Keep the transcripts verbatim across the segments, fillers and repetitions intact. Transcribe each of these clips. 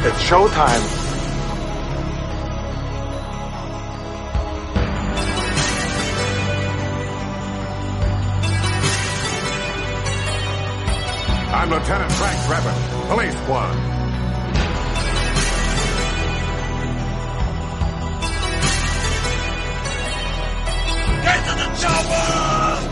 It's showtime. I'm Lieutenant Frank Drebin, Police Squad. Get to the chopper!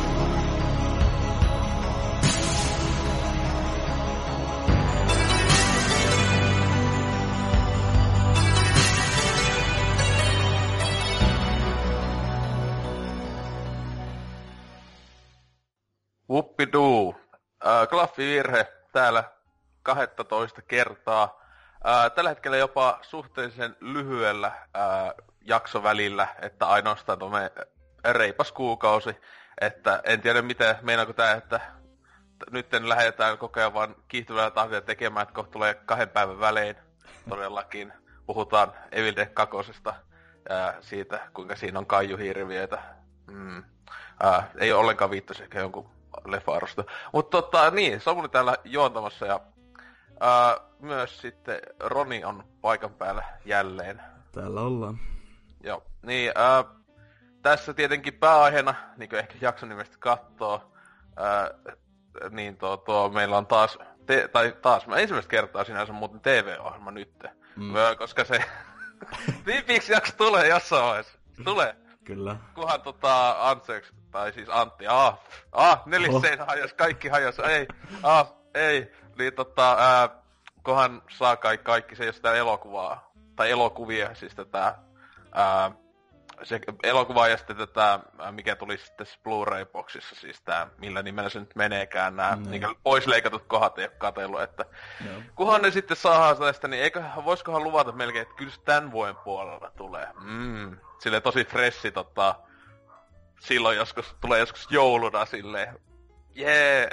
Whoopidoo. Äh, klaffivirhe täällä kaksitoista kertaa. Äh, tällä hetkellä jopa suhteellisen lyhyellä äh, jaksovälillä, että ainoastaan tuomme reipas kuukausi. Että en tiedä miten, meinaako tää, että nyt lähdetään koko ajan vaan kiihtyvällä tahdilla tekemään, että kohta tulee kahden päivän välein todellakin. Puhutaan Evil Dead kakosesta, äh, siitä kuinka siinä on kaijuhirviöitä. Mm. Äh, ei ole ollenkaan viittaisi ehkä jonkun leffa-arvosta. Mutta tota, niin, Samuli täällä juontamassa ja ää, myös sitten Roni on paikan päällä jälleen. Täällä ollaan. Joo, niin ää, tässä tietenkin pääaiheena, niin kuin ehkä jakson nimestä kattoo, ää, niin tuo, tuo meillä on taas, te, tai taas, mä ensimmäistä kertaa sinänsä muuten T V-ohjelma nyt. Mm. Koska se viipiiksi jakso tulee jossain vaiheessa. Tulee. Kyllä. Kuhan tota Antseks, tai siis Antti, ah, ah, neliseinä hajas, kaikki hajas, ei, ah, ei, niin tota, ää, kohan saa kaikki, kaikki se, jos sitä elokuvaa, tai elokuvia, siis tätä, ää, se elokuvaa ja sitten tätä, mikä tuli sitten Blu-ray-boxissa, siis tää, millä nimellä se nyt meneekään, nää mm. niin poisleikatut kohdat ei oo katsellut, että no. Kuhan ne sitten saadaan tästä, niin eikö, voisikohan luvata melkein, että kyllä se tän vuoden puolella tulee, mm. Silleen tosi fressi tota, silloin joskus, tulee joskus jouluna silleen, jee!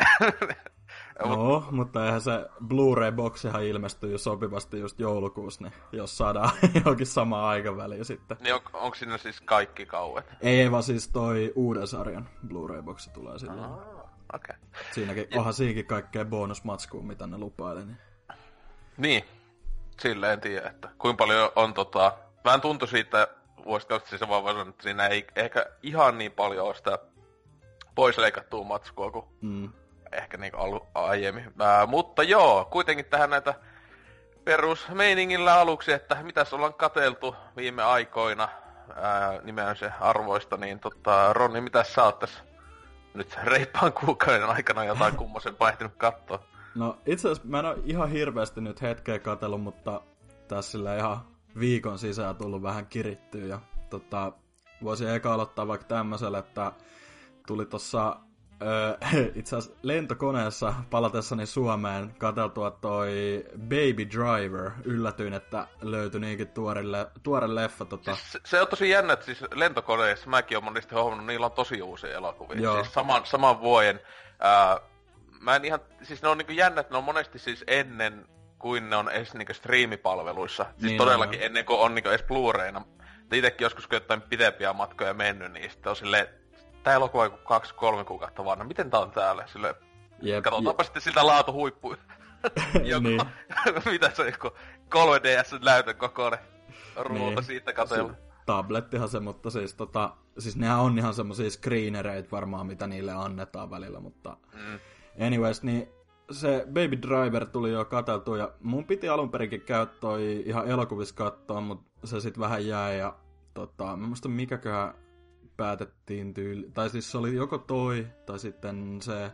No, mutta eihän se Blu-ray-boxihan ilmestyy jo sopivasti just joulukuussa, niin jos saadaan johonkin samaan aikaväliin sitten. Niin on, onko siinä siis kaikki kauet? Ei, vaan siis toi uuden sarjan Blu-ray-boxi tulee silloin. Ah, okei. Okay. Siinäkin, ja... onhan siinäkin kaikkea bonusmatskua, mitä ne lupaili. Niin, niin. Silleen en tiedä, että kuinka paljon on tota, vähän tuntui siitä, vuosikausta siis vaan sanoa, että siinä ei ehkä ihan niin paljon ole sitä poisleikattua matskua kuin mm. ehkä niin kuin aiemmin. Ää, mutta joo, kuitenkin tähän näitä perusmeiningillä aluksi, että mitäs ollaan katseltu viime aikoina ää, nimeän se arvoista, niin tota, Ronni, mitäs sä oot tässä nyt reippaan kuukauden aikana jotain kummosen vaihtunut katsoa? No itse asiassa mä en ole ihan hirveästi nyt hetkeä katsellut, mutta tässä sillä ihan viikon sisään tullut vähän kirittyä ja tota, voisin eka aloittaa vaikka tämmöisellä, että tuli tossa öö, itse asiassa lentokoneessa palatessani Suomeen katseltua toi Baby Driver. Yllätyin, että löytyi niinkin tuore, le- tuore leffa. Tota. Siis se on tosi jännä, että siis lentokoneessa mäkin olen monesti huomannut, niillä on tosi uusia elokuvia. Joo. Siis saman, saman vuoden. Ää, mä en ihan, siis ne on niinku jännä, että ne on monesti siis ennen kuin ne on edes niinku striimipalveluissa. Siis niin todellakin on. Ennen kuin on niinku edes Blu-rayna. Itekin joskus kun jotain pidempiä matkoja mennyt, niin sitten on silleen, tää elokuva on kaksi kolme kuukautta vaan, no miten tää on täällä? Silleen, jep, katsotaanpa jep. Sitten siltä laatuhuippuja. niin. Mitä se on, joku kolme D S-näytön kokoinen ruuta niin. Siitä katsella. Tablettihan se, mutta siis tota, siis nehän on ihan semmosia screenereitä varmaan, mitä niille annetaan välillä, mutta mm. anyways, niin se Baby Driver tuli jo katseltua ja mun piti alun perinkin käydä toi ihan elokuvissa katsoa, mutta se sit vähän jäi ja tota, mä muistan mikäköhän päätettiin tyyli, tai siis se oli joko toi tai sitten se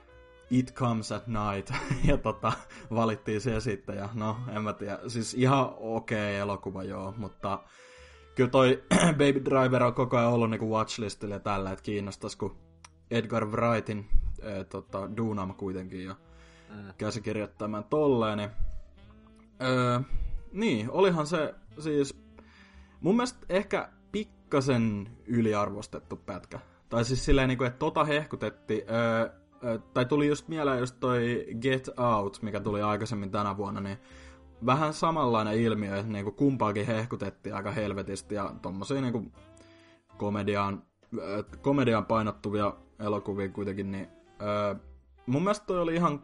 It Comes at Night ja tota, valittiin se sitten ja no en mä tiedä, siis ihan okei okay elokuva joo, mutta kyllä toi Baby Driver on koko ajan ollut niinku watchlistilla ja tällä, että kiinnostais kun Edgar Wrightin äh, tota, duunaama kuitenkin jo mm. käsikirjoittamaan tolleen, niin, öö, niin, olihan se siis mun mielestä ehkä pikkasen yliarvostettu pätkä. Tai siis silleen, niin kuin, että tota hehkutetti, öö, öö, tai tuli just mieleen just toi Get Out, mikä tuli aikaisemmin tänä vuonna, niin vähän samanlainen ilmiö, että niin kuin kumpaakin hehkutettiin aika helvetisti ja tommosia niin kuin komediaan, öö, komediaan painottuvia elokuvia kuitenkin, niin öö, mun mielestä toi oli ihan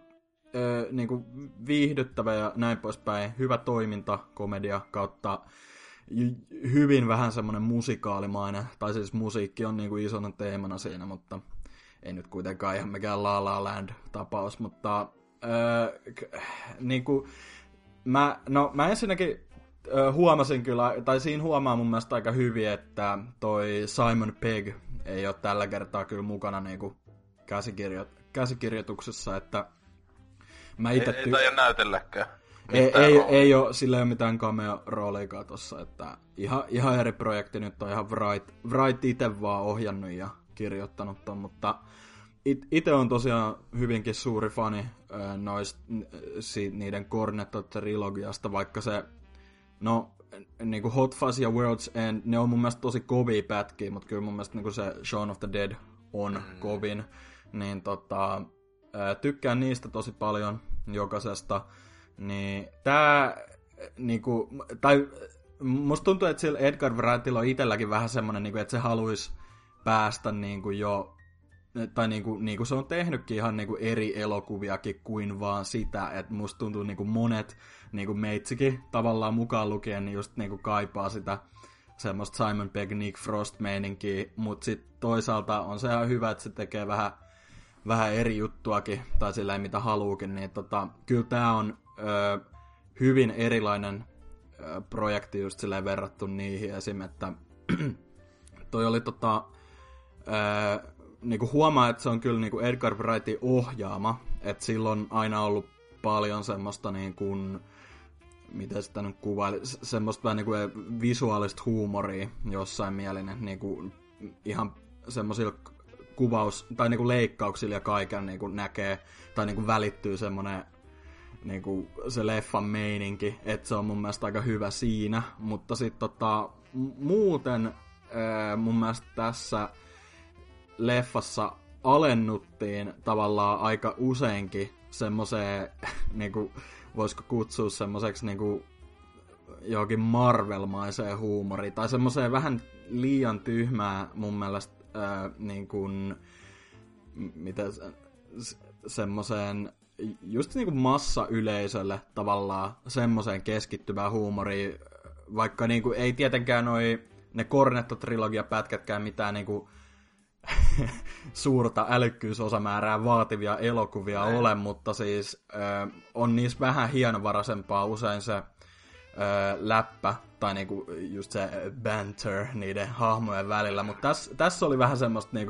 ö, niinku viihdyttävä ja näin poispäin. Hyvä toiminta, komedia kautta hyvin vähän semmoinen musikaalimainen, tai siis musiikki on niinku isona teemana siinä, mutta ei nyt kuitenkaan ihan mikään La La Land-tapaus, mutta öö, niinku, mä, no, mä ensinnäkin öö, huomasin kyllä, tai siinä huomaa mun mielestä aika hyvin, että toi Simon Pegg ei ole tällä kertaa kyllä mukana niinku käsikirjo- käsikirjoituksessa, että mä ite ei, ty- ei taida näytelläkään. Ei, ei, ei ole, sillä ei ole mitään cameo-rooliikaan tossa, että ihan, ihan eri projekti nyt on ihan Wright, Wright itse vaan ohjannut ja kirjoittanut ton, mutta it, itse on tosiaan hyvinkin suuri fani äh, noist, si, niiden Cornetto-trilogiasta, vaikka se, no, niinku Hot Fuzz ja World's End, ne on mun mielestä tosi kovia pätkiä, mutta kyllä mun mielestä niinku se Shaun of the Dead on mm. kovin, niin tota, äh, tykkään niistä tosi paljon jokaisesta. Niin tää niinku, tai musta tuntuu, että sillä Edgar Wrightilla on itselläkin vähän semmonen, niinku, että se haluaisi päästä niinku jo, tai niinku, niinku se on tehnytkin ihan niinku eri elokuviakin kuin vaan sitä, että musta tuntuu niinku monet, niinku meitsikin tavallaan mukaan lukien, niin just niinku kaipaa sitä semmoista Simon Pegg, Nick Frost-meininkiä, mut sit toisaalta on se ihan hyvä, että se tekee vähän, vähän eri juttuakin, tai silleen mitä haluukin, niin tota, kyllä tää on Öö, hyvin erilainen öö, projekti just silleen verrattu niihin esim. Että toi oli tota öö, niinku huomaa, että se on kyllä niinku Edgar Wrightin ohjaama, että sillä on aina ollut paljon semmoista niinku, miten sitä nyt kuvaili, semmoista vähän niinku visuaalista huumoria jossain mielinen, niinku ihan semmoisilla kuvaus- tai niinku leikkauksilla ja kaiken niinku näkee, tai niinku välittyy semmoinen niinku se leffan meininki, että se on mun mielestä aika hyvä siinä, mutta sitten tota, muuten ää, mun mielestä tässä leffassa alennuttiin tavallaan aika useinkin semmoseen, niinku, voisiko kutsua semmoiseksi niinku johonkin Marvel-maiseen huumoriin, tai semmoiseen vähän liian tyhmää mun mielestä ää, niinku, mitä semmoiseen just niinku massayleisölle tavallaan semmoiseen keskittyvään huumoriin, vaikka niinku ei tietenkään noi ne Cornetto-trilogia-pätkätkään mitään niinku suurta älykkyysosamäärää vaativia elokuvia Näin. ole, mutta siis ö, on niissä vähän hienovaraisempaa usein se ö, läppä, tai niinku just se banter niiden hahmojen välillä, mutta tässä täs oli vähän semmoista niinku,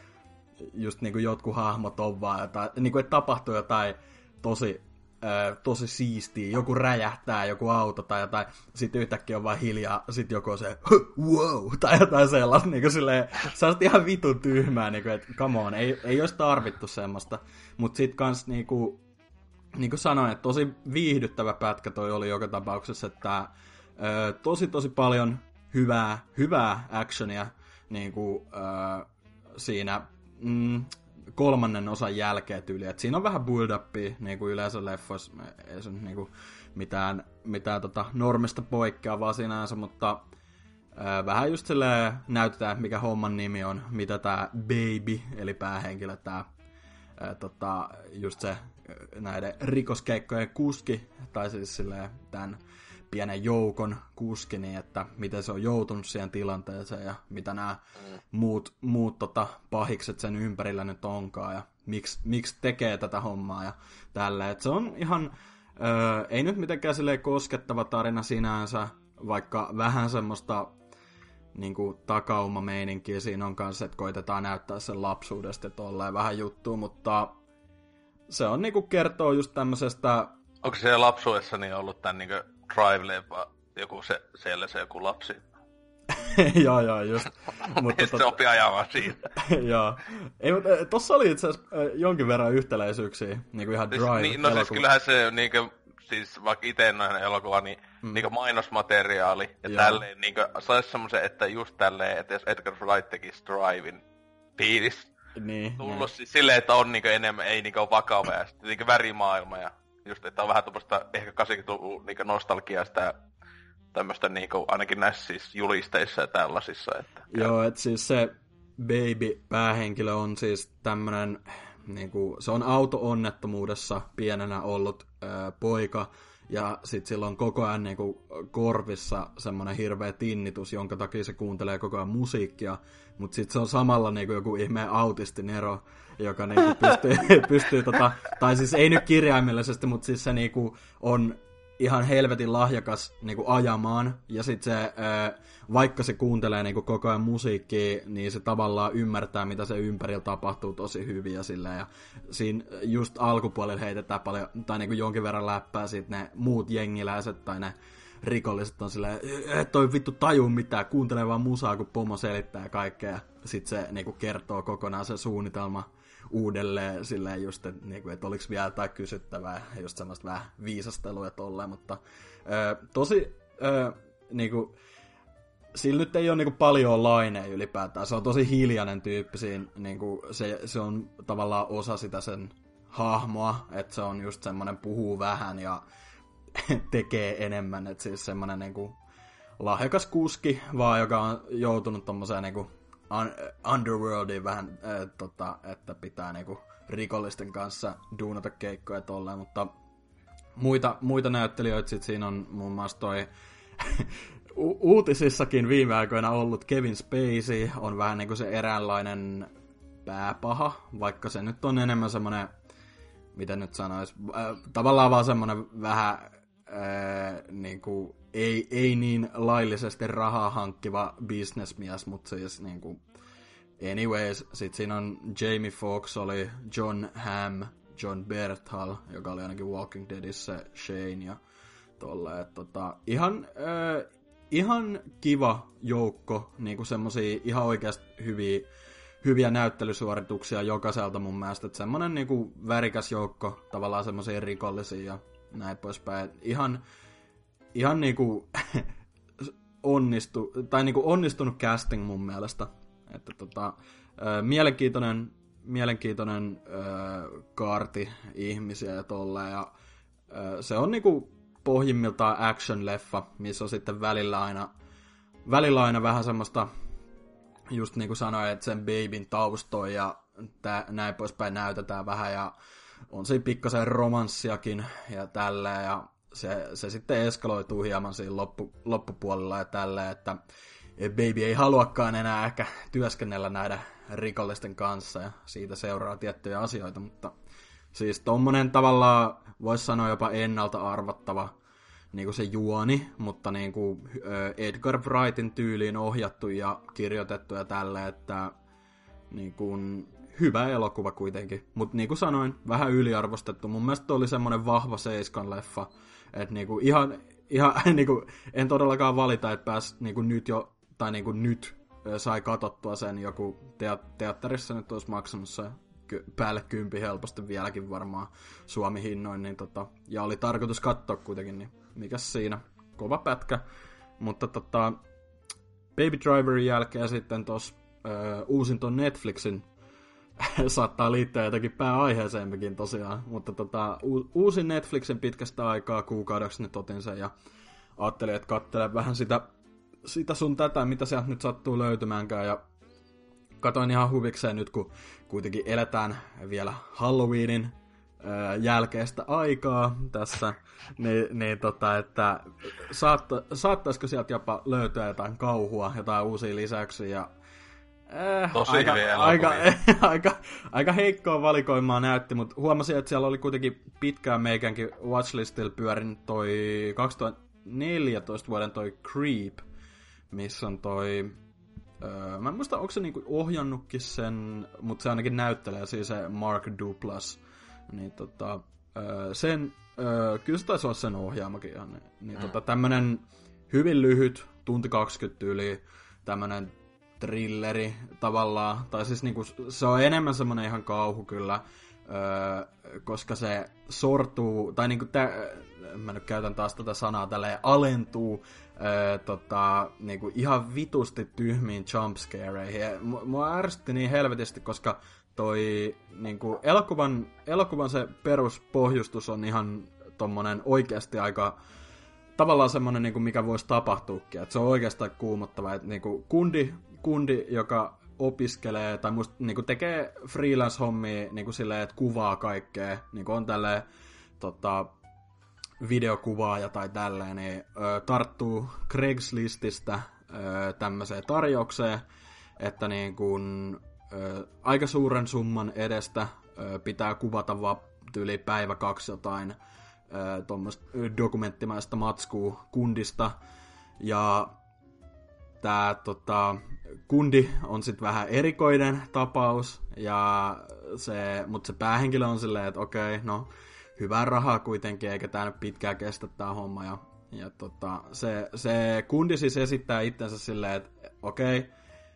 just niinku jotkut hahmot on vaan jotain, niinku että tapahtuu jotain tosi, äh, tosi siistiä, joku räjähtää, joku auto tai jotain, sit yhtäkkiä on vaan hiljaa, sit joku on se, wow, tai jotain sellaista, niinku silleen, se on ihan vitun tyhmää, niinku, että come on, ei, ei olisi tarvittu semmoista, mut sit kans niinku, niinku sanoin, että tosi viihdyttävä pätkä toi oli joka tapauksessa, että äh, tosi tosi paljon hyvää, hyvää actionia niinku, äh, siinä Mm, kolmannen osan jälkeen tyyli. Et siinä on vähän build-upia, niin kuin yleensä leffoissa, ei se niin kuin mitään, mitään tota normista poikkeavaa sinänsä, mutta ää, vähän just silleen näytetään, mikä homman nimi on, mitä tää Baby, eli päähenkilö, tää ää, tota, just se näiden rikoskeikkojen kuski, tai siis silleen tämän pienen joukon kuski, niin että miten se on joutunut siihen tilanteeseen ja mitä nämä mm. muut, muut tota, pahikset sen ympärillä nyt onkaan ja miksi, miksi tekee tätä hommaa ja tällä. Et se on ihan, öö, ei nyt mitenkään silleen koskettava tarina sinänsä, vaikka vähän semmoista niinku takauma-meininkiä siinä on kanssa, että koitetaan näyttää sen lapsuudesta ja tolleen vähän juttua, mutta se on niinku kertoo just tämmöisestä. Onko se lapsuudessani ollut tän niinku Drive-leffa, joku se, siellä se joku lapsi? joo, joo, just. Mutta tot... se opi ajamaan siitä. joo. Ei, mutta tossa oli itse asiassa jonkin verran yhtäläisyyksiä, niinku ihan siis, Drive. Niin, no elokuva. Siis kyllähän se niinku, siis vaikka ite noin elokuva, niin mm. niinku mainosmateriaali ja joo. tälleen niinku sais semmosen, että just tälleen, että jos Edgar Wright tekisi Drivein fiilis. Niin. Tullut niin. Siis silleen, että on niinku enemmän, ei niinku vakava ja sitten niinku värimaailma ja just, että on vähän tuommoista ehkä kahdeksankymmentäluvun niinku nostalgiaa sitä tämmöistä niinku, ainakin näissä siis julisteissa ja tällaisissa. Että joo, että siis se Baby-päähenkilö on siis tämmönen, niinku, se on auto-onnettomuudessa pienenä ollut ää, poika, ja sit sillä on koko ajan niinku korvissa semmonen hirveä tinnitus, jonka takia se kuuntelee koko ajan musiikkia, mutta sit se on samalla niinku joku ihmeen autistinero, joka niinku pystyy, pystyy tota, tai siis ei nyt kirjaimellisesti, mutta siis se niinku on ihan helvetin lahjakas niinku ajamaan, ja sit se, ää, vaikka se kuuntelee niinku koko ajan musiikkia, niin se tavallaan ymmärtää, mitä se ympärillä tapahtuu tosi hyvin ja silleen, ja siinä just alkupuolella heitetään paljon, tai niinku jonkin verran läppää siitä ne muut jengiläiset, tai ne rikolliset on silleen, et toi vittu taju mitään, kuuntelee vaan musaa, kun pomo selittää kaikkea, ja sit se niinku kertoo kokonaan se suunnitelma uudelleen silleen just, että niinku, et oliks vielä jotain kysyttävää, just semmoista vähän viisastelua tolleen, mutta ö, tosi ö, niinku, sillä nyt ei ole niinku paljon laineja ylipäätään, se on tosi hiljainen tyyppi siinä, niinku, se, se on tavallaan osa sitä sen hahmoa, että se on just semmoinen puhuu vähän ja tekee enemmän, että siis semmoinen niinku lahjakas kuski vaan, joka on joutunut tommoseen niinku underworldiin vähän, äh, tota, että pitää niinku rikollisten kanssa duunata keikkoja tolleen, mutta muita, muita näyttelijöitä sit siinä on muun muassa toi u- uutisissakin viime aikoina ollut Kevin Spacey, on vähän niinku se eräänlainen pääpaha, vaikka se nyt on enemmän semmonen, miten nyt sanois, äh, tavallaan vaan semmonen vähän äh, niinku Ei, ei niin laillisesti rahaa hankkiva businessmies, mutta siis niinku anyways, sit siinä on Jamie Foxx, oli John Hamm, John Berthal, joka oli ainakin Walking Deadissä Shane ja tolleen, tota, ihan, äh, ihan kiva joukko, niinku semmosia ihan oikeasti hyviä, hyviä näyttelysuorituksia jokaiselta mun mielestä, että semmonen niinku värikäs joukko, tavallaan semmosia rikollisia ja näin poispäin, ihan Ihan niinku onnistu, tai niinku onnistunut casting mun mielestä. Että tota, ö, mielenkiintoinen, mielenkiintoinen ö, kaarti ihmisiä ja tolleen. Ja, ö, se on niinku pohjimmiltaan action-leffa, missä on sitten välillä aina, välillä aina vähän semmoista, just niin kuin sanoin, että sen babyn taustoja ja tää, näin poispäin näytetään vähän. Ja on siinä pikkasen romanssiakin ja tälleen. Ja Se, se sitten eskaloituu hieman siinä loppu, loppupuolella ja tälleen, että baby ei haluakaan enää ehkä työskennellä näiden rikollisten kanssa ja siitä seuraa tiettyjä asioita, mutta siis tommonen tavallaan voisi sanoa jopa ennalta arvattava niin kuin se juoni, mutta niin kuin Edgar Wrightin tyyliin ohjattu ja kirjoitettu ja tälleen, että niin kuin hyvä elokuva kuitenkin, mutta niin kuin sanoin, vähän yliarvostettu. Mun mielestä oli semmonen vahva seiskan leffa, että niinku ihan, ihan niinku, en todellakaan valita, että pääs niinku nyt jo, tai niinku nyt sai katsottua sen joku teat- teatterissa nyt olisi maksanut se ky- päälle kympi helposti vieläkin varmaan Suomi-hinnoin, niin tota, ja oli tarkoitus katsoa kuitenkin, niin mikäs siinä, kova pätkä, mutta tota, Baby Driverin jälkeen sitten tos ö, uusin ton Netflixin saattaa liittyä jotenkin pääaiheeseenkin tosiaan, mutta tota, u- uusin Netflixin pitkästä aikaa kuukaudeksi nyt otin sen ja ajattelin, että katselen vähän sitä, sitä sun tätä, mitä sieltä nyt sattuu löytymäänkään ja katoin ihan huvikseen nyt, kun kuitenkin eletään vielä Halloweenin ää, jälkeistä aikaa tässä, niin, niin tota, että saatta, saattaisiko sieltä jopa löytyä jotain kauhua, jotain uusia lisäyksiä ja Äh, Tosi aika, hyviä aika, aika, aika heikkoa valikoimaa näytti, mutta huomasin, että siellä oli kuitenkin pitkään meikänkin watchlistilla pyörin toi kaksituhattaneljätoista vuoden toi Creep, missä on toi, öö, mä en muista, onko se niinku ohjannutkin sen, mutta se ainakin näyttelee siis se Mark Duplass, niin tota, öö, sen, öö, kyllä se taisi olla sen ohjaamakin ihan, niin, niin tota, tämmönen hyvin lyhyt, tunti kaksikymmentä yli, tämmönen thrilleri tavallaan, tai siis niinku, se on enemmän semmonen ihan kauhu kyllä, öö, koska se sortuu, tai niinku, tä, mä nyt käytän taas tätä sanaa tälleen, alentuu öö, tota, niinku, ihan vitusti tyhmiin jumpscareihin. Mua ärsytti niin helvetisti, koska toi niinku, elokuvan, elokuvan se peruspohjustus on ihan tommonen oikeasti aika tavallaan semmonen, niinku, mikä voisi tapahtuukin. Et se on oikeastaan kuumottava, että niinku, kundi, kundi, joka opiskelee tai musta niinku tekee freelance-hommia niinku silleen, että kuvaa kaikkea, niinku on tälleen tota, videokuvaaja tai tälleen, niin ö, tarttuu Craigslististä ö, tämmöiseen tarjoukseen, että niin kun, ö, aika suuren summan edestä ö, pitää kuvata vaan tyyli päivä kaksi jotain ö, tuommoista dokumenttimaista matskua kundista, ja tää tota, kundi on sitten vähän erikoinen tapaus, ja se, mutta se päähenkilö on silleen, että okei, no hyvää rahaa kuitenkin, eikä tää nyt pitkään kestä tää homma, ja, ja tota, se, se kundi siis esittää itsensä silleen, että okei,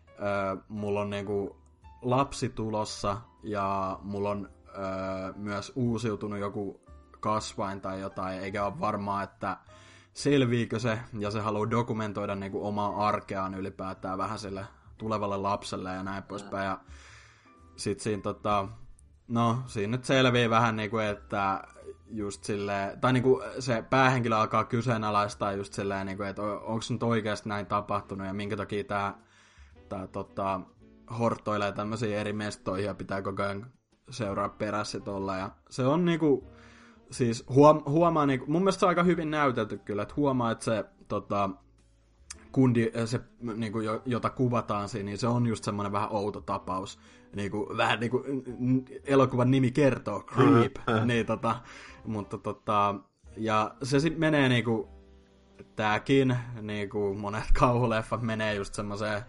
ö, mulla on niinku lapsi tulossa, ja mulla on ö, myös uusiutunut joku kasvain tai jotain, eikä ole varmaa, että selviikö se, ja se haluaa dokumentoida niinku omaa arkeaan ylipäätään vähän sille tulevalle lapselle ja näin poispäin. Ja sit siinä tota, no siinä nyt selvii vähän niinku, että just silleen, tai niinku se päähenkilö alkaa kyseenalaistaa just silleen niinku, että onko nyt oikeasti näin tapahtunut ja minkä takia tää, tää tota, hortoilee tämmöisiä eri mestoihin ja pitää koko ajan seuraa perässä olla. Ja se on niinku, siis huom- huomaa, niinku, mun mielestä se on aika hyvin näytelty kyllä, että huomaa, että se tota, kundi, se, niinku, jota kuvataan siinä, niin se on just semmoinen vähän outo tapaus. Niinku, vähän niinku elokuvan nimi kertoo, Creep. niin, tota, mutta tota, ja se sitten menee niinku, tääkin, niinku monet kauhuleffat menee just semmoiseen,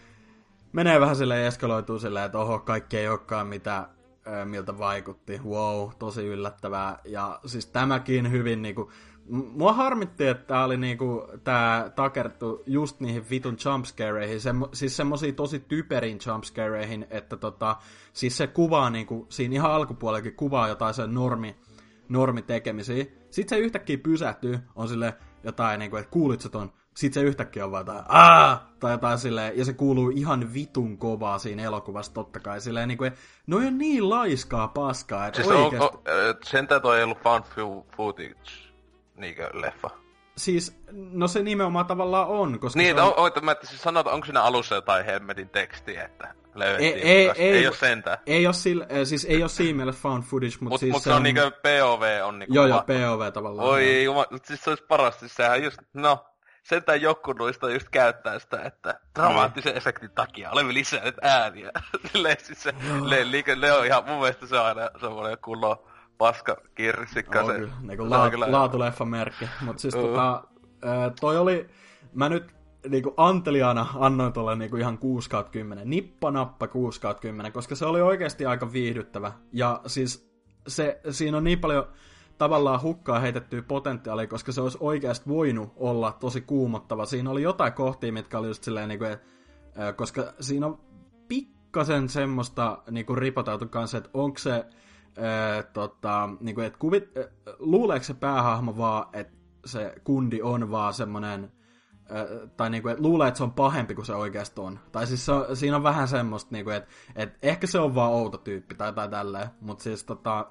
menee vähän silleen, eskaloituu silleen, että oho, kaikki ei olekaan mitä, miltä vaikutti. Wow, tosi yllättävää. Ja siis tämäkin hyvin niinku, mua harmitti, että tää oli niinku, tää takertui just niihin vitun jumpscareihin, semmo, siis semmosia tosi typerin jumpscareihin, että tota, siis se kuvaa niinku, siinä ihan alkupuolellakin kuvaa jotain sen normi, normitekemisiä. Sitten se yhtäkkiä pysähtyy, on silleen jotain niinku, että kuulit sä ton, sit se yhtäkkiä on vaan jotain aah! Tai jotain silleen, ja se kuuluu ihan vitun kovaa siinä elokuvassa totta kai silleen niinku, että no on niin laiskaa paskaa, että siis oikeesti. On, on, sentään toi ei ollut found footage. Niinkö leffa? Siis, no se nimenomaan tavallaan on, koska niin, se on... oita, mä siis sanoa, onko siinä alussa jotain hemmetin tekstiä, että löydettiin. Ei, ei, ei, ei oo sentään. Ei oo, sillä, siis ei oo siinä mielessä found footage, mutta mut, siis mut se on niinkö P O V on niinku... Joo, joo, P O V tavallaan. Oi, juma, siis se olisi parasti, sehän just, no, sentään joku noista just käyttää sitä, että dramaattisen mm. efektin takia olemme lisänneet ääniä. Silleen siis se, le, liike, le on ihan, mun mielestä se on aina semmoinen kunnon paska kirsikka. On se, kyllä, niinku la, kyllä laatuleffan merkki. Mut siis uh. tota, toi oli, mä nyt niinku anteliaana annoin tuolle niinku ihan kuusi kautta kymmenen, nippa nappa kuusi kautta kymmenen, koska se oli oikeasti aika viihdyttävä. Ja siis se, siinä on niin paljon tavallaan hukkaa heitettyä potentiaalia, koska se olisi oikeasti voinut olla tosi kuumottava. Siinä oli jotain kohtia, mitkä oli just silleen, niinku, et, koska siinä on pikkasen semmoista niinku ripotautu kanssa, että onko se, ää, tota, niinku, et kuvit, ää, luuleeko se päähahmo vaan, että se kundi on vaan semmoinen, ää, tai niinku, et luulee, että se on pahempi kuin se oikeasti on. Tai siis se on, siinä on vähän semmoista, niinku, että et ehkä se on vaan outo tyyppi tai jotain tälleen, mutta siis tota...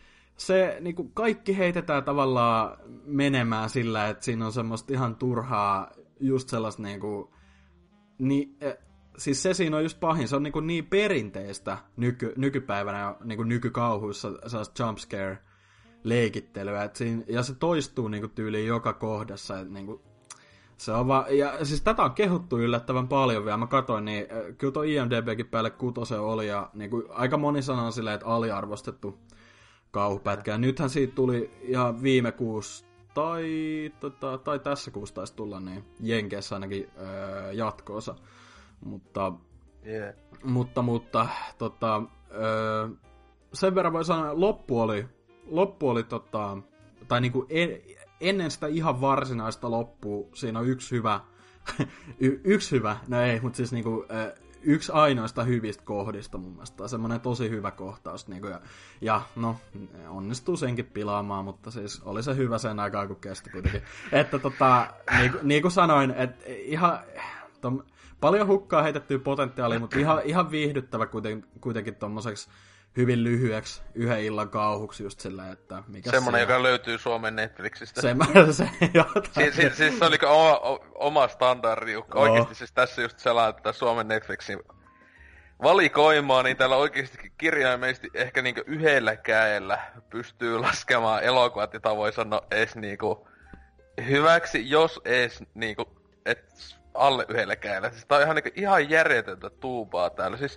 Se niinku, kaikki heitetään tavallaan menemään sillä, että siinä on semmoista ihan turhaa, just sellaista niinku, ni, eh, siis se siinä on just pahin, se on niinku niin perinteistä nyky, nykypäivänä, niinku nykykauhuissa sellaista jumpscare leikittelyä, että siinä, ja se toistuu niinku tyyliin joka kohdassa, että niinku, se on vaan, ja siis tätä on kehuttu yllättävän paljon vielä, mä katsoin, niin kyllä tuo I M D B:kin päälle kutosen oli, ja niinku, aika moni sanoo silleen, että aliarvostettu kauhupätkä. Ja nythän siitä tuli ihan viime kuussa, tai, tota, tai tässä kuussa taisi tulla, niin Jenkeissä ainakin öö, jatko-osa. Mutta, yeah. mutta, mutta tota, öö, sen verran voi sanoa, että loppu oli, loppu oli tota, tai niinku en, ennen sitä ihan varsinaista loppua, siinä on yksi hyvä, y, yksi hyvä, no ei, mutta siis niinku, öö, yksi ainoista hyvistä kohdista mun mielestä. Semmoinen tosi hyvä kohtaus. Niin kuin, ja, ja no, onnistuu senkin pilaamaan, mutta siis oli se hyvä sen aikaa, kun kesti kuitenkin. Että tota, niin, niin kuin sanoin, että ihan tom, paljon hukkaa heitettyä potentiaalia, mutta ihan, ihan viihdyttävä kuiten, kuitenkin tommoseksi hyvin lyhyeksi yhden illan kauhuksi just silleen, että mikä semmoinen, joka löytyy Suomen Netflixistä. Semmoinen se jotain. Siis, siis, siis se oli oma, oma standardi. Oh. Oikeesti siis tässä just sellainen, että Suomen Netflixin valikoimaa, niin täällä oikeastikin kirjaimellisesti ehkä niinku yhdellä kädellä pystyy laskemaan elokuvat, jota voi sanoa edes niinku hyväksi, jos edes niinku, et alle yhdellä kädellä. Siis tää on ihan, niinku, ihan järjetöntä tuubaa täällä. Siis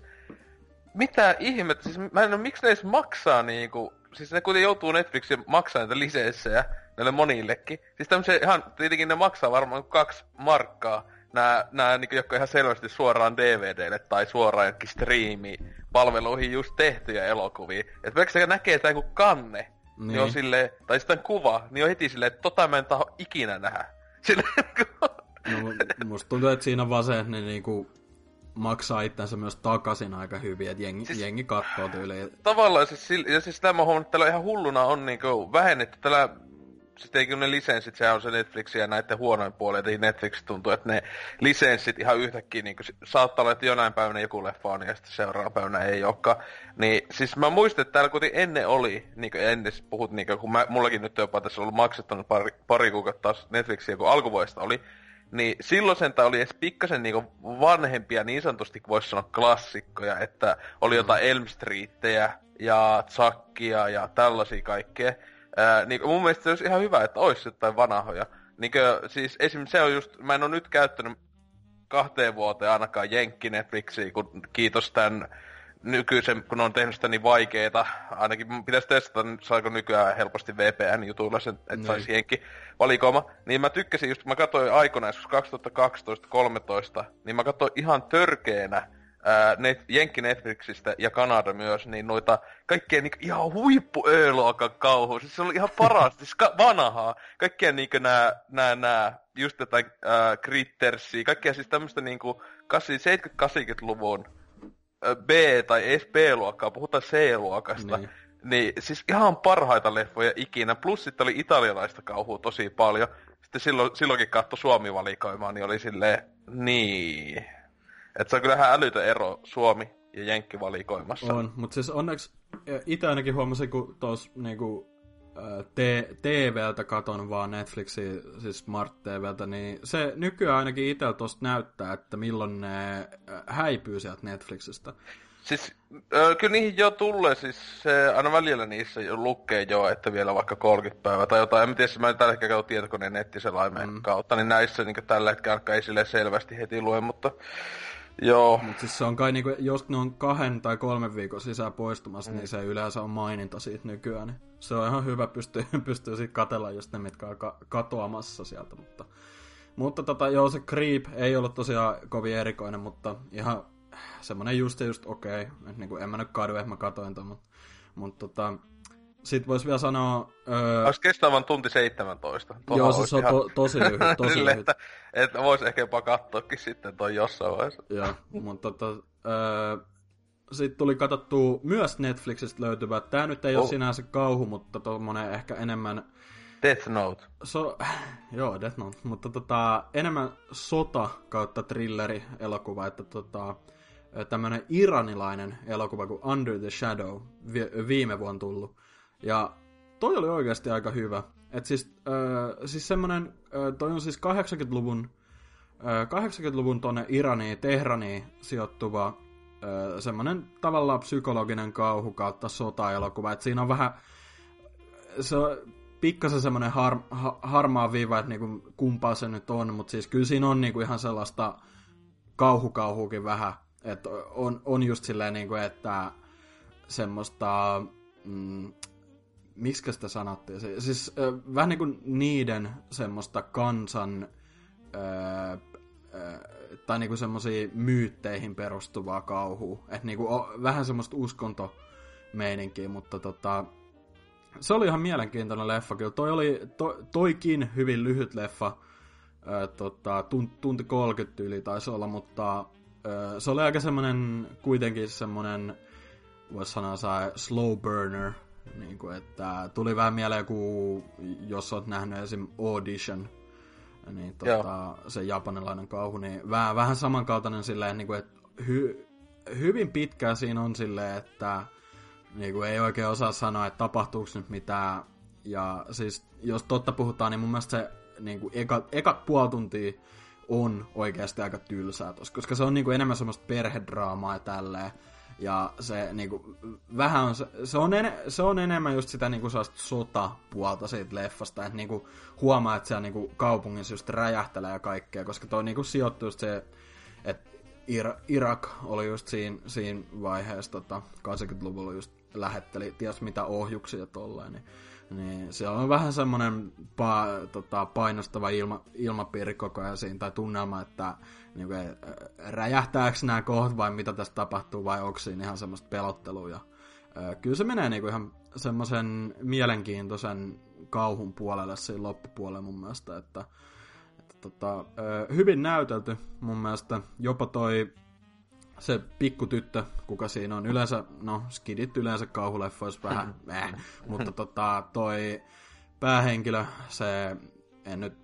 mitä ihmettä, siis mä en oo, miksi ne edes maksaa niinku, siis ne kuitenkin joutuu Netflixin maksaa niitä lisenssejä näille monillekin. Siis tämmösen ihan, tietenkin ne maksaa varmaan kaksi markkaa. Nää, nää niinku, jotka ihan selvästi suoraan D V D:lle tai suoraan jonkin striimi-palveluihin just tehtyjä elokuvia. Et pelkästään näkee tää joku kanne, niin. Niin on silleen, tai sitten kuva, niin on heti silleen, että tota mä en taho ikinä nähdä. Silleen, no, musta tuntuu, että siinä on vaan se, että ne niinku maksaa itsensä myös takaisin aika hyvin, että jengi, siis, jengi kattoo tyyliin. Tavallaan siis, ja siis tämä huomannut, että täällä ihan hulluna on niinku vähennetty tällä. Sitten ei kun ne lisenssit, sehän on se Netflixin ja näiden huonoin puoli, että Netflix tuntuu, että ne lisenssit ihan yhtäkkiä, niin kuin, saattaa olla, että jonain päivänä joku leffa on ja sitten seuraavana päivänä ei olekaan. Niin siis mä muistan, että täällä kuitenkin ennen oli, niin kuin ennen puhut, niin kuin, kun mä, mullakin nyt jopa tässä on ollut maksettanut pari, pari kuukautta taas Netflixiä, kun alkuvuodesta oli, niin silloin sentään oli edes pikkasen niin kuin vanhempia, niin sanotusti voisi sanoa klassikkoja, että oli jotain Elm Streettejä ja Chuckia ja tällaisia kaikkea. Ää, niin, mun mielestä se olisi ihan hyvä, että olisi jotain vanhoja. Niin, siis esimerkiksi se on just, mä en ole nyt käyttänyt kahteen vuoteen ainakaan Jenkki Netflixiä, kun kiitos tämän nykyisen, kun on tehnyt sitä niin vaikeeta. Ainakin pitäisi testata, saako nykyään helposti V P N-jutuilla sen, että niin. Saisi Jenkki valikoima. Niin mä tykkäsin just, mä katsoin aikoinaan, joskus kaksituhattakaksitoista kolmetoista, niin mä katsoin ihan törkeänä Ää, net, Jenkki Netflixistä ja Kanada myös, niin noita kaikkea niinku ihan huippu Ö-luokan kauhua. Siis se oli ihan parasta, siis ka- vanhaa. Kaikkea niinku nää, nää, nää, just tätä ää, Crittersia, kaikkea siis tämmöstä niinku seitsemänkymmentä-kahdeksankymmentäluvun ää, B- tai edes B-luokkaa, puhutaan C-luokasta. Niin. Niin siis ihan parhaita leffoja ikinä, plus sitten oli italialaista kauhua tosi paljon. Sitten silloin, silloinkin katsoi Suomi-valikoimaa, niin oli silleen, niin. Että se on kyllähän älytön ero Suomi- ja Jenkki-valikoimassa. On, mutta siis onneksi itse ainakin huomasin, kun tuossa niinku, T V:ltä katon vaan Netflixia, siis Smart T V:ltä, niin se nykyään ainakin itsellä tuosta näyttää, että milloin ne häipyy sieltä Netflixistä. Siis äh, kyllä niihin jo tulee, siis se, aina välillä niissä lukee jo, että vielä vaikka kolmekymmentä päivää tai jotain. En tiedä, mä en tällä hetkellä katso tietokoneen nettiselaimen mm. kautta, niin näissä niin tällä hetkellä ei silleen selvästi heti lue, mutta joo. Mutta siis se on kai niinku, jos ne on kahden tai kolmen viikon sisään poistumassa, mm. niin se yleensä on maininta siitä nykyään. Niin se on ihan hyvä, pystyy, pystyy sitten katsella just ne, mitkä on ka- katoamassa sieltä. Mutta, mutta tota, joo, se Creep ei ollut tosiaan kovin erikoinen, mutta ihan semmonen just ja just okei. Okay. Niinku, en mä nyt kadu, että mä katoin ton, mutta, mutta tota, sit vois vielä sanoa Öö... Olisi kestää vaan tunti seitsemäntoista. Tuohon joo, siis se on ihan to, tosi lyhyt. Tosi lyhyt. Että, että vois ehkä jopa katsoakin sitten toi jossain vaiheessa. Joo, mutta tota, öö, sitten tuli katsottua myös Netflixistä löytyvä. Tää nyt ei oh. ole sinänsä kauhu, mutta tommonen ehkä enemmän Death Note. So, joo, Death Note. Mutta tota, enemmän sota kautta thrilleri elokuva, että tota, tämmönen iranilainen elokuva kuin Under the Shadow vi- viime vuonna tullut. Ja toi oli oikeasti aika hyvä. Et siis, äh, siis semmonen, äh, toi on siis kahdeksankymmentäluvun, äh, kahdeksankymmentäluvun tonne Iraniin, Tehraniin sijoittuva äh, semmonen tavallaan psykologinen kauhu kautta sota-elokuva. Et siinä on vähän, se on pikkasen semmonen har, ha, harmaa viiva, että niinku kumpaa se nyt on, mutta siis kyllä siinä on niinku ihan sellaista kauhukauhuukin vähän. Että on, on just silleen niinku, että semmoista Mm, miksikä sitä sanottiin? Se, siis äh, vähän niin kuin niiden semmoista kansan äh, äh, tai niin kuin semmoisiin myytteihin perustuvaa kauhua. Että niin kuin o, vähän semmoista uskontomeininkiä, mutta tota, se oli ihan mielenkiintoinen leffa kyllä. Toi oli to, toikin hyvin lyhyt leffa, äh, tota, tunti kolmekymmentä yli taisi olla, mutta äh, se oli aika semmoinen kuitenkin semmoinen, voisi sanoa saa slow burner, niin kuin, että tuli vähän mieleen joku, jos olet nähnyt esim. Audition, niin tota, se japanilainen kauhu, niin vähän, vähän samankaltainen silleen, niin kuin, että hy, hyvin pitkään siinä on silleen, että niin kuin, ei oikein osaa sanoa, että tapahtuuko nyt mitään, ja siis jos totta puhutaan, niin mun mielestä se niin kuin, ekat, ekat puoli tuntia on oikeasti aika tylsää tossa, koska se on niinku enemmän semmoista perhedraamaa ja tälleen. Ja se niinku, vähän on, se, se, on en, se on enemmän just sitä niinku sellaista sotapuolta siitä leffasta, että niinku huomaa, että siellä niinku kaupungissa just räjähtelee ja kaikkea, koska toi niinku sijoittuu just se, että Ir- Irak oli just siinä, siinä vaiheessa, tota, kahdeksankymmentäluvulla just lähetteli ties mitä ohjuksia tolleen, niin, niin se on vähän semmoinen pa, tota, painostava ilma, ilmapiiri koko ajan siinä, tai tunnelma, että niin kuin, räjähtääkö nämä kohdat vai mitä tässä tapahtuu, vai onko siinä ihan semmoista pelottelua. Ja, ää, kyllä se menee niin kuin ihan semmoisen mielenkiintoisen kauhun puolelle siinä loppupuolelle mun mielestä, että, että tota, ää, hyvin näytelty mun mielestä, jopa toi se pikkutyttö, kuka siinä on yleensä, no skidit yleensä kauhuleffoissa vähän, äh, mutta tota, toi päähenkilö, se, en nyt,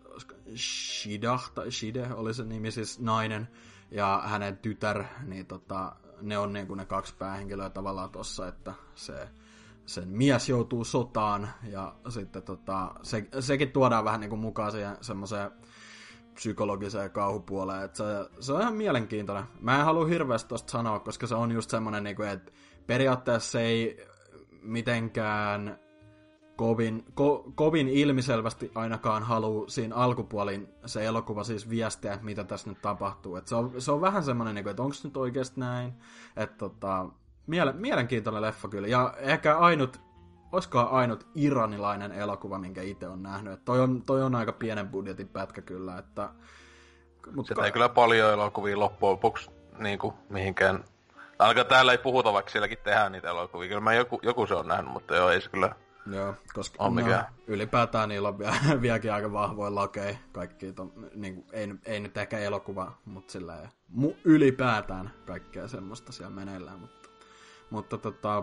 Shida, tai Shide oli se nimi, siis nainen, ja hänen tytär, niin tota, ne on niinku ne kaksi päähenkilöä tavallaan tossa, että se, sen mies joutuu sotaan, ja sitten tota, se, sekin tuodaan vähän niinku mukaan siihen semmoiseen psykologiseen kauhupuoleen, että se, se on ihan mielenkiintoinen. Mä en halua hirveästi tosta sanoa, koska se on just semmonen, niinku, että periaatteessa se ei mitenkään kovin, ko, kovin ilmiselvästi ainakaan halua siinä alkupuolin se elokuva siis viestiä, mitä tässä nyt tapahtuu. Et se, on, se on vähän semmonen, niinku, että onko nyt oikeasti näin. Että tota, miele, mielenkiintoinen leffa kyllä. Ja ehkä ainut, olisikohan ainut iranilainen elokuva, minkä itse on nähnyt. Et toi, on, toi on aika pienen budjetin pätkä kyllä. Että, mutta sitä ei kyllä paljon elokuvia loppujen lopuksi niinku, mihinkään. Ainakaan täällä ei puhuta, vaikka sielläkin tehdään niitä elokuvia. Kyllä mä joku, joku se on nähnyt, mutta joo, ei se kyllä. Joo, koska no, ylipäätään niillä on vielä, vieläkin aika vahvoja lakeja. Kaikki ton, niin, ei, ei nyt ehkä elokuva, mutta sillä mu, ylipäätään kaikkea semmoista siellä meneillään. Mutta, mutta tota,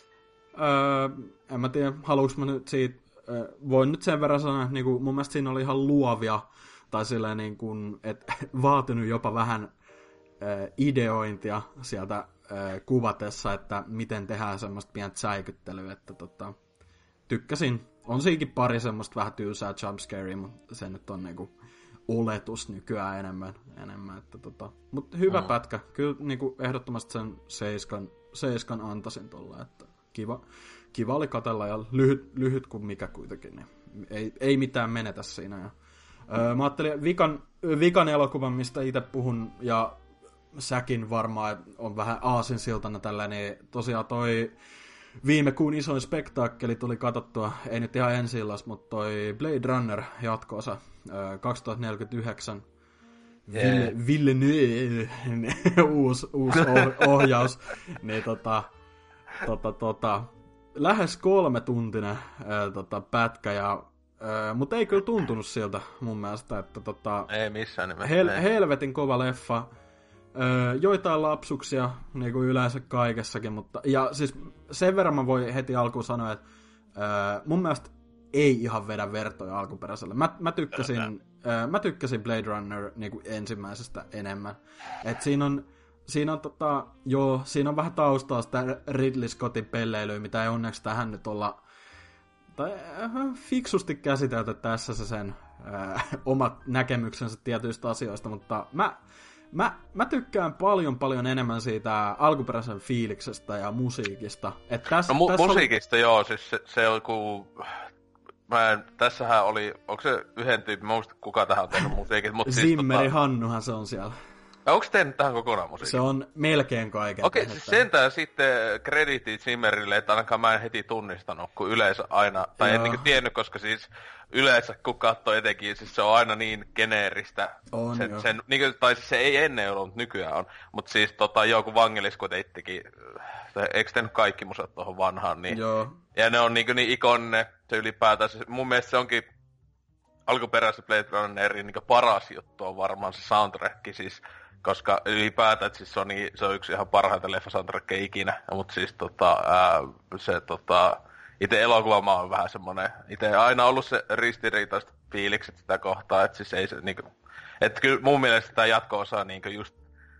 öö, en mä tiedä, haluuks mä nyt siitä, öö, voin nyt sen verran sanoa, että niin kuin, mun mielestä siinä oli ihan luovia, tai silleen niin kuin, että vaatinut jopa vähän öö, ideointia sieltä öö, kuvatessa, että miten tehdään semmoista pientä säikyttelyä, että tota, tykkäsin. On siinkin pari semmoista vähän tylsää jumpscarea, mutta se nyt on niinku oletus nykyään enemmän. enemmän että tota. Mutta hyvä mm. pätkä. Kyllä niinku ehdottomasti sen seiskan, seiskan antaisin tolla, että kiva, kiva oli katella ja lyhyt, lyhyt kuin mikä kuitenkin. Niin ei, ei mitään menetä siinä. Ja, öö, mä ajattelin vikan, vikan elokuvan, mistä itse puhun, ja säkin varmaan on vähän aasinsiltana tällä, niin tosiaan toi viime kuun isoin spektaakkeli tuli katsottua, ei nyt ihan ensi illas, mutta toi Blade Runner jatko-osa kaksituhattaneljäkymmentäyhdeksän. Yeah. Villeneuve, uusi, uusi ohjaus. Niin tota, tota, tota, lähes kolme tuntinen ää, tota, pätkä, ja, ää, mutta ei kyllä tuntunut siltä mun mielestä. Että, tota, ei missään nimessä. Hel- helvetin kova leffa. Öö, joitain lapsuksia, niin kuin yleensä kaikessakin, mutta ja siis sen verran mä voin heti alkuun sanoa, että öö, mun mielestä ei ihan vedä vertoja alkuperäiselle. Mä, mä, tykkäsin, öö, mä tykkäsin Blade Runner niin kuin ensimmäisestä enemmän. Et siinä on, siinä on, tota, joo, siinä on vähän taustaa sitä Ridley Scottin pelleilyä, mitä ei onneksi tähän nyt olla tai, äh, fiksusti käsitelty tässä se sen äh, omat näkemyksensä tietyistä asioista, mutta mä Mä, mä tykkään paljon paljon enemmän siitä alkuperäisen fiiliksestä ja musiikista. Et täs, no mu- täs musiikista oli... joo, siis se, se on ku... Mä en, tässähän oli, onko se yhden tyyppi, mä muista kuka tähän on tehnyt musiikit, mutta siis Zimmeri tota... Hannuhan se on siellä. Onko tehnyt tähän kokonaan musiikit? Se on melkein kaiken. Okei, okay, siis sentään sitten krediitit Zimmerille, että ainakaan mä en heti tunnistanut, kun yleensä aina, tai joo. En niinku tiennyt, koska siis yleensä kun katsoo etenkin, siis se on aina niin geneeristä. On, sen, sen, niin kuin, tai siis se ei ennen ollut, mutta nykyään on. Mutta siis tota, joku Vangelis, kun teittekin, eikö tehnyt kaikki musat tuohon vanhaan, niin... Joo. Ja ne on niin, niin ikonne, se ylipäätään. Se, mun mielestä se onkin alkuperäisen Blade Runnerin niin paras juttu on varmaan se soundtrack, siis... Koska ylipäätään siis se on, niin, se on yksi ihan parhaita leffasoundtrackeja ikinä. Mutta siis tota, ää, se tota... Itse elokuva mä oon vähän semmonen, itse aina ollut se ristiriitaiset fiilikset sitä kohtaa, että siis ei se niinku, että kyllä mun mielestä tää jatko-osa niinku just,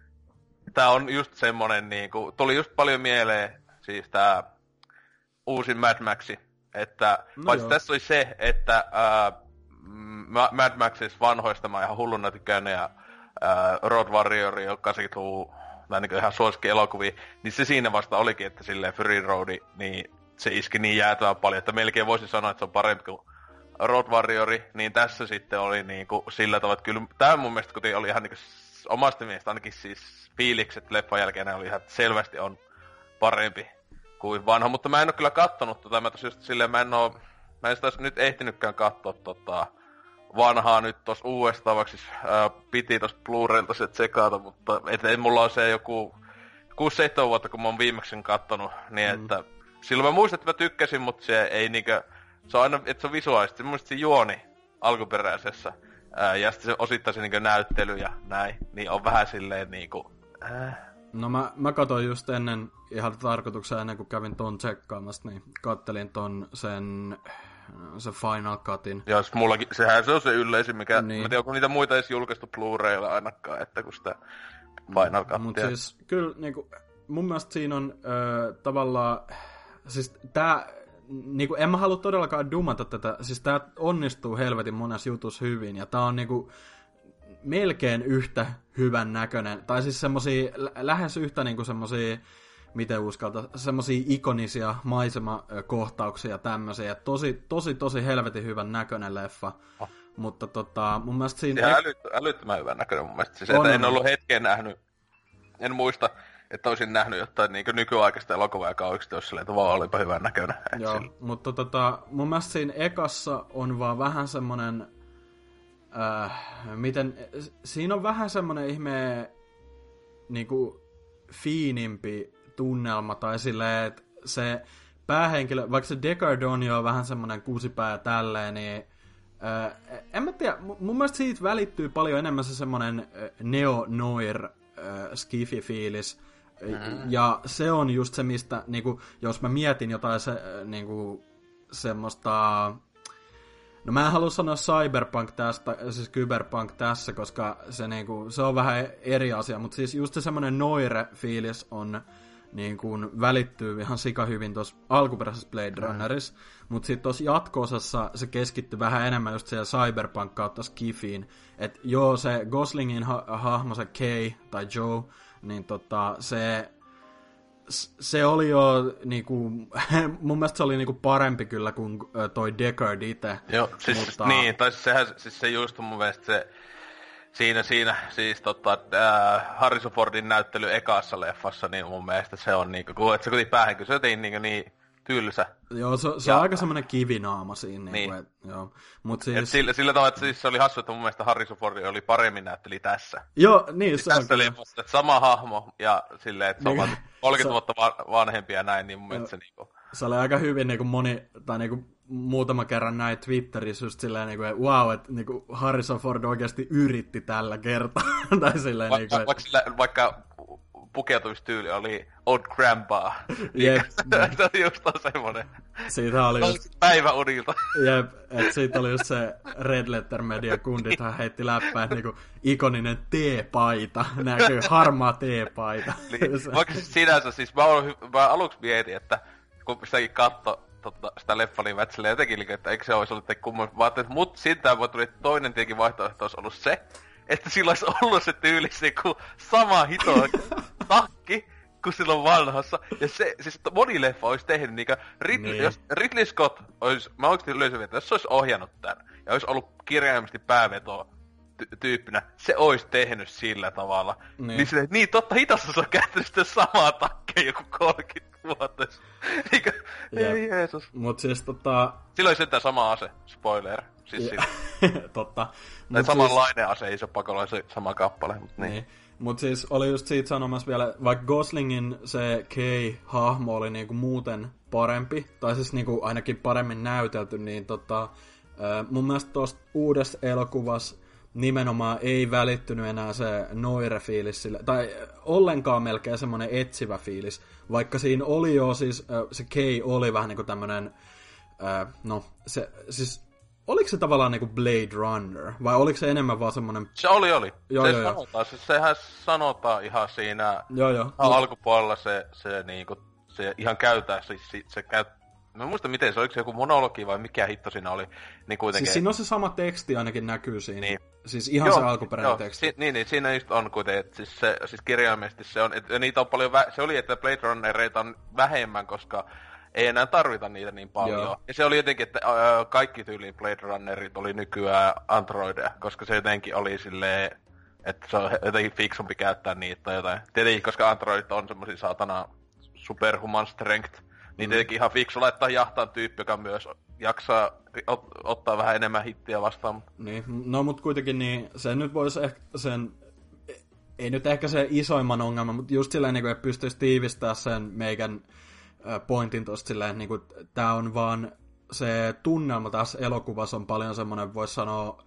tää on just semmonen niinku, tuli just paljon mieleen siis tää uusin Mad Maxi, että no paitsi joo. Tässä oli se, että ää, mm, Mad Maxis vanhoista mä ihan hulluna tykännyt, ja ää, Road Warrior, joka kahdeksankymmentäluvun niin ihan suosikki elokuvia, niin se siinä vasta olikin, että silleen Fury Road, niin se iski niin jäätävän paljon, että melkein voisi sanoa, että se on parempi kuin Road Warrior, niin tässä sitten oli niinku sillä tavalla, että kyllä tää mun mielestä kun oli ihan niinku omasta mielestä ainakin siis fiilikset leffan jälkeen oli ihan selvästi on parempi kuin vanha, mutta mä en oo kyllä kattonut tota, mä tos just silleen mä en oo, mä en sitä nyt ehtinytkään katsoa tota vanhaa nyt tos uudestaan, vaikka siis ää, piti tos Blu-raylta se tsekata, mutta et, et mulla on se joku kuusi seitsemän vuotta, kun mä oon viimeksi sen kattonut, niin mm. että silloin mä muistan, että mä tykkäsin, mutta se ei niinkö, se on aina, että se on visuaalisesti, mun mielestä se juoni alkuperäisessä, ää, ja sitten se osittain se niinkö näyttely ja näin, niin on vähän silleen niinku, äh. No mä, mä katsoin just ennen, ihan tarkoituksena ennen kuin kävin ton tsekkaamassa, niin kattelin ton sen, se Final Cutin. Joo, siis mullakin, sehän se on se yleisin, mikä, niin. mä tiedän, onko niitä muita edes julkaistu Blu-raylla ainakaan, että kun sitä Final Cutia. Mut siis kyllä niinku, mun mielestä siinä on öö, tavallaan, siis tää, niinku, en mä halua todellakaan dumata tätä, siis tää onnistuu helvetin monessa jutussa hyvin, ja tää on niinku melkein yhtä hyvän näköinen, tai siis semmosia, lähes yhtä niinku semmosia, miten uskalta, semmosia ikonisia maisemakohtauksia tämmösiä, tosi, tosi, tosi helvetin hyvän näköinen leffa, oh. Mutta tota, mun mielestä siinä... Ihan älyt, älyttömän hyvän näköinen mun mielestä, siis että en ollut hetken nähnyt, en muista, että olisin nähnyt jotain niin nykyaikaista elokuvaa, joka oikeasti olisi silleen, että vaan olipa hyvän näköinen. Joo, sillä... mutta tota, mun mielestä siinä ekassa on vaan vähän semmonen, äh, miten, siinä on vähän semmonen ihme niinku fiinimpi tunnelma, tai silleen, että se päähenkilö, vaikka se Deckard on jo vähän semmonen kuusipää tälleen, niin äh, en mä tiedä, mun mielestä siitä välittyy paljon enemmän se semmonen neo-noir äh, skifi-fiilis. Mm. Ja se on just se, mistä, niinku, jos mä mietin jotain se, niinku, semmoista... No mä en halua sanoa cyberpunk tästä, siis cyberpunk tässä, koska se, niinku, se on vähän eri asia, mutta siis just se semmoinen noire-fiilis on, niinku, välittyy ihan sikahyvin tuossa alkuperäisessä Blade Runnerissa, mm. mutta sitten tuossa jatko-osassa se keskittyy vähän enemmän just siihen cyberpunk kautta skifiin, että joo, se Goslingin ha- hahmo, se Kay tai Joe, niin tota, se, se oli jo niinku, mun mielestä se oli niinku parempi kyllä kuin toi Deckard itse. Joo, siis mutta... niin, tai siis sehän, siis se just mun mielestä se, siinä, siinä, siis tota, äh, Harrison Fordin näyttely ekassa leffassa, niin mun mielestä se on niinku, kun et se kuitenkin päähän, kun se jotenkin niinku niin tylsä. Joo, se, se ja... on aika semmoinen kivinaama siinä. Niin. Niin. Et, joo. Mut siis... sillä, sillä tavalla, että siis se oli hassu, että mun mielestä Harrison Ford oli paremmin näytteli tässä. Joo, niin siis se on. Tässä leffassa, että sama hahmo ja silleen, että niin. kolmekymmentä se... vuotta vanhempi ja näin, niin mun mielestä se niinku... Se oli aika hyvin niinku moni, tai niinku muutama kerran näin Twitterissä just silleen, niinku, että wow, että niinku Harrison Ford oikeasti yritti tällä kertaa. tai silleen, Va- niinku, va- vaikka, sillä, vaikka pukeutumistyyli oli Old Grandpa. Jep. Se oli just semmonen. Siitä oli just... päiväunilta. Jep, et siitä oli just se Red Letter Media kundithan heitti läppää, että niinku ikoninen T-paita, näkyy harmaa T-paita. Niin, vaikka sinänsä siis mä, olen, mä aluksi mietin, että kun sitäkin katso tota, sitä leffa, niin mä silleen jotenkin, että eikö se olisi ollut kumman, vaan että mut siitä voi tuli toinen tietenkin vaihtoehto olisi ollut se, että sillä olisi ollut se tyylis niinku sama hito takki kuin silloin vanhassa. Ja se, siis moni leffa olisi tehnyt niinkö, Ridley, niin. Jos Ridley Scott olisi, mä oikeesti löysin, että jos se olisi ohjannut tän, ja olisi ollut kirjaimellisesti päävetoa ty- tyyppinä, se olisi tehnyt sillä tavalla. Niin, niin, sille, niin totta, hitossa se on käyttänyt sitä samaa takkeja joku kolmekymmentä vuotta. Niinkö, ei Jeesus. Mut siis tota... Silloin olisi sitä sama ase, spoiler. Siis totta. Tai samanlainen siis... ase, ei se pakolainen se sama kappale, mut niin. niin. Mut siis oli just siitä sanomassa vielä, vaikka Goslingin se Kay-hahmo oli niinku muuten parempi, tai siis niinku ainakin paremmin näytelty, niin tota, mun mielestä tuossa uudessa elokuvassa nimenomaan ei välittynyt enää se noire-fiilis sille, tai ollenkaan melkein semmoinen etsivä fiilis, vaikka siinä oli jo siis, se Kay oli vähän niinku tämmönen, no se, siis oliko se tavallaan niinku Blade Runner, vai oliko se enemmän vaan semmonen... Se oli, oli. Joo, se joo, sanotaan, se, sehän sanotaan ihan siinä joo, joo. alkupuolella se, se, niinku, se ihan käytää, siis se, se käy, mä en muista miten se, oliko se joku monologi vai mikä hitto siinä oli, niin kuitenkin... Siis siinä on se sama teksti ainakin näkyy siinä, niin. Siis ihan joo, se alkuperäinen joo, teksti. Si- niin, niin, siinä just on kuitenkin, että siis, se, siis kirjaimellisesti se on, että niitä on paljon, vä- se oli, että Blade Runnereita on vähemmän, koska ei enää tarvita niitä niin paljon. Joo. Ja se oli jotenkin, että öö, kaikki tyyliin Blade Runnerit oli nykyään Androideja, koska se jotenkin oli silleen, että se on jotenkin fiksumpi käyttää niitä tai jotain. Tietenkin, koska Androidit on semmosia saatana superhuman strength, niin mm. tietenkin ihan fiksu laittaa jahtaan tyyppi, joka myös jaksaa ot- ottaa vähän enemmän hittiä vastaan. Niin, no mut kuitenkin niin, se nyt voisi ehkä sen, ei nyt ehkä se isoimman ongelma, mutta just silleen, niin kuin, että pystyisi tiivistämään sen meikän pointin tosta silleen, niin kuin, tää on vaan se tunnelma tässä elokuvassa on paljon semmoinen, voisi sanoa,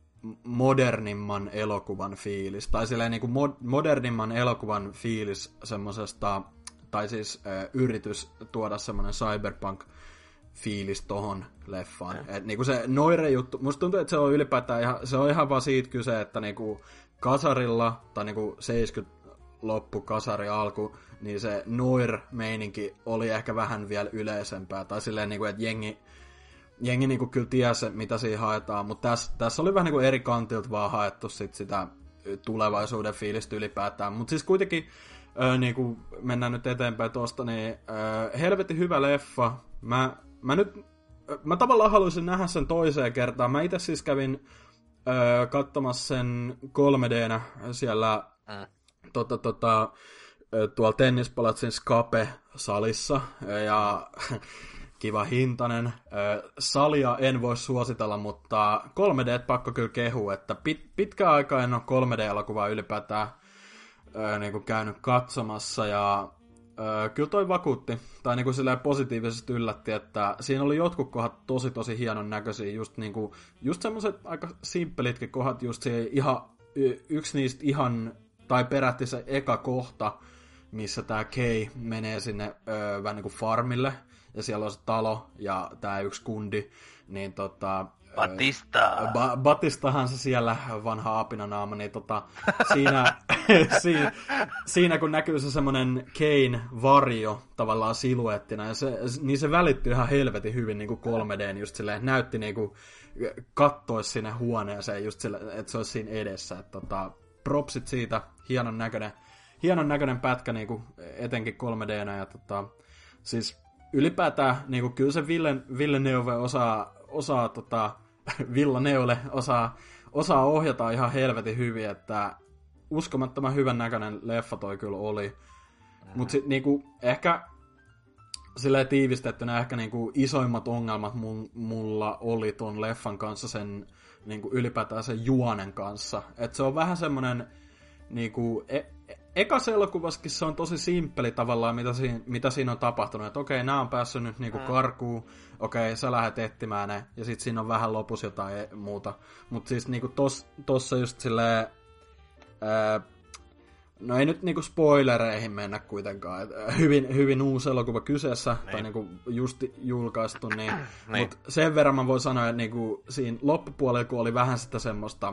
modernimman elokuvan fiilis, tai silleen niin kuin mod- modernimman elokuvan fiilis semmosesta, tai siis äh, yritys tuoda semmoinen cyberpunk-fiilis tohon leffaan. Mm. Et niinku se noire-juttu, musta tuntuu, että se on ylipäätään ihan, se on ihan vaan siitä kyse, että niinku kasarilla, tai niinku seitsemänkymmentä loppu, kasari alku, niin se noir-meininki oli ehkä vähän vielä yleisempää, tai silleen niinku, että jengi, jengi niinku kyllä tiesi, mitä siinä haetaan, mutta tässä, tässä oli vähän niinku eri kantilta vaan haettu sit sitä tulevaisuuden fiilistä ylipäätään, mutta siis kuitenkin Öö, niin kuin mennään nyt eteenpäin tuosta, niin öö, helvetin hyvä leffa. Mä, mä nyt, mä tavallaan haluaisin nähdä sen toiseen kertaan. Mä itse siis kävin öö, katsomassa sen kolme D:nä siellä mm. tota, tota, tuolla Tennispalatsin Scape-salissa. Ja kiva hintainen. Öö, salia en voi suositella, mutta kolme D pakko kyllä kehua, että pit, pitkään aikaa en ole kolme D-elokuvaa ylipäätään Öö, niinku käynyt katsomassa ja öö, kyllä toi vakuutti, tai niinku silleen positiivisesti yllätti, että siinä oli jotkut kohdat tosi tosi hienon näköisiä, just, niinku, just semmoiset aika simppelitkin kohdat, just se ihan, y- yksi niistä ihan, tai peräti se eka kohta, missä tää Kay menee sinne öö, vähän niinku farmille, ja siellä on se talo, ja tää yksi kundi, niin tota... Batista! Ba- Batistahan se siellä, vanha apinanaama, niin tota, siinä, siinä, siinä kun näkyy se semmonen Kayn varjo tavallaan siluettina, ja se, niin se välittyy ihan helvetin hyvin niin kuin kolme D:n just silleen, näytti niin kuin kattois sinne huoneeseen just silleen, että se olisi siinä edessä. Et, tota, propsit siitä, hienon näköinen, hienon näköinen pätkä niin kuin etenkin kolme D:nä, ja tota, siis ylipäätään niin kuin, kyllä se Villeneuve osaa, osaa tota, Villeneuve osaa, osaa ohjata ihan helvetin hyvin, että uskomattoman hyvän näköinen leffa toi kyllä oli. Mm-hmm. Mutta sitten niinku, ehkä silleen tiivistettynä ehkä niinku isoimmat ongelmat mun, mulla oli ton leffan kanssa sen niinku ylipäätään sen juonen kanssa. Et se on vähän semmonen niinku, e- ekas elokuvassakin se on tosi simppeli tavallaan, mitä siinä, mitä siinä on tapahtunut. Että okei, nämä on päässyt nyt niinku karkuun, okei, sä lähdet etsimään ne, ja sit siinä on vähän lopussa jotain muuta. Mutta siis niinku tos, tossa just silleen, ää, no ei nyt niinku spoilereihin mennä kuitenkaan. Et hyvin, hyvin uusi elokuva kyseessä, niin. Tai niinku just julkaistu, niin, niin. Mutta sen verran mä voin sanoa, että niinku siinä loppupuolella, kun oli vähän sitä semmoista,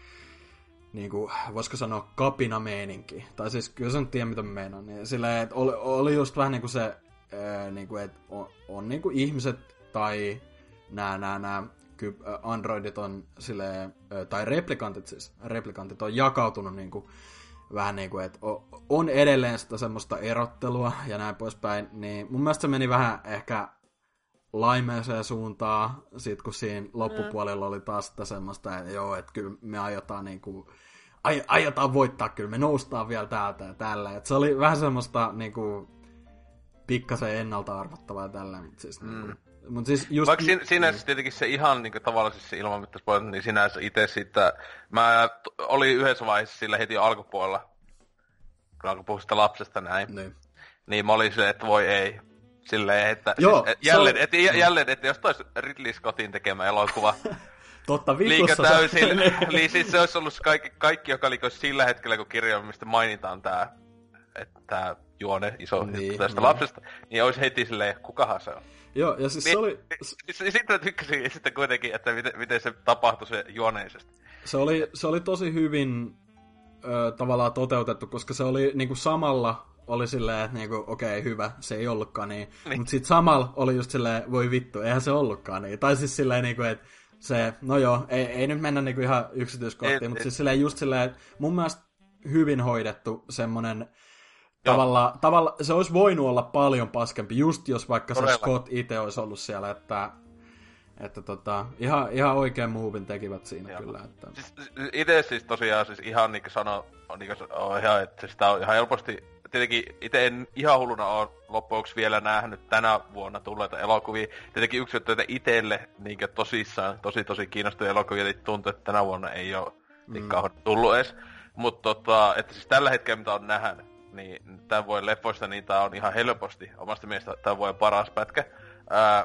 niinku, voisiko sanoa kapinameininki. Tai siis kyllä sä nyt tiedä, mitä mä meinaan. Niin silleen, että oli, oli just vähän niinku se, ää, niinku, että on, on niinku ihmiset tai nää, nää, nää androidit on silleen, tai replikantit siis, replikantit on jakautunut niinku, vähän niinku, että on edelleen sitä semmoista erottelua ja näin poispäin. Niin mun mielestä se meni vähän ehkä laimeeseen suuntaan, sit kun siinä loppupuolella oli taas sitä semmoista, että joo, että kyllä me aiotaan niinku, ai, aiotaan voittaa, kyllä me noustaan vielä täältä ja tällä. Et se oli vähän semmoista niinku pikkasen ennalta arvattavaa ja tällä, mutta siis, mm. niinku, mut siis just... Vaikka siinä, siinä mm. tietenkin se ihan niinku tavallaan siis se ilman mitään spoilerit, niin sinänsä itse siitä, mä t- olin yhdessä vaiheessa sillä heti jo alkupuolella, kun alkoi puhua sitä lapsesta näin, niin, niin mä olin se, että voi ei. Silleen, että joo, siis, et jälleen, on... et, jälleen, että jos tois Ridley Scottin tekemä elokuva totta liikaa täysin, niin siis se olisi ollut kaikki, kaikki joka liikoisi sillä hetkellä, kun kirjoimista mainitaan tää, että tää juone iso niin, tästä niin. lapsesta, niin olisi heti silleen, kukahan se on. Joo, ja siis niin, se oli... Sitten mä tykkäsin sitten kuitenkin, että miten, miten se tapahtui se juoneisesti. Se oli, se oli tosi hyvin ö, tavallaan toteutettu, koska se oli niinku samalla oli silleen, että niinku, okei, okay, hyvä, se ei ollutkaan niin. niin. Mutta sitten samalla oli just silleen, voi vittu, eihän se ollutkaan niin. Tai siis silleen, niinku, että se, no joo, ei, ei nyt mennä niinku ihan yksityiskohtiin, mutta siis silleen just silleen, mun mielestä hyvin hoidettu semmonen, tavalla, tavalla, se olisi voinut olla paljon paskempi, just jos vaikka se Scott itse olisi ollut siellä, että Että tota, ihan, ihan oikein movin tekivät siinä Joo. kyllä. Että... Siis, ite siis tosiaan siis ihan niinku sano, niinku, on ihan, että sitä on ihan helposti, tietenkin ite en ihan hulluna ole loppuksi vielä nähnyt tänä vuonna tulleita elokuvia. Tietenkin yksi, että itelle niinku tosissaan, tosi tosi kiinnostavia elokuvia, että tuntuu, että tänä vuonna ei ole mm. kauan tullut edes. Mutta tota, että siis tällä hetkellä mitä on nähnyt, niin tämän vuoden leffoista niin tää on ihan helposti omasta mielestä tämän vuoden paras pätkä. Ää,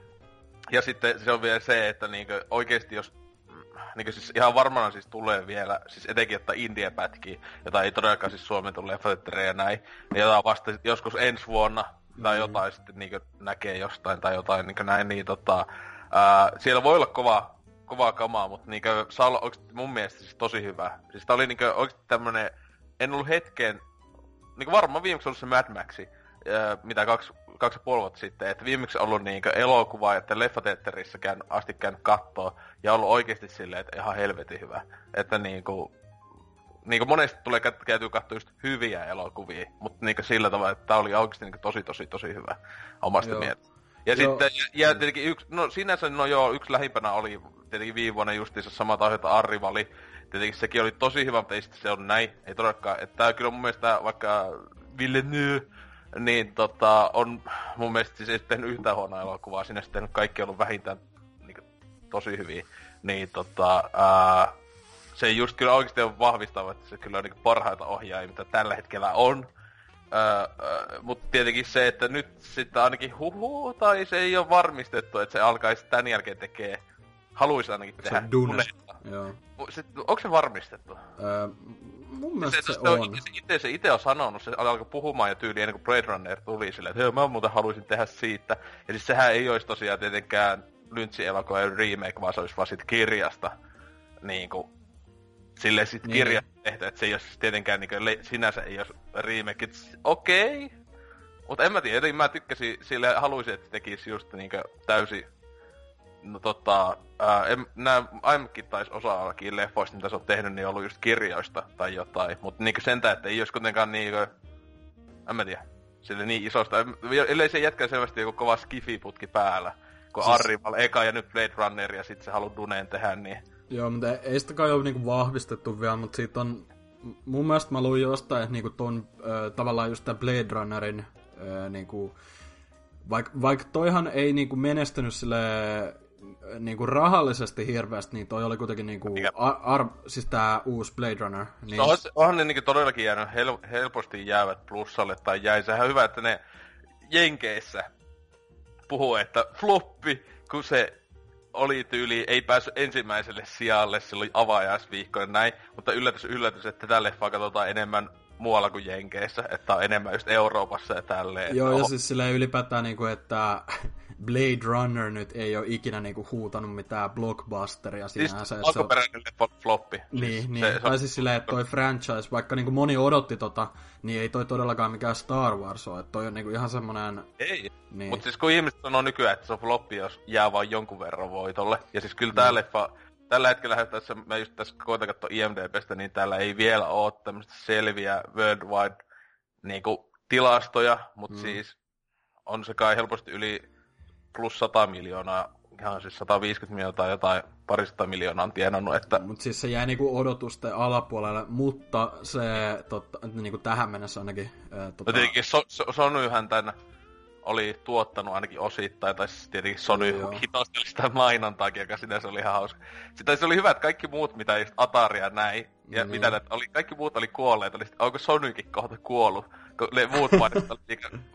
Ja sitten se on vielä se, että niinku oikeesti jos niinku siis ihan varmana siis tulee vielä, siis etenkin että India pätkii, jota ei todellakaan siis Suomen tule leffatettereja ja näin, niin jotain vasta joskus ensi vuonna tai jotain mm. sitten niinku näkee jostain tai jotain niinku näin, niin tota ää, siellä voi olla kova, kovaa kamaa, mutta niinku saa olla mun mielestä siis tosi hyvä. Siis tää oli niinku oikeesti tämmönen, en ollut hetken, niinku varmaan viimeksi ollut se Mad Maxi, ää, mitä kaksi kaksi ja puoli vuotta sitten, että viimeksi ollut niinkö elokuvaa, että leffateatterissa käyn, asti käynyt kattoo, ja ollut oikeesti silleen, että ihan helvetin hyvä. Että niinku, niinku monesti tulee käytyä katsoa just hyviä elokuvia, mutta niinku sillä tavalla, että tää oli oikeesti niinku tosi tosi tosi hyvä omasta mielestä. Ja joo. Sitten, ja, ja tietenkin yksi, no sinänsä, no joo, yksi lähimpänä oli tietenkin viime vuonna justiinsa samat aiheut Arrivali. Tietenkin sekin oli tosi hyvä, mutta ei sitten se on näin, ei todellakaan. Että tää kyllä mun mielestä vaikka Villeneuve, niin tota, on mun mielestä siis ei tehnyt yhtään huonoa elokuvaa, sinne sitten kaikki on ollut vähintään niin, tosi hyviä. Niin tota, ää, se just kyllä oikeesti on vahvistava, että se kyllä on niin parhaita ohjaajia, mitä tällä hetkellä on. Ää, ää, mutta tietenkin se, että nyt sitten ainakin huhu, tai se ei ole varmistettu, että se alkaisi tän jälkeen tekee, haluaisi ainakin tehdä Dunesta. Onko se varmistettu? Ää, mun mielestä se, se, se on. on. Itse, se itse on sanonut, se alkoi puhumaan jo tyyliin ennen kuin Blade Runner tuli silleen, että mä muuten haluaisin tehdä siitä. Ja siis sehän ei olisi tosiaan tietenkään Lynch-elokuvan remake, vaan se olisi vaan siitä kirjasta. Niinku, silleen sit niin. Kirjasta tehty, että se ei olisi tietenkään niinku, sinänsä ei olisi remake. Okei. Okay. Mutta en mä tiedä, jotenkin mä tykkäsin, sille haluaisin, että se tekisi just niinku täysin. No tota, ää, en, nää aiemminkin tais osa-alakin leffoista, mitä se on tehnyt, niin on ollut just kirjoista tai jotain. Mut niinku sentään, että ei ois kuitenkaan niinku, en mä tiedä, sille niin isosta. Ellei se jätkä selvästi joku kova skifiputki päällä, kun siis... Arrival eka ja nyt Blade Runner ja sit se halu Duneen tehdä, niin... Joo, mutta ei sitä kai ole niinku vahvistettu vielä, mut siitä on... Mun mielestä mä luin jostain, että niinku ton äh, tavallaan just tää Blade Runnerin äh, niinku... Vaik, vaikka toihan ei niinku menestynyt silleen... Niinku rahallisesti hirveästi, niin toi oli kuitenkin niinku ar, ar, siis tää uusi Blade Runner. Niin... No, onhan ne niinku todellakin jäänyt hel, helposti jäävät plussalle, tai jäi sehän hyvä, että ne Jenkeissä puhuu, että floppi, kun se oli tyyli, ei päässyt ensimmäiselle sijalle silloin avajaisviikkoon näin, mutta yllätys yllätys, että tätä leffaa katsotaan enemmän muualla kuin Jenkeissä, että on enemmän just Euroopassa ja tälleen. Joo, ja siis silleen ylipäätään niinku, että Blade Runner nyt ei ole ikinä niinku huutanut mitään blockbusteria sinänsä. Siis alkuperäinen leffa floppi. Niin, siis niin. Se, tai se siis silleen, että toi franchise, vaikka niinku moni odotti tota, niin ei toi todellakaan mikään Star Wars ole, että toi on niinku ihan semmonen... Ei, niin. Mut siis kun ihmiset sanoo nykyään, että se on floppi, jos jää vaan jonkun verran voitolle. Ja siis kyllä tää mm. leffa, tällä hetkellä tässä, mä just tässä koitan katsoa I M D B:stä, niin täällä ei vielä oo tämmöstä selviä worldwide niinku tilastoja, mut mm. siis on se kai helposti yli plus sata miljoonaa, ihan siis sata viisikymmentä miljoonaa tai jotain parista miljoonaa on tienannut, että... Mut siis se jäi niinku odotusten alapuolelle, mutta se totta, niinku tähän mennessä ainakin... Ää, tota... No tietenkin so, so, Sonyhän tän oli tuottanut ainakin osittain, tai siis tietenkin Sony hitosteli sitä mainontaakin, joka sinänsä oli ihan hauska. Sitten se oli hyvä, että kaikki muut, mitä just Atari ja näin, ja mm. mitä ne, oli, kaikki muut oli kuolleet, oli sitten, onko Sonykin kohta kuollut, kun ne muut mainit oli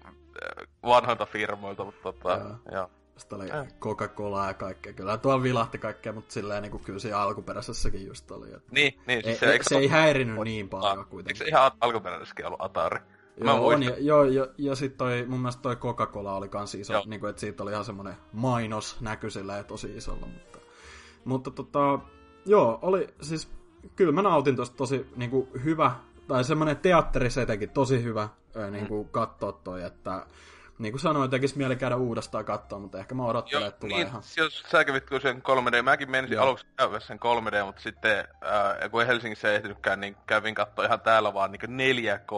vanhoilta firmoilta, mutta tota, joo. joo. Sitten oli Coca-Colaa ja kaikkea. Kyllä tuolla vilahti kaikkea, mutta silleen niin kuin kyllä siinä alkuperäisessäkin just oli. Että... Niin, niin. Siis ei, se, se ei häirinyt niin paljon kuitenkin. Eikö se ihan alkuperäisessäkin ollut Atari? Joo, on, ja, joo, ja, ja sitten toi, mun mielestä toi Coca-Cola oli kans iso, niin kuin, että siitä oli ihan semmonen mainos näky silleen tosi isolla, mutta, mutta tota, joo, oli siis, kyllä mä nautin tosta tosi niin kuin, hyvä tai semmoinen teatterisetekin tosi hyvä mm. niin kuin katsoa toi, että niin kuin sanoin, tekisi mieli käydä uudestaan katsoa, mutta ehkä mä odottelen, että tulee niin, ihan... Jos sä kävit kyllä sen kolme D, mäkin menisin Joo. aluksi käydä sen kolme D, mutta sitten äh, kun Helsingissä ei ehtinytkään, niin kävin katsoa ihan täällä vaan niin neljä K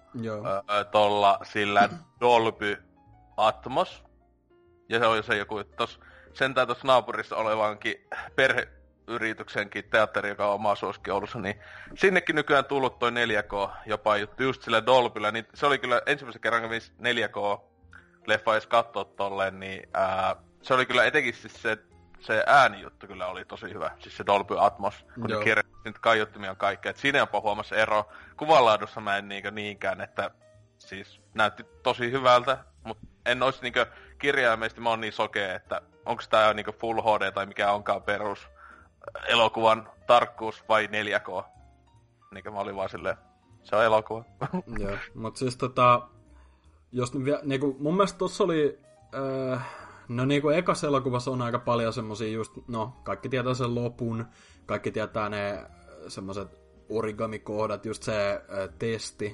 äh, tolla sillä Dolby Atmos. Ja se on se joku, että tos, sentään tuossa naapurissa olevankin perheyrityksenkin teatteri, joka on oma suosikki Oulussa, niin sinnekin nykyään tullut toi neljä K jopa juttu just sillä Dolbyllä, niin se oli kyllä ensimmäisen kerran, kun neljä K leffa edes kattoo tolleen, niin ää, se oli kyllä etenkin siis se, se äänijuttu kyllä oli tosi hyvä. Siis se Dolby Atmos, kun Joo. ne kirjoitti nyt kaiuttimia kaikkea. Et siinä on huomassa ero. Kuvanlaadussa mä en niinkö niinkään, että siis näytti tosi hyvältä, mutta en ois niinkö kirjaimellisesti mä oon niin sokea, että onko tää niinkö Full H D tai mikä onkaan perus elokuvan tarkkuus vai neljä K. Niinkö mä olin vaan silleen, se on elokuva. Joo, mut siis tota... Jos vielä, niinku, mun mielestä tossa oli, äh, no niinku ekas elokuvassa on aika paljon semmosia just, no kaikki tietää sen lopun, kaikki tietää ne semmoset origami-kohdat, just se äh, testi,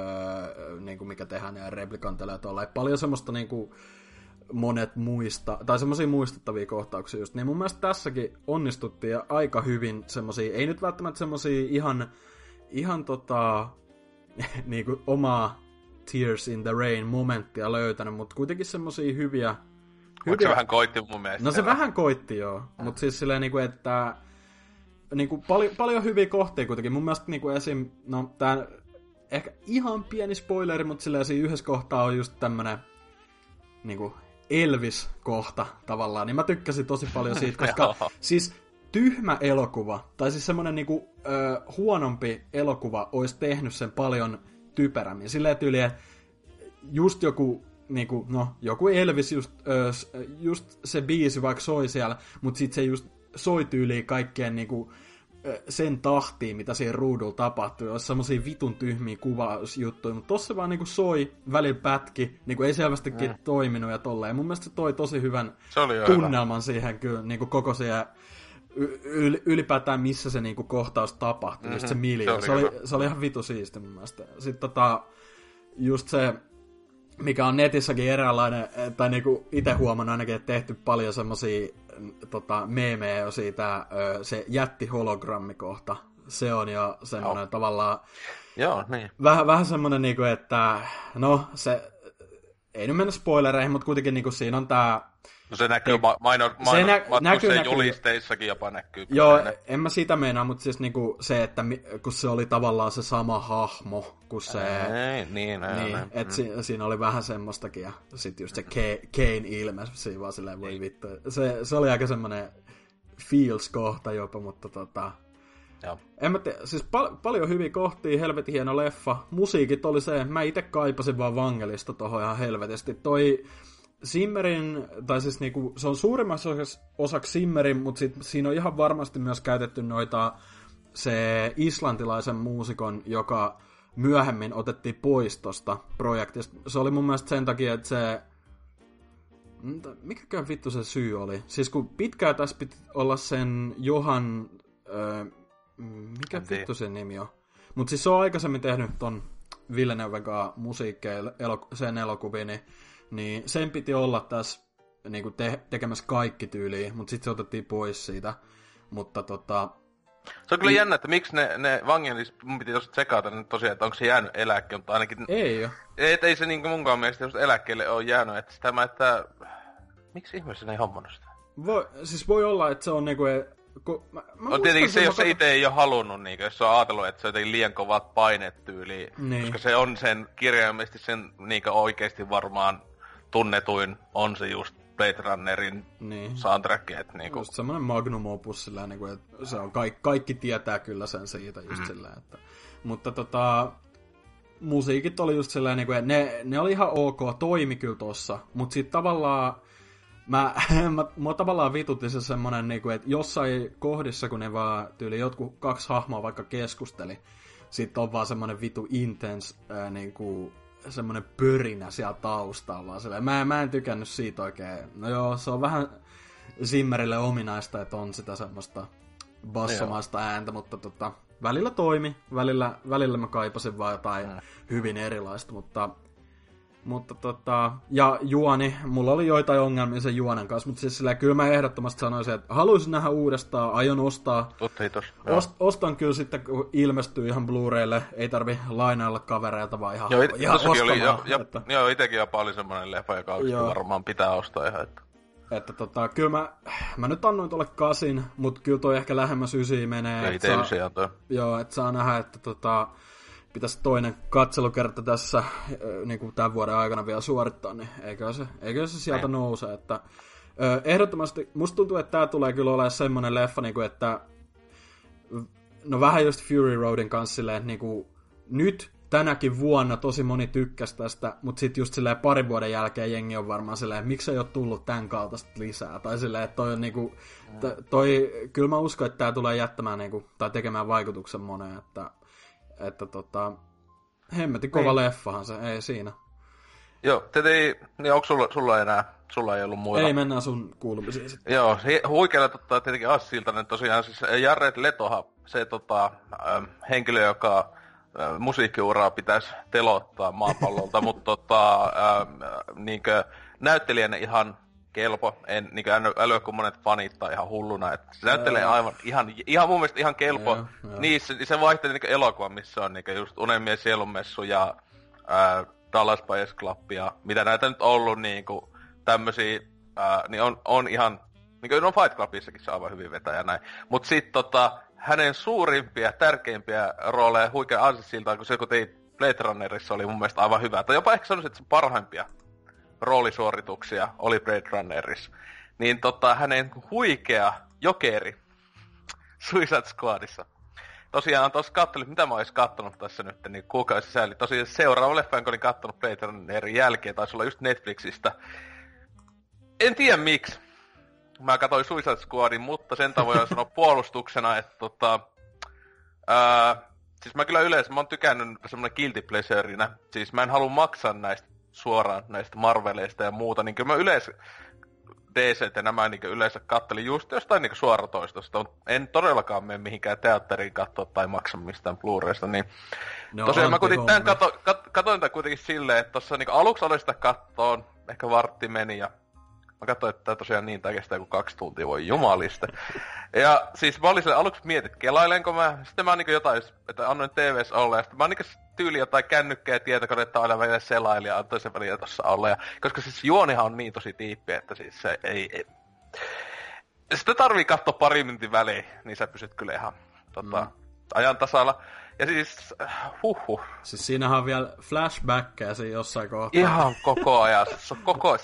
äh, niinku mikä tehdään ne replikanteille ja tuolla, paljon semmoista niinku monet muista, tai semmosia muistettavia kohtauksia just, niin mun mielestä tässäkin onnistuttiin aika hyvin semmosia, ei nyt välttämättä semmosia ihan, ihan tota, niinku omaa Tears in the Rain -momenttia löytänyt, mutta kuitenkin semmosia hyviä... Mutta se vähän koitti mun mielestä. No se vähän koitti, joo. Mm. Mutta siis silleen niinku, että... Niinku, pal- paljon hyviä kohteita kuitenkin. Mun mielestä niinku esim... No, tää... Ehkä ihan pieni spoileri, mutta silleen siinä yhdessä kohtaa on just tämmönen... Niinku... Elvis-kohta tavallaan. Niin mä tykkäsin tosi paljon siitä, koska... siis tyhmä elokuva, tai siis semmonen niinku... Ö, huonompi elokuva olisi tehnyt sen paljon... typerämmin. Silleen tyyliin, että just joku, niinku, no, joku Elvis, just, ö, just se biisi vaikka soi siellä, mutta sit se just soi tyyliin kaikkien niinku, sen tahtiin, mitä siinä ruudulla tapahtuu. Olisi semmosia vitun tyhmiä kuvausjuttuja, mutta tossa vaan niinku soi, välillä pätki, niinku ei selvästikin mm. toiminut ja tolleen. Mun mielestä se toi tosi hyvän tunnelman hyvä. Siihen kyllä, niinku koko siihen y- ylipäätään missä se niinku kohtaus tapahtui, mm-hmm. just se miljoona. Se, se, oli, se oli ihan vitu siisti mun mielestä. Sitten tota, just se, mikä on netissäkin eräänlainen, tai niinku ite huomannut ainakin, että tehty paljon semmosia tota, meemejä jo siitä, se jätti-hologrammikohta. Se on jo semmoinen no. tavallaan... Joo, niin. Vähän, vähän semmoinen, niinku, että no se... Ei nyt mennä spoilereihin, mutta kuitenkin niinku siinä on tää... No se näkyy ma- mainos, mainos, nä- näkyy, näkyy, julisteissakin jopa näkyy. Joo, ne. En mä sitä meinaa, mutta siis niinku se, että mi- kun se oli tavallaan se sama hahmo, kun se... Ei, niin, ei, niin, ei, että si- siinä oli vähän semmoistakin, ja sit just se K- Kane-ilme, siinä vaan silleen voi vittu. Se, se oli aika semmonen feels-kohta jopa, mutta tota... Joo. En mä tiedä, siis pal- paljon hyviä kohtia, helvetin hieno leffa. Musiikit oli se, mä ite kaipasin vaan Vangelista tohon ihan helvetisti. Toi... Zimmerin, tai siis niinku, se on suurimmassa osaksi, osaksi Zimmerin, mutta sit, siinä on ihan varmasti myös käytetty noita se islantilaisen muusikon, joka myöhemmin otettiin pois tosta projektista. Se oli mun mielestä sen takia, että se... Mikäkään vittu se syy oli? Siis kun pitkään tässä piti olla sen Johan... Öö, mikä vittu sen nimi on? Mutta siis se on aikaisemmin tehnyt ton Villeneuven kanssa musiikkeja elo, sen elokuviin, niin niin sen piti olla tässä niinku te- tekemässä kaikki tyyliin, mutta sitten se otettiin pois siitä. Mutta tota... Se on kyllä jännä, että miksi ne, ne Vangelis, mun piti tosta tsekata nyt tosiaan, että onko se jäänyt eläkkeelle, mutta ainakin... Ei jo. Ei, ei se niinku munkaan mielestä just eläkkeelle ole jäänyt, että tämä, että... Miksi ihmeessä ne ei hommannut sitä? Voi, siis voi olla, että se on niinku... Kun, mä, mä on tietenkin se, jos se itse ei ole halunnut, niin jos se on ajatellut, että se on jotenkin liian kovat paineet tyyliin. Niin. Koska se on sen kirjaimellisesti sen niin oikeasti varmaan tunnetuin on se just Blade Runnerin niin. soundtrack. Että niinku... Just semmoinen magnum opus sillä, niin kuin, että se on, kaikki, kaikki tietää kyllä sen siitä just mm. sillä, että... Mutta tota... Musiikit oli just sillä, niin kuin, että ne, ne oli ihan ok, toimi kyllä tossa, mutta sit tavallaan... Mä, mä, mua tavallaan vitutti se semmonen, niinku, että jossain kohdissa, kun ne vaan tyyli jotkut kaksi hahmoa vaikka keskusteli, sit on vaan semmonen vitu intense, ää, niinku, semmonen pörinä siellä taustalla vaan silleen. Mä, mä en tykännyt siitä oikein. No joo, se on vähän Zimmerille ominaista, että on sitä semmoista bassomaista ääntä, mutta tota... välillä toimi, välillä, välillä mä kaipasin vaan jotain mm. hyvin erilaista, mutta... Mutta tota, ja juoni, mulla oli joitain ongelmia sen juonen kanssa, mutta siis silleen, kyllä mä ehdottomasti sanoisin, että haluaisin nähdä uudestaan, aion ostaa. Kiitos, Ost, ostan kyllä sitten, kun ilmestyy ihan Blu-raylle, ei tarvi lainailla kavereilta, vaan ihan, joo, it, ihan ostamaan. Oli, jo, jo, että, joo, itekin jopa oli semmoinen leffa, joka varmaan pitää ostaa ihan. Että, että tota, kyllä mä, mä nyt annoin tuolle kasin, mutta kyllä toi ehkä lähemmäs ysiä menee. Ei itse ysiä toi. Joo, että saa nähdä, että tota... pitäisi toinen katselukerta tässä niin kuin tämän vuoden aikana vielä suorittaa, niin eikö se, eikö se sieltä nouse. Että, ö, ehdottomasti, musta tuntuu, että tämä tulee kyllä olemaan semmoinen leffa, niin kuin, että no vähän just Fury Roadin kanssa silleen, niin kuin, nyt tänäkin vuonna tosi moni tykkäsi tästä, mutta sitten just silleen parin vuoden jälkeen jengi on varmaan silleen, että miksi ei ole tullut tämän kaltaista lisää, tai silleen, että toi on niinku, toi, kyllä mä uskon, että tämä tulee jättämään niinku, tai tekemään vaikutuksen moneen, että Että tota, hemmetin kova niin. Leffahan se, ei siinä. Joo, tietenkin, niin onko sulla, sulla enää, sulla ei ollut muilla? Ei, mennään sun kuulumisiin sitten. Joo, huikealla totta, tietenkin Assiltanen tosiaan, siis Jared Letohan, se tota, äh, henkilö, joka äh, musiikkiuraa pitäisi telottaa maapallolta, mutta tota, äh, niinkö, näyttelijänä ihan kelpo, en niinkö älyä kun monet fanittaa ihan hulluna, että se näyttelee aivan ihan, ihan mun mielestä ihan kelpo. Joo, joo. Niin, se, se vaihteli niinkö elokuva, missä on niinkö just Unelmien sielunmessu ja ää, Dallas Buyers Club ja mitä näitä nyt ollut niinku tämmösiä, ää, niin on, on ihan, niinkö no Fight Clubissakin se on aivan hyvin vetäjä näin. Mut sit tota, hänen suurimpia, tärkeimpiä rooleja huikea Ansissiltaan, kun se kun teit Blade Runnerissa oli mun mielestä aivan hyvä. Tai jopa ehkä sanoisin, että se parhaimpia roolisuorituksia oli Blade Runnerissa. Niin tota, hänen huikea jokeri Suicide Squadissa. Tosiaan tuossa kattelin, mitä mä ois kattonut tässä nyt, niin kuukausi sisällä. Tosiaan seuraava leffa, kun olin kattonut Blade Runnerin jälkeen, taisi olla just Netflixistä. En tiedä miksi. Mä katsoin Suicide Squadin, mutta sen tavoin sanoa puolustuksena, että tota... Ää, siis mä kyllä yleensä, mä oon tykännyt semmonen guilty pleasureina. Siis mä en halua maksaa näistä suoraan näistä Marveleista ja muuta, niin kyllä mä yleensä D C ja nämä niin yleensä kattelin just jostain niin suoratoistosta, mutta en todellakaan mene mihinkään teatteriin katsoa tai maksa mistään Blu-raysta, niin no, tosiaan mä kuitenkin tämän kato, kat, katoin tämän kuitenkin silleen, että tossa niin aluksi oli sitä kattoon, ehkä vartti meni ja mä katsoin, että tää tosiaan niin, tää kestää kuin kaksi tuntia, voi jumalista. Ja siis mä olin sille aluksi mietin, että kelailenko mä, sitten mä niin jotain, että annoin T V:ssä olla, ja sitten mä niin tyyli jotain kännykkää ja tietokonetta aina välillä selaili ja antoin sen välillä tossa olla. Ja, koska siis juonihan on niin tosi tiippi, että siis se ei... ei. Sitä tarvii katsoa pari minuutin väliin, niin sä pysyt kyllä ihan tota, mm. ajan tasalla. Ja siis, huhhuh. Siis siinähän on vielä flashbackkejä siinä jossain kohtaa. Ihan koko ajan, se on koko...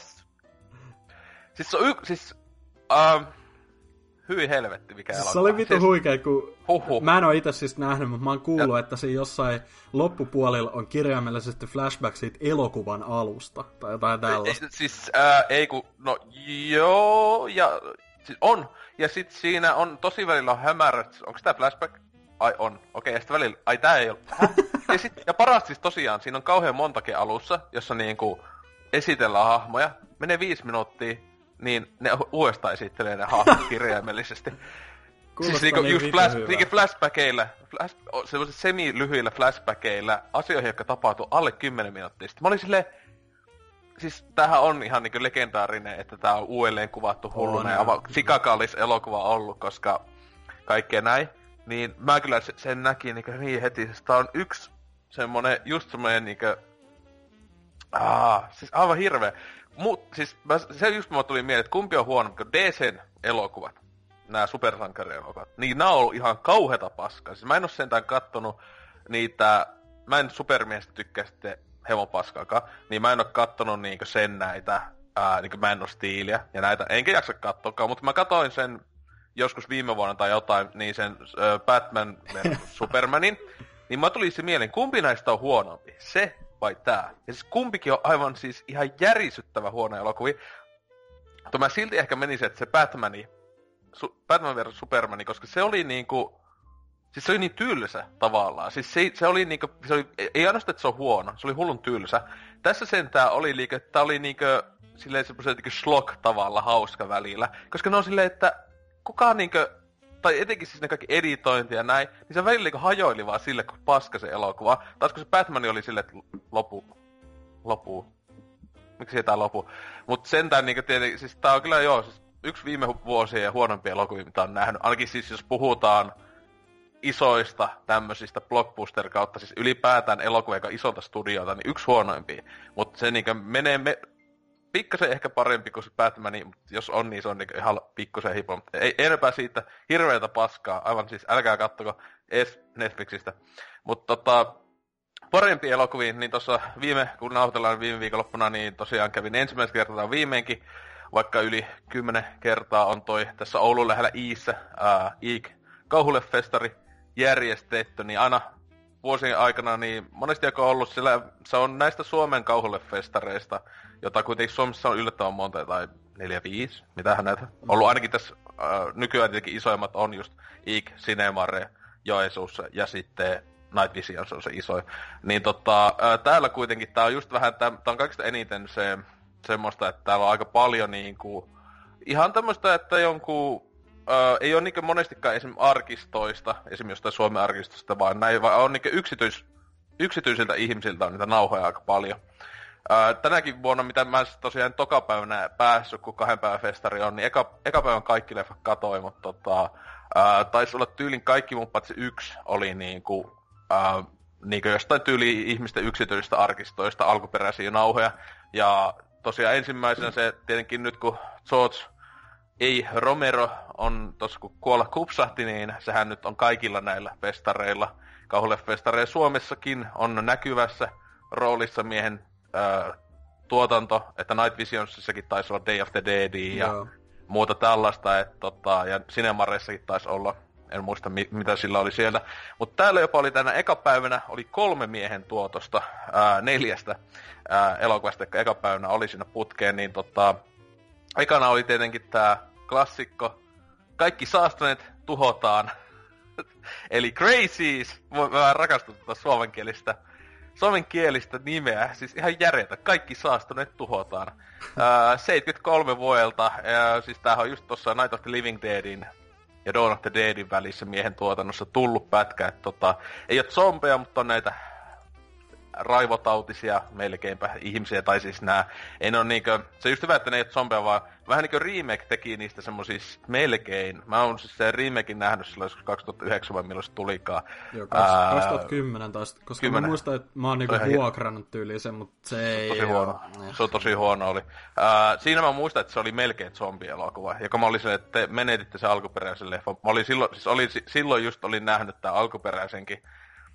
Siis se on y... Siis... Um, hyi helvetti, mikä siis se oli vittu siis... huikea, kun... Huhhuh. Mä en oo itse siis nähnyt, mutta mä oon kuullut, ja... että siinä jossain loppupuolilla on kirjaimellisesti flashback siitä elokuvan alusta, tai jotain tällaista. E, siis, ää, ei kun... No, joo, ja... Siis on. Ja sit siinä on tosi välillä on hämärät. Onko tää flashback? Ai on. Okei, ja sit välillä... Ai tää ei oo. ja, sit, ja paras siis tosiaan, siinä on kauhean montakin alussa, jossa niinku esitellään hahmoja. Menee viisi minuuttia. Niin ne uudestaan esittelee ne hahmot kirjaimellisesti. Siis niinku niin just flash, niinku flashbackeilla, flash, semmoisilla semi-lyhyillä flashbackeilla asioihin, jotka tapahtuu alle kymmenen minuuttia. Sitten mä olin silleen, siis tämähän on ihan niinku legendaarinen, että tää on uudelleen kuvattu hulluna ja sikakallis elokuva ollut, koska kaikkea näin. Niin mä kyllä sen näkin niinku niin heti, siis tää on yksi semmonen, just semmonen niinku, aah, siis aivan hirveä. Mut, siis mä, se just mä tuli mieleen, että kumpi on huono, kun D C:n elokuvat, nämä supersankarielokuvat, niin nää on ollut ihan kauheata paskaa. Siis mä en oo sentään kattonut niitä, mä en Supermiehestä tykkää sitten hemon paskaakaan, niin mä en oo kattonut niinkö sen näitä, ää, niinkö Man of Steelia ja näitä, enkä jaksa kattoakaan, mutta mä katoin sen joskus viime vuonna tai jotain, niin sen äh, Batman versus Supermanin, niin mä tuli se mieleen, kumpi näistä on huonompi, se vai tää. Ja siis kumpikin on aivan siis ihan järisyttävä huono elokuvi. Mutta mä silti ehkä menisin, että se Batmani, su, Batman versus Supermani, koska se oli niinku, siis se oli niin tylsä tavallaan. Siis se, se oli niinku, se oli, ei ainoastaan, että se on huono, se oli hullun tylsä. Tässä sentään oli liikä, että tää oli niinku, silleen semmoisen niinku slog tavalla hauska välillä. Koska ne on silleen, että kukaan niinku, tai etenkin siis ne kaikki editointi ja näin, niin se välillä hajoili vaan sille, kun paska se elokuva. Taas kun se Batman oli silleen, että lopu, lopu. Miksi ei tää lopu? Mut sentään niinku tietenkin, siis tää on kyllä joo, siis yksi viime vuosien huonompia elokuvia, mitä on nähnyt. Ainakin siis jos puhutaan isoista tämmöisistä blockbuster kautta, siis ylipäätään elokuvia, joka isolta studiota, niin yksi huonoimpia. Mutta se niinku menee me... pikkasen ehkä parempi kuin se Batman, mutta jos on, niin se on niinku ihan pikkusen hipo. Ei enempää siitä hirveätä paskaa, aivan siis älkää kattoko edes Netflixistä. Mutta tota, parempi elokuviin, niin tuossa viime, kun nauhoitellaan viime viikonloppuna, niin tosiaan kävin ensimmäistä kertaa viimeinkin, vaikka yli kymmenen kertaa on toi tässä Oulun lähellä Iissä ää, I K kauhuleffestari järjestetty, niin aina vuosien aikana niin monesti joka on ollut siellä, se on näistä Suomen kauhuleffestareista, jota kuitenkin Suomessa on yllättävän monta, tai neljä, viisi, mitähän näitä. Ollut ainakin tässä äh, nykyään tietenkin isoimmat on just I K, Cinemare, Joensuussa ja sitten Night Vision, se on se isoin. Niin tota, äh, täällä kuitenkin tää on just vähän, tää, tää on kaikista eniten se, semmoista, että täällä on aika paljon niinku, ihan tämmöistä, että jonkun, äh, ei oo niinkö monestikaan esim. Arkistoista, esim. Jostain Suomen arkistosta, vaan näin, vaan on niinkö yksityis, yksityisiltä ihmisiltä on niitä nauhoja aika paljon. Ää, tänäkin vuonna, mitä mä tosiaan tokapäivänä päässyt, kun kahden päivän festari on, niin eka, eka päivän kaikki leffat katoi, mutta tota, ää, taisi olla tyylin kaikki mun paitsi yksi oli niinku, ää, niinku jostain tyyli ihmisten yksityisistä arkistoista alkuperäisiä nauhoja. Ja tosiaan ensimmäisenä se tietenkin nyt, kun George ei Romero on tossa kun kuolla kupsahti, niin sehän nyt on kaikilla näillä festareilla, kauhuleffestareilla Suomessakin on näkyvässä roolissa miehen Öö, tuotanto, että Night Visionssissakin taisi olla Day of the Dead ja Joo. muuta tällaista, että tota, ja Cinemareissakin taisi olla, en muista mi- mitä sillä oli siellä, mutta täällä jopa oli tänä eka päivänä, oli kolme miehen tuotosta, ää, neljästä ää, elokuvasta, että eka päivänä oli siinä putkeen, niin tota, ekana oli tietenkin tää klassikko, kaikki saastuneet tuhotaan, eli Crazies, mä rakastun tätä suomenkielistä suomenkielistä nimeä, siis ihan järjetä. Kaikki saastuneet tuhotaan. Ää, seitsemänkymmentäkolme vuodelta, ää, siis tämähän on just tossa Night of the Living Deadin ja Dawn of the Deadin välissä miehen tuotannossa tullut pätkä. Et, tota, ei oo zombeja, mutta on näitä raivotautisia melkeinpä ihmisiä, tai siis nää, ei ne on niinkö, se just hyvä, että ne ei oo zombeja, vaan vähän niinkö remake teki niistä semmosis melkein, mä oon siis sen remakein nähnyt silloin joskus kaksituhattayhdeksän vai milloin se tulikaan. Joo, kaksituhattakymmenen taas, koska kymmenen. Mä muistan, että mä oon niinku vuokrannut tyyliin sen, mutta se ei... Tosi huono, se on tosi huono oli. Ää, siinä mä muistan, että se oli melkein zombielokuva, joka mä olin silleen, että te menetitte sen alkuperäisen leffan. Mä olin silloin, siis oli, silloin just olin nähnyt tää alkuperäisenkin.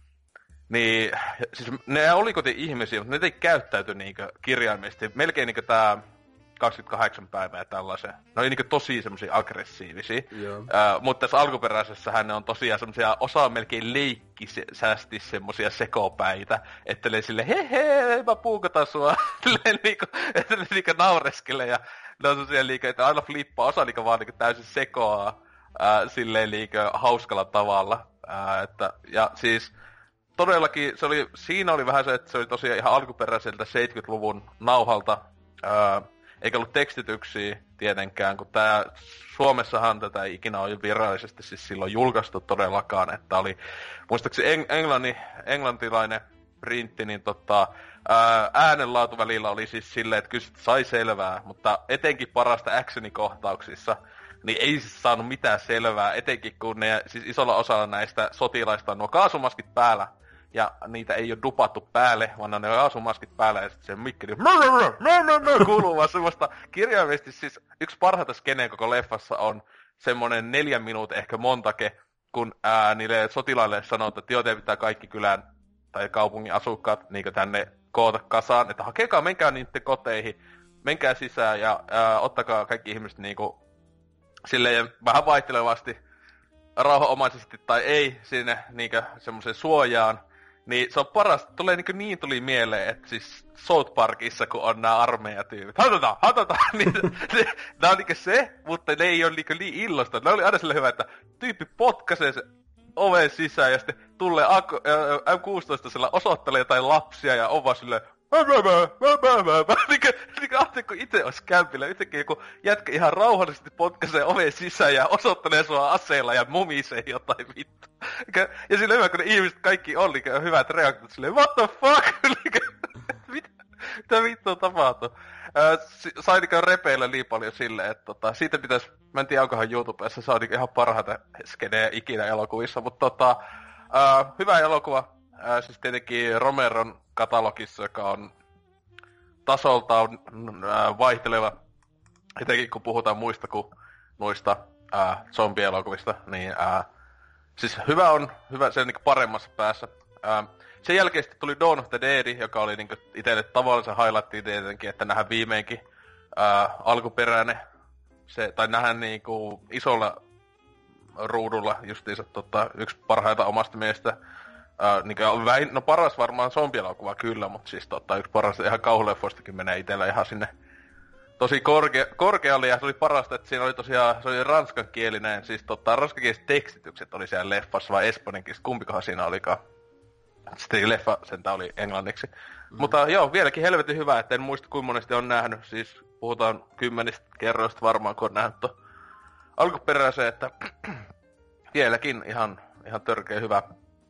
Niin, siis ne oli kuitenkin ihmisiä, mutta ne ei käyttäyty niinkö kirjaimellisesti. Melkein niinkö tää kaksikymmentäkahdeksan päivää tällaisen. Ne oli niinkö tosi semmosia aggressiivisia. Äh, mutta tässä alkuperäisessähän ne on tosiaan semmosia, osa on melkein leikkisästi semmosia sekopäitä. Että ne silleen, he he, mä puukotan sua. niinku, että ne niinkö naureskelee ja ne on semmosia liikaa, että aina flippaa, osa niinkö vaan niinkö täysin sekoaa. Äh, silleen niinkö hauskalla tavalla. Äh, että, ja siis... Todellakin se oli, siinä oli vähän se, että se oli tosiaan ihan alkuperäiseltä seitsemänkymmentäluvun nauhalta, ää, eikä ollut tekstityksiä tietenkään, kun tää Suomessahan tätä ei ikinä ole virallisesti siis silloin julkaistu todellakaan, että oli muistaakseni eng- englanni, englantilainen printti, niin tota, ää, äänenlaatu välillä oli siis silleen, että kyllä sai selvää, mutta etenkin parasta actionikohtauksissa, niin ei siis saanut mitään selvää, etenkin kun ne, siis isolla osalla näistä sotilaista on nuo kaasumaskit päällä, ja niitä ei ole dupattu päälle, vaan ne on kaasumaskit päällä, ja sitten se mikki niin kuuluu vaan semmoista kirjaimellisesti, siis yksi parhaita skeneen koko leffassa on semmonen neljän minuutin ehkä montake, kun ää, niille sotilaille sanotaan, että joo, te pitää kaikki kylän tai kaupungin asukkaat niin tänne koota kasaan, että hakekaa, menkää niiden koteihin, menkää sisään ja ää, ottakaa kaikki ihmiset niinku silleen vähän vaihtelevasti rauhanomaisesti tai ei sinne niinkö semmoiseen suojaan, niin se on parasta, tulee niinkö niin tuli mieleen, että siis South Parkissa, kun on nää armeijatyypit, hatotaan, hatotaan, niin ne, nää on niinkö se, mutta ne ei oo niinkö niin illosta. Ne oli aina sille hyvä, että tyyppi potkaisee se oven sisään ja sitten tulee M kuusitoista sillä osoittelee jotain lapsia ja on vaan silleen, Niinkö, niinkö ajattelin, kun itse olisi kämpillä, yhtäkkiä joku jätkä ihan rauhallisesti potkaisee oven sisään ja osoittelee sua aseella ja mumisee jotain vittu. Ja sillä hyvä, kun ne ihmiset kaikki on, niin hyvät reaktiot silleen, what the fuck? Mitä, mitä vittua tapahtuu? Sai niinkö repeillä niin paljon silleen, että tota, siitä pitäisi, mä en tiedä onkohan YouTubessa, se on niinkö ihan parhaita skenejä ikinä elokuvissa, mutta tota, uh, hyvä elokuva. Uh, siis tietenkin Romeron katalogissa, joka on tasoltaan uh, vaihteleva, etenkin kun puhutaan muista kuin noista uh, zombielokuvista, niin uh, siis hyvä on, hyvä, se on niinku paremmassa päässä. Uh, sen jälkeen sitten tuli Dawn of the Dead, joka oli niinku itselle tavallisen highlightiin tietenkin, että nähdään viimeinkin uh, alkuperäinen, se, tai nähdään niinku isolla ruudulla justiinsa tota, yksi parhaita omasta mielestä. Uh, niin väin, no paras varmaan zombielokuva kyllä, mutta siis tota, yksi paras ihan kauhuleffoistakin menee itsellä ihan sinne tosi korkea, korkealle, ja se oli parasta, että siinä oli tosiaan, se oli ranskankielinen, siis tota, ranskankieliset tekstitykset oli siellä leffassa, vai espanjankieliset, kumpikohan siinä olikaan. Sitten leffa sentään oli englanniksi. Mm. Mutta joo, vieläkin helvetin hyvä, että en muista kuinka monesti on nähnyt, siis puhutaan kymmenistä kerroista varmaan, kun on nähnyt to alkuperäisen, että vieläkin ihan, ihan törkeä hyvä.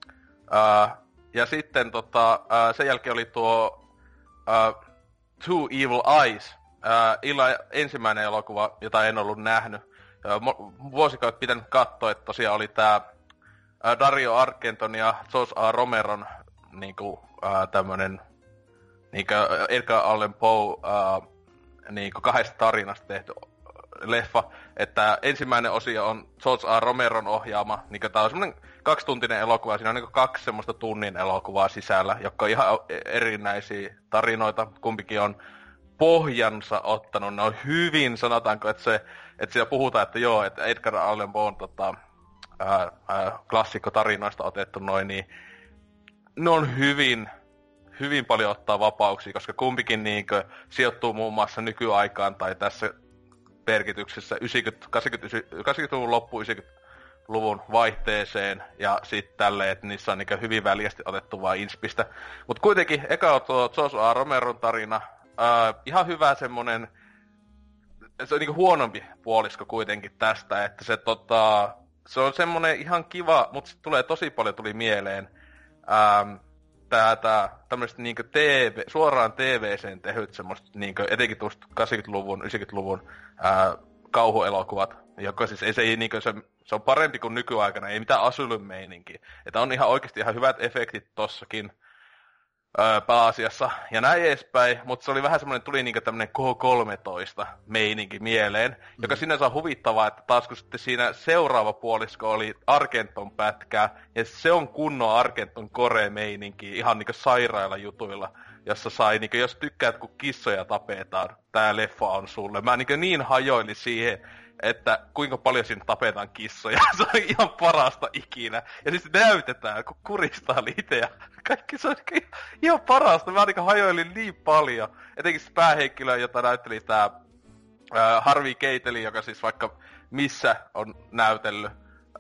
Uh, ja sitten tota, uh, sen jälkeen oli tuo uh, Two Evil Eyes, uh, illan ensimmäinen elokuva, jota en ollut nähnyt. Uh, vuosikautta pitänyt katsoa, että tosiaan oli tää uh, Dario Argenton ja George A. Romeron niinku, uh, tämmönen niinku Edgar Allan Poe uh, niinku kahdesta tarinasta tehty leffa, että ensimmäinen osio on George A. Romeron ohjaama, niinku tää on semmonen kaksituntinen elokuva, siinä on niinku kaksi semmoista tunnin elokuvaa sisällä, jotka on ihan erinäisiä tarinoita, kumpikin on pohjansa ottanut, ne on hyvin, sanotaanko, että se, että siellä puhutaan, että joo, että Edgar Allan Poe on tota, ää, ää, klassikkotarinoista otettu noin, niin ne on hyvin, hyvin paljon ottaa vapauksia, koska kumpikin niinkö sijoittuu muun muassa nykyaikaan, tai tässä merkityksessä kahdeksankymmentäluvun loppu, yhdeksänkymmentäluvun vaihteeseen, ja sitten tälleen, että niissä on niinku hyvin väljästi otettu vaan inspistä. Mut kuitenkin, eka on tuo George A. Romeron tarina, ää, ihan hyvä semmonen, se on niinku huonompi puolisko kuitenkin tästä, että se tota, se on semmonen ihan kiva, mut sit tulee tosi paljon tuli mieleen, ää, tää, tää tämmöset niinku T V, suoraan T V-seen tehyt semmoset niinku, etenkin tuosta kahdeksankymmentäluvun, yhdeksänkymmentäluvun ää, kauhuelokuvat, joka siis ei se ei niinku, se, se on parempi kuin nykyaikana, ei mitään asylumeininkiä. Että on ihan oikeesti ihan hyvät efektit tossakin öö, pääasiassa ja näin edespäin, mutta se oli vähän semmoinen, tuli niinku tämmönen K kolmetoista meininki mieleen, mm. joka sinänsä on huvittavaa, että taas kun sitten siinä seuraava puolisko oli Argenton pätkää, ja se on kunnon Argenton core meininki ihan niinku sairailla jutuilla, jossa sai niinku, jos tykkäät kun kissoja tapetaan, tää leffa on sulle. Mä niinku niin hajoilin siihen, että kuinka paljon siinä tapetaan kissoja. Se on ihan parasta ikinä. Ja siis näytetään, kun kuristaa niitä ja kaikki se on ihan parasta. Mä niinku hajoilin niin paljon. Etenkin se päähenkilö, jota näytteli tää äh, Harvey Keitel, joka siis vaikka missä on näytellyt.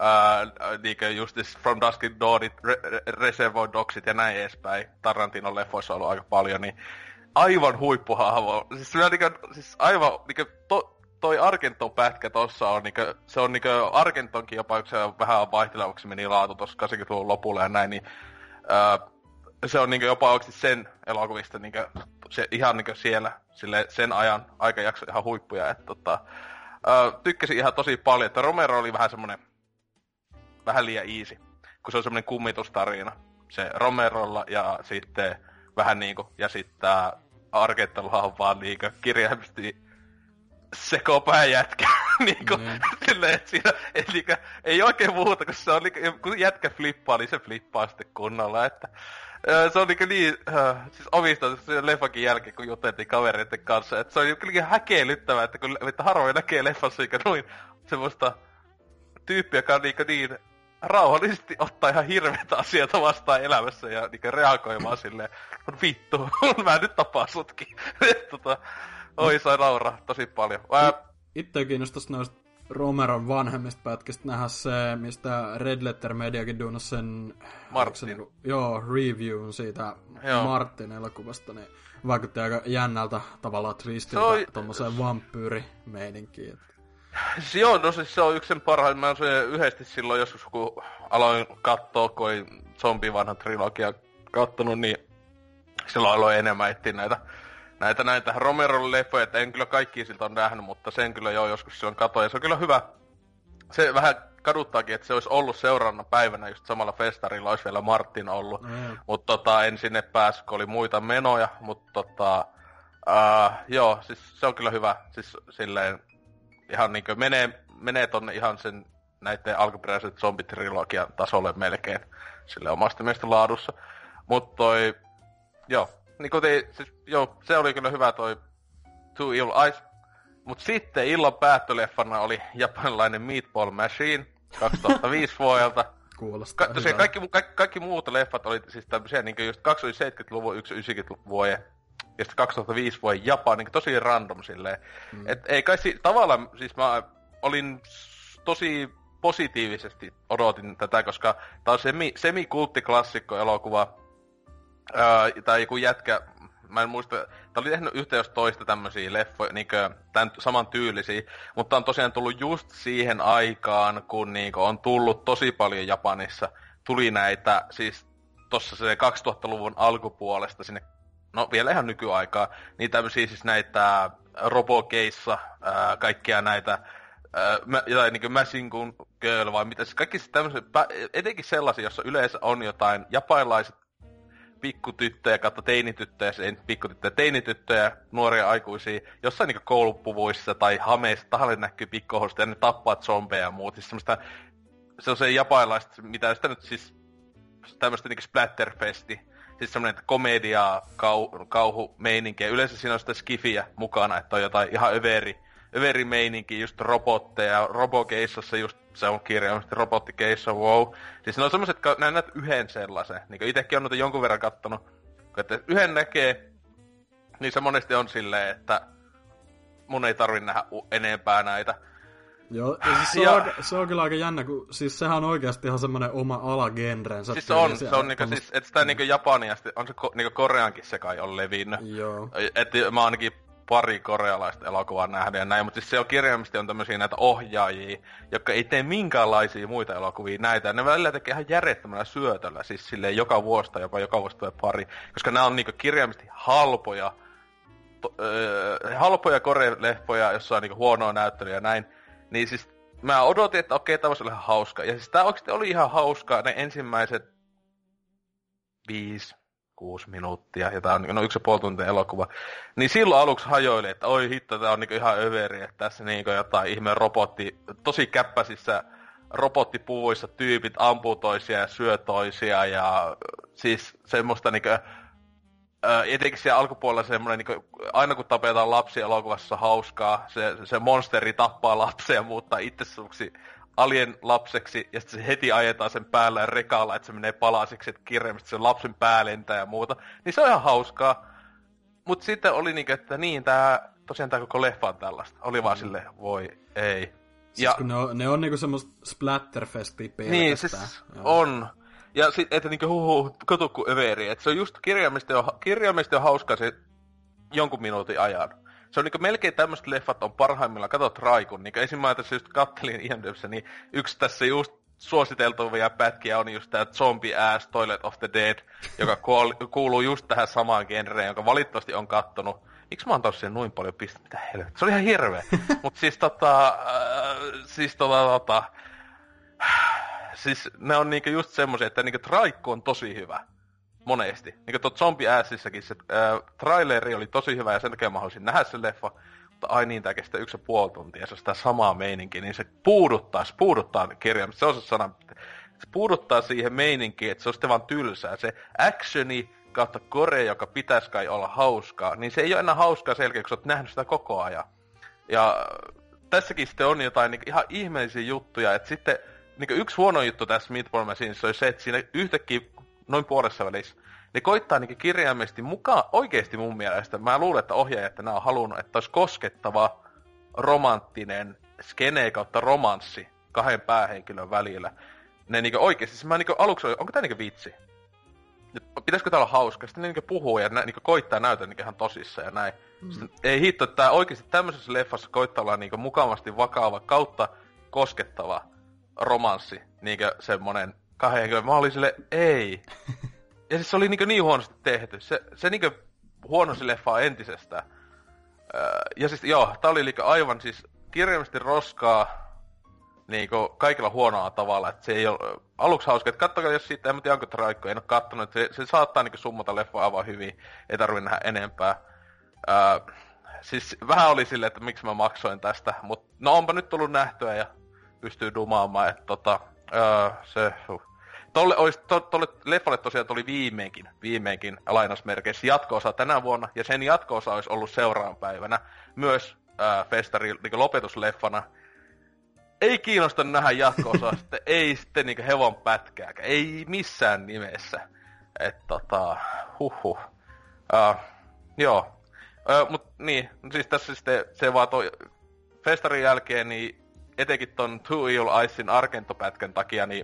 Uh, niinkö justis From Dusk Till Dawnit, Re- Reservoir Dogsit ja näin edespäin. Tarantinon leffoissa on ollut aika paljon, niin aivan huippuhahmo. Siis, niinkö, siis aivan niinkö, to, toi Argenton pätkä tossa on niinkö, se on niinkö Argentonkin jopa, kun se on vähän vaihtelevaksi meni laatu tossa kahdeksankymmentäluvun lopulla ja näin, niin uh, se on niinkö jopa oikeesti sen elokuvista niinkö, se, ihan niinkö siellä, sille, sen ajan aikajakso ihan huippuja, että tota, uh, tykkäsin ihan tosi paljon, että Romero oli vähän semmonen vähän liian easy, kun se on semmonen kummitustarina. Se Romerolla ja sitten vähän niinku, ja sitten tää Argentolla on vaan niinku kirjaimisesti sekopään jätkä. niinku, mm. silleen, että siinä et, niinku, ei oikein muuta, kun se on niinku, kun jätkä flippaa, niin se flippaa sitten kunnolla, että se on niinku niin, äh, siis omista sen leffakin jälkeen, kun juteltiin kavereiden kanssa, että se on niinku häkeilyttävää, että kun että harvoin näkee leffassa eikä noin semmoista tyyppiä, joka on niinku niin rauhallisesti ottaa ihan hirveitä asioita vastaan elämässä ja niinku reagoimaan silleen, vittu, mä nyt tapaan sutkin. tota, oi, sai nauraa tosi paljon. Ää... Itseä kiinnostais noista Romeron vanhemmista pätkistä nähdä se, mistä Red Letter Mediakin duunasi sen Martin. Niinku, joo, reviewin siitä joo. Martin elokuvasta, niin vaikutti aika jännältä tavallaan twistiltä on... tommoseen vampyyrimeininkiin. Joo, no siis se on yksi sen parhain. Mä se yhdesti silloin joskus, kun aloin kattoo, kun ei zombi vanhan trilogia kattonut, niin silloin aloin enemmän etsiä näitä, näitä, näitä Romeron leffoja, että en kyllä kaikkia siltä on nähnyt, mutta sen kyllä jo joskus silloin katoin, ja se on kyllä hyvä. Se vähän kaduttaakin, että se olisi ollut seuraavana päivänä just samalla festarilla, olisi vielä Martin ollut, mm. mutta tota, en sinne päässyt, kun oli muita menoja, mutta tota, uh, joo, siis se on kyllä hyvä, siis silleen, ihan niinkö menee, menee tonne ihan sen näitten alkuperäisen zombitrilogian tasolle melkein sille omasta mielestä laadussa. Mut toi, joo, niinku te, siis, joo, se oli kyllä hyvä toi Two Evil Eyes. Mut sitten illan päättöleffana oli japanilainen Meatball Machine kaksituhattaviisi vuodelta. Kuulostaa Ka- tosiaan kaikki, kaikki, kaikki muut leffat oli siis tämmösiä niinkö just kaksi oli seitsemänkymmentäluvun, yksi yhdeksänkymmentäluvun vuoden. Ja sitten kaksituhattaviisi vuoden Japani, niin tosi random silleen. Mm. Et ei kai si- tavallaan, siis mä olin tosi positiivisesti odotin tätä, koska tää on semi, semi-kulttiklassikko elokuva. Öö, tai joku jätkä, mä en muista, tää oli tehnyt yhtä jos toista tämmösiä leffoja, niinkö tän saman tyylisiä, mutta on tosiaan tullut just siihen aikaan, kun niinkö on tullut tosi paljon Japanissa. Tuli näitä, siis tossa se kaksituhattaluvun alkupuolesta sinne, no vielä ihan nykyaikaa, niin tämmösiä siis näitä Robokeissa, ää, kaikkia näitä, ää, jotain niinkö Machine Gun Girl vai mitä, siis kaikki tämmösiä, etenkin sellaisia, jossa yleensä on jotain japanilaiset pikkutyttöjä, kautta teinityttöjä, ei nyt pikkutyttöjä, teinityttöjä, nuoria aikuisia, jossain niinku koulupuvuissa tai hameissa, tahalle näkyy pikkuhoista ja ne tappaa zombeja ja muut, siis semmoista, se on se japanilaista, mitä sitä nyt siis, tämmöistä niinku splatterfesti, siis semmoinen komedia, kau, kauhu meininkiä. Yleensä siinä on sitä skifiä mukana, että on jotain ihan överi, överi meininkiä, just robotteja. Robokeissassa just se on kirjaimisesti robottikeissa, wow. Siis ne on semmoiset, että näet yhden sellaisen. Niin kuin itekin on noita jonkun verran kattonut. Että yhden näkee, niin se monesti on silleen, että mun ei tarvi nähdä enempää näitä. Joo, ja siis se, ja... On, se on kyllä aika jännä, kun siis sehän on oikeasti ihan semmoinen oma alagenrensä. Siis on, se on niinku siis, että sitä niinku japaniasti, on se ko, niinku Koreankin se kai on levinnyt. Joo. Että mä ainakin pari korealaista elokuvaa nähnyt ja näin, mutta siis se on kirjaimisesti on tämmösiä näitä ohjaajia, jotka ei tee minkäänlaisia muita elokuvia näitä. Ne välillä tekee ihan järjettömällä syötöllä, siis silleen joka vuosi tai jopa joka vuosi tulee pari, koska nämä on niinku kirjaimisesti halpoja, to, öö, halpoja Kore-leffoja, jossa on niinku huonoa näyttelyä ja näin. Niin siis mä odotin, että okei, tää voisi olla ihan hauska. Ja siis tää oikeesti oli ihan hauska ne ensimmäiset viisi, kuusi minuuttia. Ja tää on no, yksi ja puoli tuntia elokuva. Niin silloin aluksi hajoili, että oi hitto, tää on niinku ihan överi. Että tässä niinku jotain ihmeen robotti, tosi käppäsissä robottipuvuissa tyypit ampuu toisia ja syö toisia. Ja siis semmoista niinku... Öö, etenkin siellä alkupuolella semmoinen, niin aina kun tapetaan lapsi elokuvassa hauskaa, se, se monsteri tappaa lapsia ja muuttaa itsesuuksi alien lapseksi, ja sitten se heti ajetaan sen päällä ja rekalla, että se menee palasiksi, että kirjaimisesti sen lapsen pää lentää ja muuta. Niin se on ihan hauskaa. Mut sitten oli niinku, että niin, tää, tosiaan tää koko leffa on tällaista. Oli vaan silleen, voi, ei. Siis ja, kun ne on, ne on niinku semmoista splatterfestia pelkästään. Niin, siis on. Ja sit, että niinku huhu, kotukku överi, että se on just kirjaimisesti on, kirjaimisesti on hauskaa se jonkun minuutin ajan. Se on niinku melkein tämmöiset leffat on parhaimmillaan, katot Raikun, niinku ensimmäinen tässä just kattelin I M D B:ssä, niin yksi tässä just suositeltuvia pätkiä on just tää Zombie Ass Toilet of the Dead, joka kuul- kuuluu just tähän samaan genreen, jonka valitettavasti on kattonut. Miksi mä oon taas siihen noin paljon pistä? Mitä helvettiä? Se oli ihan hirveä. Mut siis tota, äh, siis tota tota, siis ne on niinku just semmosia, että niinku traikku on tosi hyvä. Monesti. Niinku tuot Zombie Assissakin se äh, traileri oli tosi hyvä ja sen takia mä haluaisin nähdä sen leffa. Mutta ai niin, tää kestää yksi ja puoli tuntia ja se on sitä samaa meininkiä, niin se puuduttaa, se puuduttaa kirjaimisesti. Se on se sana, se puuduttaa siihen meininkiin, että se on sitten vaan tylsää. Se actioni kautta kore, joka pitäisi kai olla hauskaa, niin se ei ole enää hauskaa selkeä, kun sä oot nähnyt sitä koko ajan. Ja tässäkin sitten on jotain niin ihan ihmeellisiä juttuja, että sitten niin yksi huono juttu tässä Meatball Machineissa oli se, että siinä yhtäkkiä noin puolessa välissä ne koittaa niin kirjaimesti mukaan oikeasti mun mielestä. Mä luulen, että ohjaajat nämä on halunnut, että olisi koskettava, romanttinen skene kautta romanssi kahden päähenkilön välillä. Ne niinku oikeesti, siis mä niinku aluksi oli, onko tää niinku vitsi? Pitäisikö tää olla hauska? Sitten ne niinku puhuu ja nä, niinku koittaa näytellä niinku ihan tosissaan ja näin. Mm. Ei hitto, että tää oikeesti tämmöisessä leffassa koittaa olla niinku mukavasti vakava kautta koskettava romanssi. Niinku semmonen kahden henkilön. Mä olin sille, ei. Ja siis se oli niinku niin huonosti tehty. Se, se niinku huonosi leffaa entisestään. Öö, ja siis joo, tää oli niinku aivan siis kirjaimisesti roskaa niinku kaikilla huonoa tavalla, että se ei ole aluksi hauska, että kattokaa jos siitä, en mä tiedä onko traikko, en oo kattonut, että se, se saattaa niinku summata leffaa aivan hyvin, ei tarvi nähdä enempää. Öö, siis vähän oli silleen, että miksi mä maksoin tästä, mut no onpa nyt tullut nähtyä ja pystyy dumaamaan, että tota, öö, se, huh. Tolle, olis, to, tolle leffalle tosiaan tuli viimeinkin, viimeinkin lainausmerkeissä jatko-osa tänä vuonna, ja sen jatko-osa olisi ollut seuraavan päivänä myös öö, festari niin lopetusleffana. Ei kiinnosta nähdä jatko-osaa, sitten ei sitten niinku hevon pätkääkään, ei missään nimessä. Et tota, huhhuh. Uh, joo, uh, mut niin, siis tässä sitten se vaan toi festarin jälkeen, niin etenkin ton Two Evil Eyesin Argento-pätkän takia, niin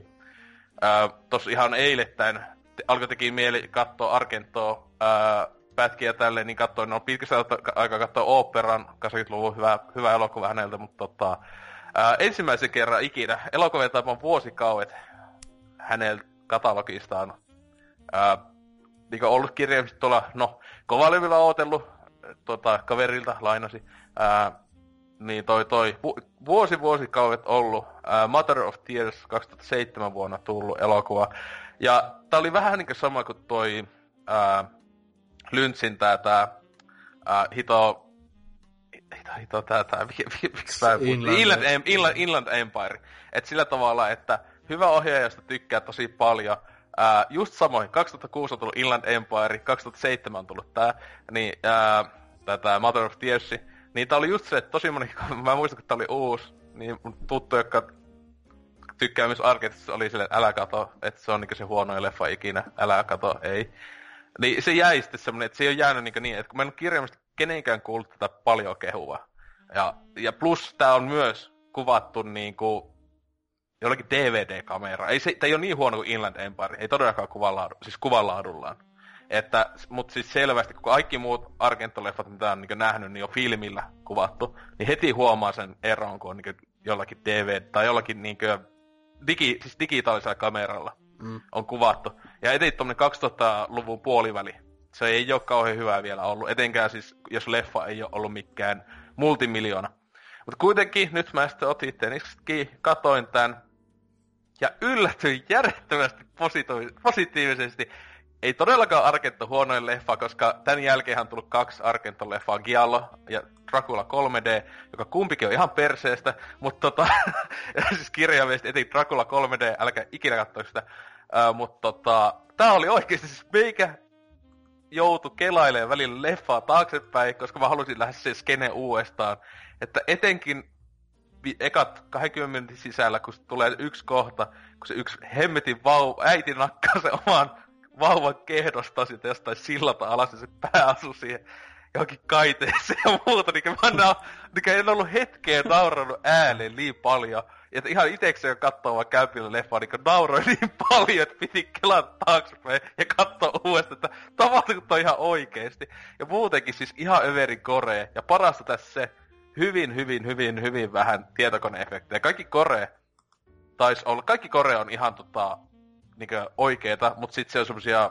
uh, tossa ihan eilettäin te, alkoi teki mieli kattoo Argentoa uh, pätkiä tälleen, niin katsoin, no pitkästä aikaa katsoa Operan, kahdeksankymmentäluvun hyvä, hyvä elokuva häneltä, mutta tota, Ää, ensimmäisen kerran ikinä elokuvien taipan vuosikauet häneltä katalogistaan ää, niin ollut kirjaimisesti tuolla, no, Kovalevyllä ootellut, tota, kaverilta lainasi, ää, niin toi toi vu, vuosi vuosikauet ollut ää, Mother of Tears kaksituhattaseitsemän vuonna tullut elokuva. Ja tää oli vähän niinku sama kuin toi ää, Lynchin tää tää ää, hito Hito, hito, tää, tää, miksi mä Inland, Inland, Inland, Inland Empire. Et sillä tavalla, että hyvä ohjaaja, josta tykkää tosi paljon. Ää, just samoin, kaksituhattakuusi on tullut Inland Empire, kaksituhattaseitsemän on tullut tää, niin ää, tää, tää Mother of Tears. Niin tää oli just se, että tosi moni, mä muistan, kun tää oli uusi, niin mun tuttu, joka tykkää myös Argentissa, oli silleen, älä kato, että se on niinku se huonoin leffa ikinä, älä kato, ei. Niin se jäi sitten semmonen, että se ei oo jäänyt niinku niin, että kun mä en oo kirjaimisesti kenenkään kuullut tätä paljon kehua. Ja, ja plus tää on myös kuvattu niinku jollakin D V D-kameralla. Ei se, tää ei oo niin huono kuin Inland Empire, ei todellakaan kuvanlaadu, siis kuvanlaadullaan. Että, mut siis selvästi, kun kaikki muut Argento-leffat, mitä on niinku nähnyt, niin on filmillä kuvattu, niin heti huomaa sen eron, kun on niinku jollakin D V D tai jollakin niinku digi, siis digitaalisella kameralla mm. on kuvattu. Ja etenkin tommonen kaksituhattaluvun puoliväli. Se ei oo kauhean hyvää vielä ollut, etenkään siis, jos leffa ei oo ollut mikään multimiljoona. Mutta kuitenkin, nyt mä sitten otin itseänikin, katoin tän, ja yllätyin järjettömästi positiivisesti. Ei todellakaan Argento huonoin leffa, koska tän jälkeen on tullut kaksi Argento-leffaa, Giallo ja Dracula kolme D, joka kumpikin on ihan perseestä, mutta tota, siis kirjaimellisesti etenkin Dracula kolme D, älkää ikinä katsoa sitä, uh, mutta tota, tää oli oikeesti siis meikä joutu kelailemaan välillä leffaa taaksepäin, koska mä halusin lähteä sen skene uudestaan. Että etenkin vi- ekat kaksikymmentä minuutin sisällä, kun tulee yksi kohta, kun se yksi hemmetin vau- äiti nakkaa se oman vauvan kehdosta sitten jostain sillalta alas ja se pää asuu siihen johonkin kaiteeseen ja muuta. Niin mä na- niin en ollut hetkeen nauranut ääneen niin paljon. Että ihan itekseen kattoo vaan kämpillä leffaa, niin nauroin niin paljon, että piti kelata taaksepäin ja katsoa uudestaan, että tapahtuuko toi ihan oikeesti. Ja muutenkin siis ihan överin koree. Ja parasta tässä se, hyvin, hyvin, hyvin, hyvin vähän tietokoneefektejä. Kaikki koree tais olla, kaikki koree on ihan tota, niinkö oikeeta, mut sit se on semmosia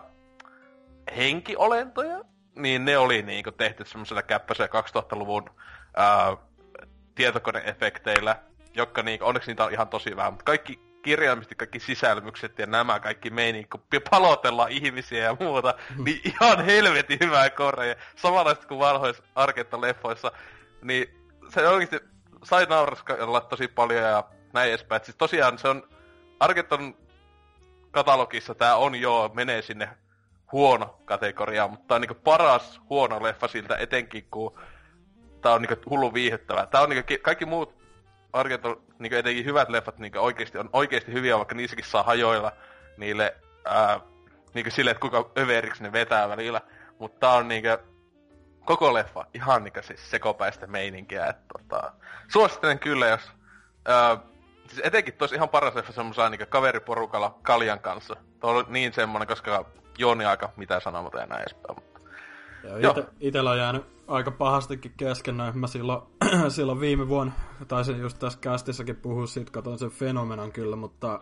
henkiolentoja, niin ne oli niinku tehty semmosella käppäisellä kaksituhattaluvun ää, tietokoneefekteillä, jotka niinku, onneksi niitä on ihan tosi vähän, mutta kaikki kirjaimisesti kaikki sisälmykset ja nämä kaikki meininki, kun palotellaan ihmisiä ja muuta, niin ihan helvetin hyvää korea. Samanlaista kuin vanhoissa Argento-leffoissa, niin se oikeesti sai nauraskella tosi paljon ja näin edespäin. Et siis tosiaan se on Argenton katalogissa tää on joo, menee sinne huono kategoriaan, mutta tää on niinku paras huono leffa siltä etenkin, kun tää on niinku hullu viihdyttävää. Tää on niinku kaikki muut Argenton niinku etenkin hyvät leffat niinku oikeesti on oikeesti hyviä, vaikka niissäkin saa hajoilla niille ää, niinku silleen, että kuinka överiksi ne vetää välillä. Mutta tää on niinku koko leffa ihan niinku siis sekopäistä meininkiä, että tota, suosittelen kyllä, jos öö, siis etenkin tois ihan paras leffa semmoisella niinku kaveriporukalla kaljan kanssa. Tuo oli niin semmonen, koska juoni aika mitä sanomatta ja näin edespäin. Mutta... Joo, ite, itellä on jäänyt aika pahastikin kesken noin. Mä silloin, silloin viime vuonna, taisin just tässä kästissäkin puhua siitä, katsoin sen Fenomenan kyllä, mutta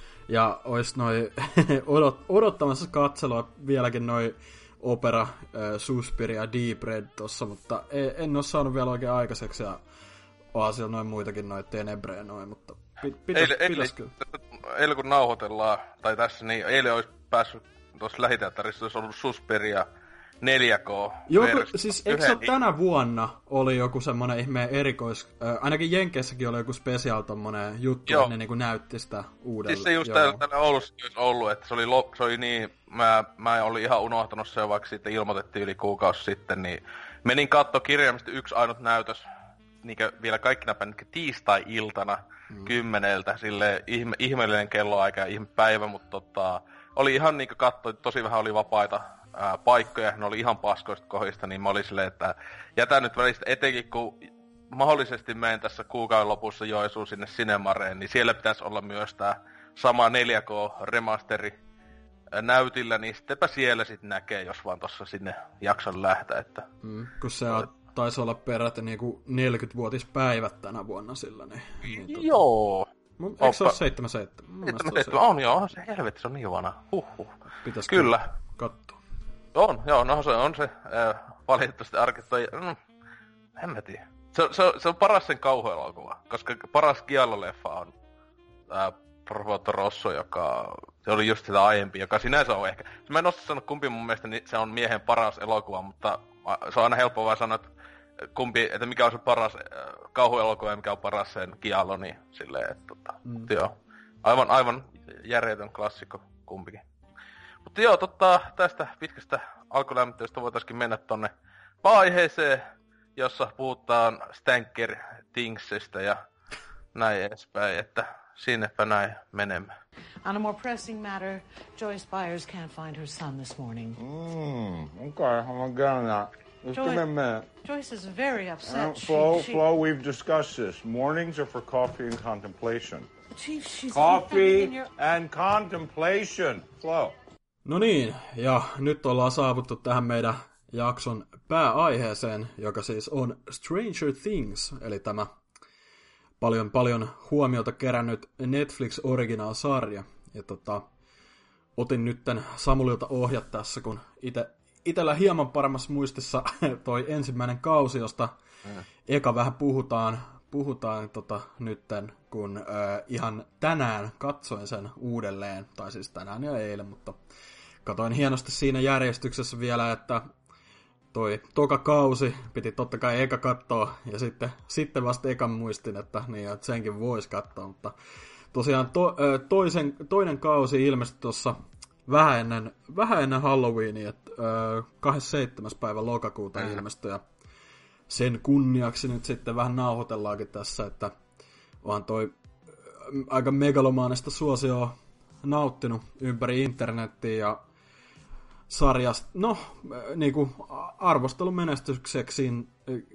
ja ois noin odot, odottamassa katselua vieläkin noin Opera, äh, Suspiria ja Deep Red tossa, mutta en, en oo saanut vielä oikein aikaiseksi ja onhan siellä noin muitakin noin Tenebreä noin, mutta pitäis, eilen, pitäis kyllä. Eilen kun nauhoitellaan, tai tässä niin, eilen ois päässyt tuossa lähiteatterissa, olisi ollut Suspiria neljä K. Joku, siis eikö se tänä vuonna oli joku semmonen ihmeen erikois... Äh, ainakin Jenkeissäkin oli joku special tommonen juttu, että ne niinku näytti sitä uudelleen. Siis se just täällä, täällä Oulussa olisi ollut, että se oli, lo, se oli niin... Mä, mä olin ihan unohtanut sen, vaikka sitten ilmoitettiin yli kuukausi sitten, niin menin katsoa kirjaimisesti yksi ainut näytös, niinkö vielä kaikkina päin tiistai-iltana mm. kymmeneltä, silleen ihme, ihmeellinen kelloaika ja ihme päivä, mutta tota... Oli ihan niinkö kattoi, tosi vähän oli vapaita ää, paikkoja, ne oli ihan paskoista kohdista, niin mä olin silleen, että jätän nyt välistä, etenkin kun mahdollisesti menen tässä kuukauden lopussa Joensuun sinne Cinemareen, niin siellä pitäisi olla myös tää sama neljä K-remasteri näytillä, niin sittenpä siellä sit näkee, jos vaan tossa sinne jakson lähteä, että... Mm, kun se on, taisi olla peräti niinku neljäkymmenvuotispäivät tänä vuonna sillä, niin... niin tota... Joo... Mun, eikö se ole seitsemän seitsemän? seitsemän seitsemän, on joo, se helvetti, se on niin vanha. Huhhuh. Pitäis kyllä. Katsoa. On, joo, no se on se äh, valitettavasti arkitoi... Mm, en mä tiedä. Se, se, se on paras sen kauhuelokuva, koska paras Giallo-leffa on äh, Profoto Rosso, joka... Se oli just sitä aiempi, joka sinänsä on ehkä... Mä en osaa sanoa kumpi mun mielestä, niin se on miehen paras elokuva, mutta se on aina helppoa vaan sanoa, että kumpi, että mikä on se paras äh, kauhuelokuva ja mikä on paras sen Giallo, niin silleen, että tota, mm. joo. Aivan, aivan järjetön klassikko kumpikin. Mutta joo, tota, tästä pitkästä alkulämmittelystä voitaisiin mennä tonne vaiheeseen, jossa puhutaan Stanker Thingsista ja näin edespäin, että sinnepä näin menemme. On a more pressing matter, Joyce Byers can't find her son this morning. Mm, okay, I'm gonna get on that. Just Joy- give me a minute. Joyce is very upset. Uh, Flo, she, she... Flo, we've discussed this. Mornings are for coffee and contemplation. Chief, she's Coffee in your... and contemplation. Flo. No niin, ja nyt ollaan saavuttu tähän meidän jakson pääaiheeseen, joka siis on Stranger Things, eli tämä paljon paljon huomiota kerännyt Netflix Original-sarja. Ja tota, otin nytten Samulilta ohjat tässä, kun ite, itellä hieman paremmassa muistissa toi ensimmäinen kausi, josta mm. eka vähän puhutaan, puhutaan tota, nytten, kun ö, ihan tänään katsoin sen uudelleen, tai siis tänään ja eilen, mutta katoin hienosti siinä järjestyksessä vielä, että toi toka kausi piti totta kai eka katsoa, ja sitten, sitten vasta ekan muistin, että, niin, että senkin voisi katsoa, mutta tosiaan to, toisen, toinen kausi ilmestyi tuossa vähän ennen, vähän ennen Halloweenia, että kahdeskymmenesseitsemäs päivä lokakuuta mm. ilmestyi, ja sen kunniaksi nyt sitten vähän nauhoitellaankin tässä, että vaan toi aika megalomaanista suosioa nauttinut ympäri internettiä, ja sarjasta, no, niinku arvostelumenestykseksikin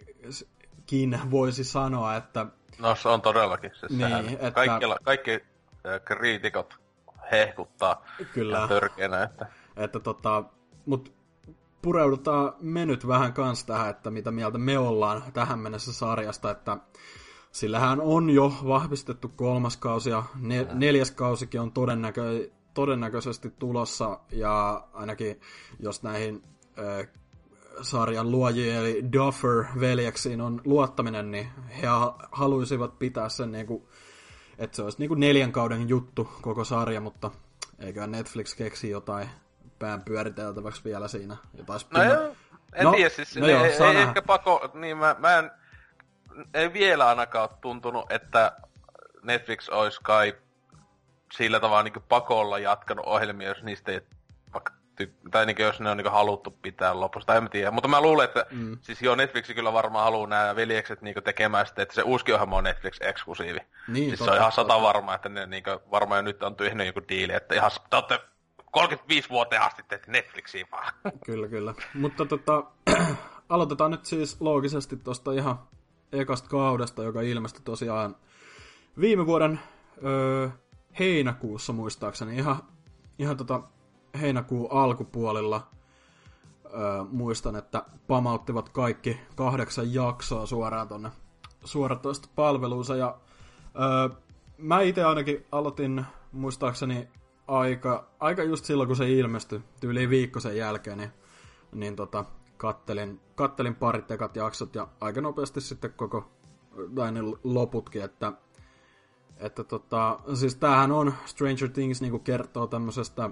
voisi sanoa, että... No se on todellakin, se niin, sehän, että... kaikki, kaikki äh, kriitikot hehkuttaa kyllä, törkeänä, että... että tota, mut pureudutaan me nyt vähän kans tähän, että mitä mieltä me ollaan tähän mennessä sarjasta, että sillähän on jo vahvistettu kolmas kausi ja ne, neljäs kausikin on todennäköisesti todennäköisesti tulossa, ja ainakin jos näihin äh, sarjan luojien eli Duffer-veljeksiin on luottaminen, niin he haluaisivat pitää sen, niinku, että se olisi niinku neljän kauden juttu koko sarja, mutta eiköhän Netflix keksi jotain pään pyöriteltäväksi vielä siinä. Jotain no joo, en no, tiedä, siis no joo, ei, ei ehkä pako, niin mä, mä en, ei vielä ainakaan ole tuntunut, että Netflix olisi kai sillä tavalla niin pakolla jatkanut ohjelmia, jos niistä ei vaikka ty- tai niin jos ne on niin haluttu pitää lopusta, en tiedä. Mutta mä luulen, että mm. siis joo, Netflix kyllä varmaan haluaa nämä veljekset niin tekemään sitä, että se uusi ohjelma on Netflix-eksklusiivi. Niin, siis totta, se on ihan sata varma, että ne niin varmaan nyt on tyhnyt joku diili, että ihan te olette kolmekymmentäviisi vuoteen asti tehty Netflixiin vaan. Kyllä, kyllä. Mutta tota, aloitetaan nyt siis loogisesti tuosta ihan ekasta kaudesta, joka ilmestyi tosiaan viime vuoden öö, heinäkuussa muistaakseni, ihan, ihan tota heinäkuun alkupuolilla. Öö, muistan, että pamauttivat kaikki kahdeksan jaksoa suoraan tonne suoratoista palveluunsa, ja öö, mä itse ainakin aloitin muistaakseni aika, aika just silloin, kun se ilmestyi, tyyliin viikko sen jälkeen, niin, niin tota, kattelin, kattelin parit ekat jaksot, ja aika nopeasti sitten koko, tai ne loputkin, että, että tota, siis tämähän on, Stranger Things niinku kertoo tämmöisestä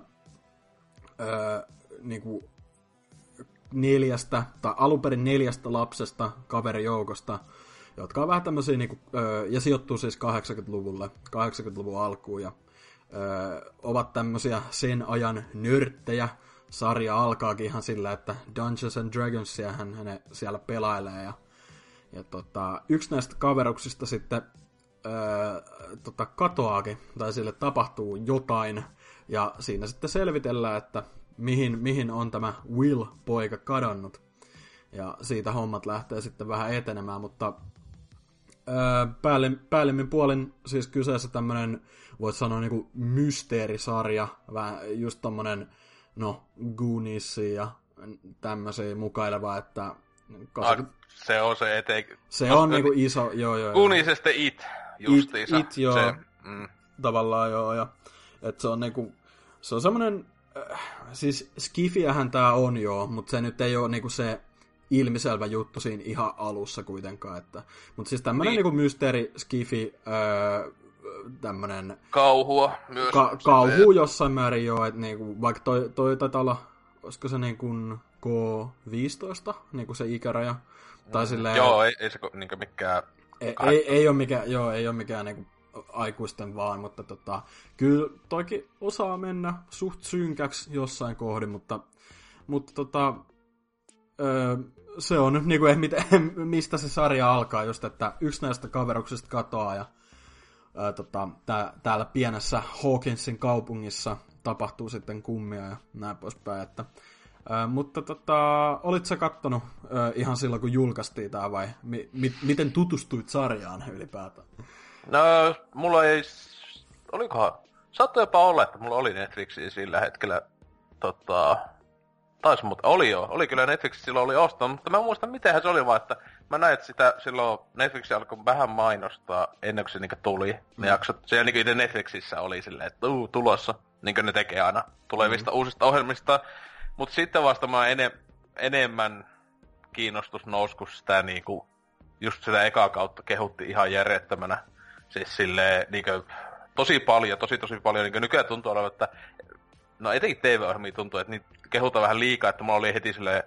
öö, niinku neljästä, tai alunperin neljästä lapsesta kaverijoukosta, jotka on vähän tämmöisiä, niinku, öö, ja sijoittuu siis kahdeksankymmentäluvulle, kahdeksankymmentäluvun alkuun, ja öö, ovat tämmöisiä sen ajan nörttejä. Sarja alkaakin ihan sillä, että Dungeons and Dragonsia hän, hän siellä pelailee, ja, ja tota, yksi näistä kaveruksista sitten öö, tota, katoaakin, tai sille tapahtuu jotain, ja siinä sitten selvitellään, että mihin, mihin on tämä Will-poika kadonnut. Ja siitä hommat lähtee sitten vähän etenemään, mutta öö, päälle, päällimmin puolin siis kyseessä tämmönen, voit sanoa niinku mysteerisarja, vähän just tommonen, no, Gooniesiin ja tämmöisiä mukailevaa, että kaksikymmentä... ah, se on se eteen... Se on niinku iso, joo joo. Gooniesista It, justiinsa. It, it joo, se, mm. tavallaan joo, ja että se on niinku, se on semmonen, äh, siis skifiähän tää on joo, mutta se nyt ei oo niinku se ilmiselvä juttu siinä ihan alussa kuitenkaan, että, mutta siis tämmönen niin. niinku mysteeri, skifi, öö, tämmönen... Kauhua myös. Ka- kauhua jossain määrin joo, että niinku, vaikka toi, toi taitaa olla, olisiko se niinku K viisitoista, niinku se ikäraja, mm. tai silleen... Joo, ei, ei se niinku mikään... Ei, ei, ei oo mikään, joo, ei oo mikään niinku aikuisten vaan, mutta tota, kyllä toikin osaa mennä suht synkäksi jossain kohdin, mutta, mutta tota... Öö, se on nyt niinku, mistä se sarja alkaa, just että yksi näistä kaveruksista katoaa ja ää, tota, tää, täällä pienessä Hawkinsin kaupungissa tapahtuu sitten kummia ja näin poispäin. Että, ää, mutta tota, olit sä kattonut ää, ihan silloin, kun julkaistiin tää vai mi- mi- miten tutustuit sarjaan ylipäätään? No, mulla ei... Olikohan... Saattoi jopa olla, että mulla oli Netflixiä sillä hetkellä tota... Taisi, mutta oli jo. Oli kyllä Netflix silloin oli ostanut, mutta mä muistan mitenhän se oli vaan, että mä näin, että sitä silloin Netflix alkoi vähän mainostaa ennen kuin se niinku tuli. Mm. Ne jaksot, se niinku itse Netflixissä oli silleen, että uu, tulossa, niin kuin ne tekee aina tulevista mm. uusista ohjelmista. Mutta sitten vasta mä ene, enemmän kiinnostus nousi, kun sitä niinku, just sitä ekaa kautta kehutti ihan järjettömänä. Siis silleen niinku, tosi paljon, tosi tosi paljon, niin nykyään tuntuu olevan, että no etenkin T V-ohjelmia tuntuu, että niitä kehutaan vähän liikaa, että mulla oli heti silleen,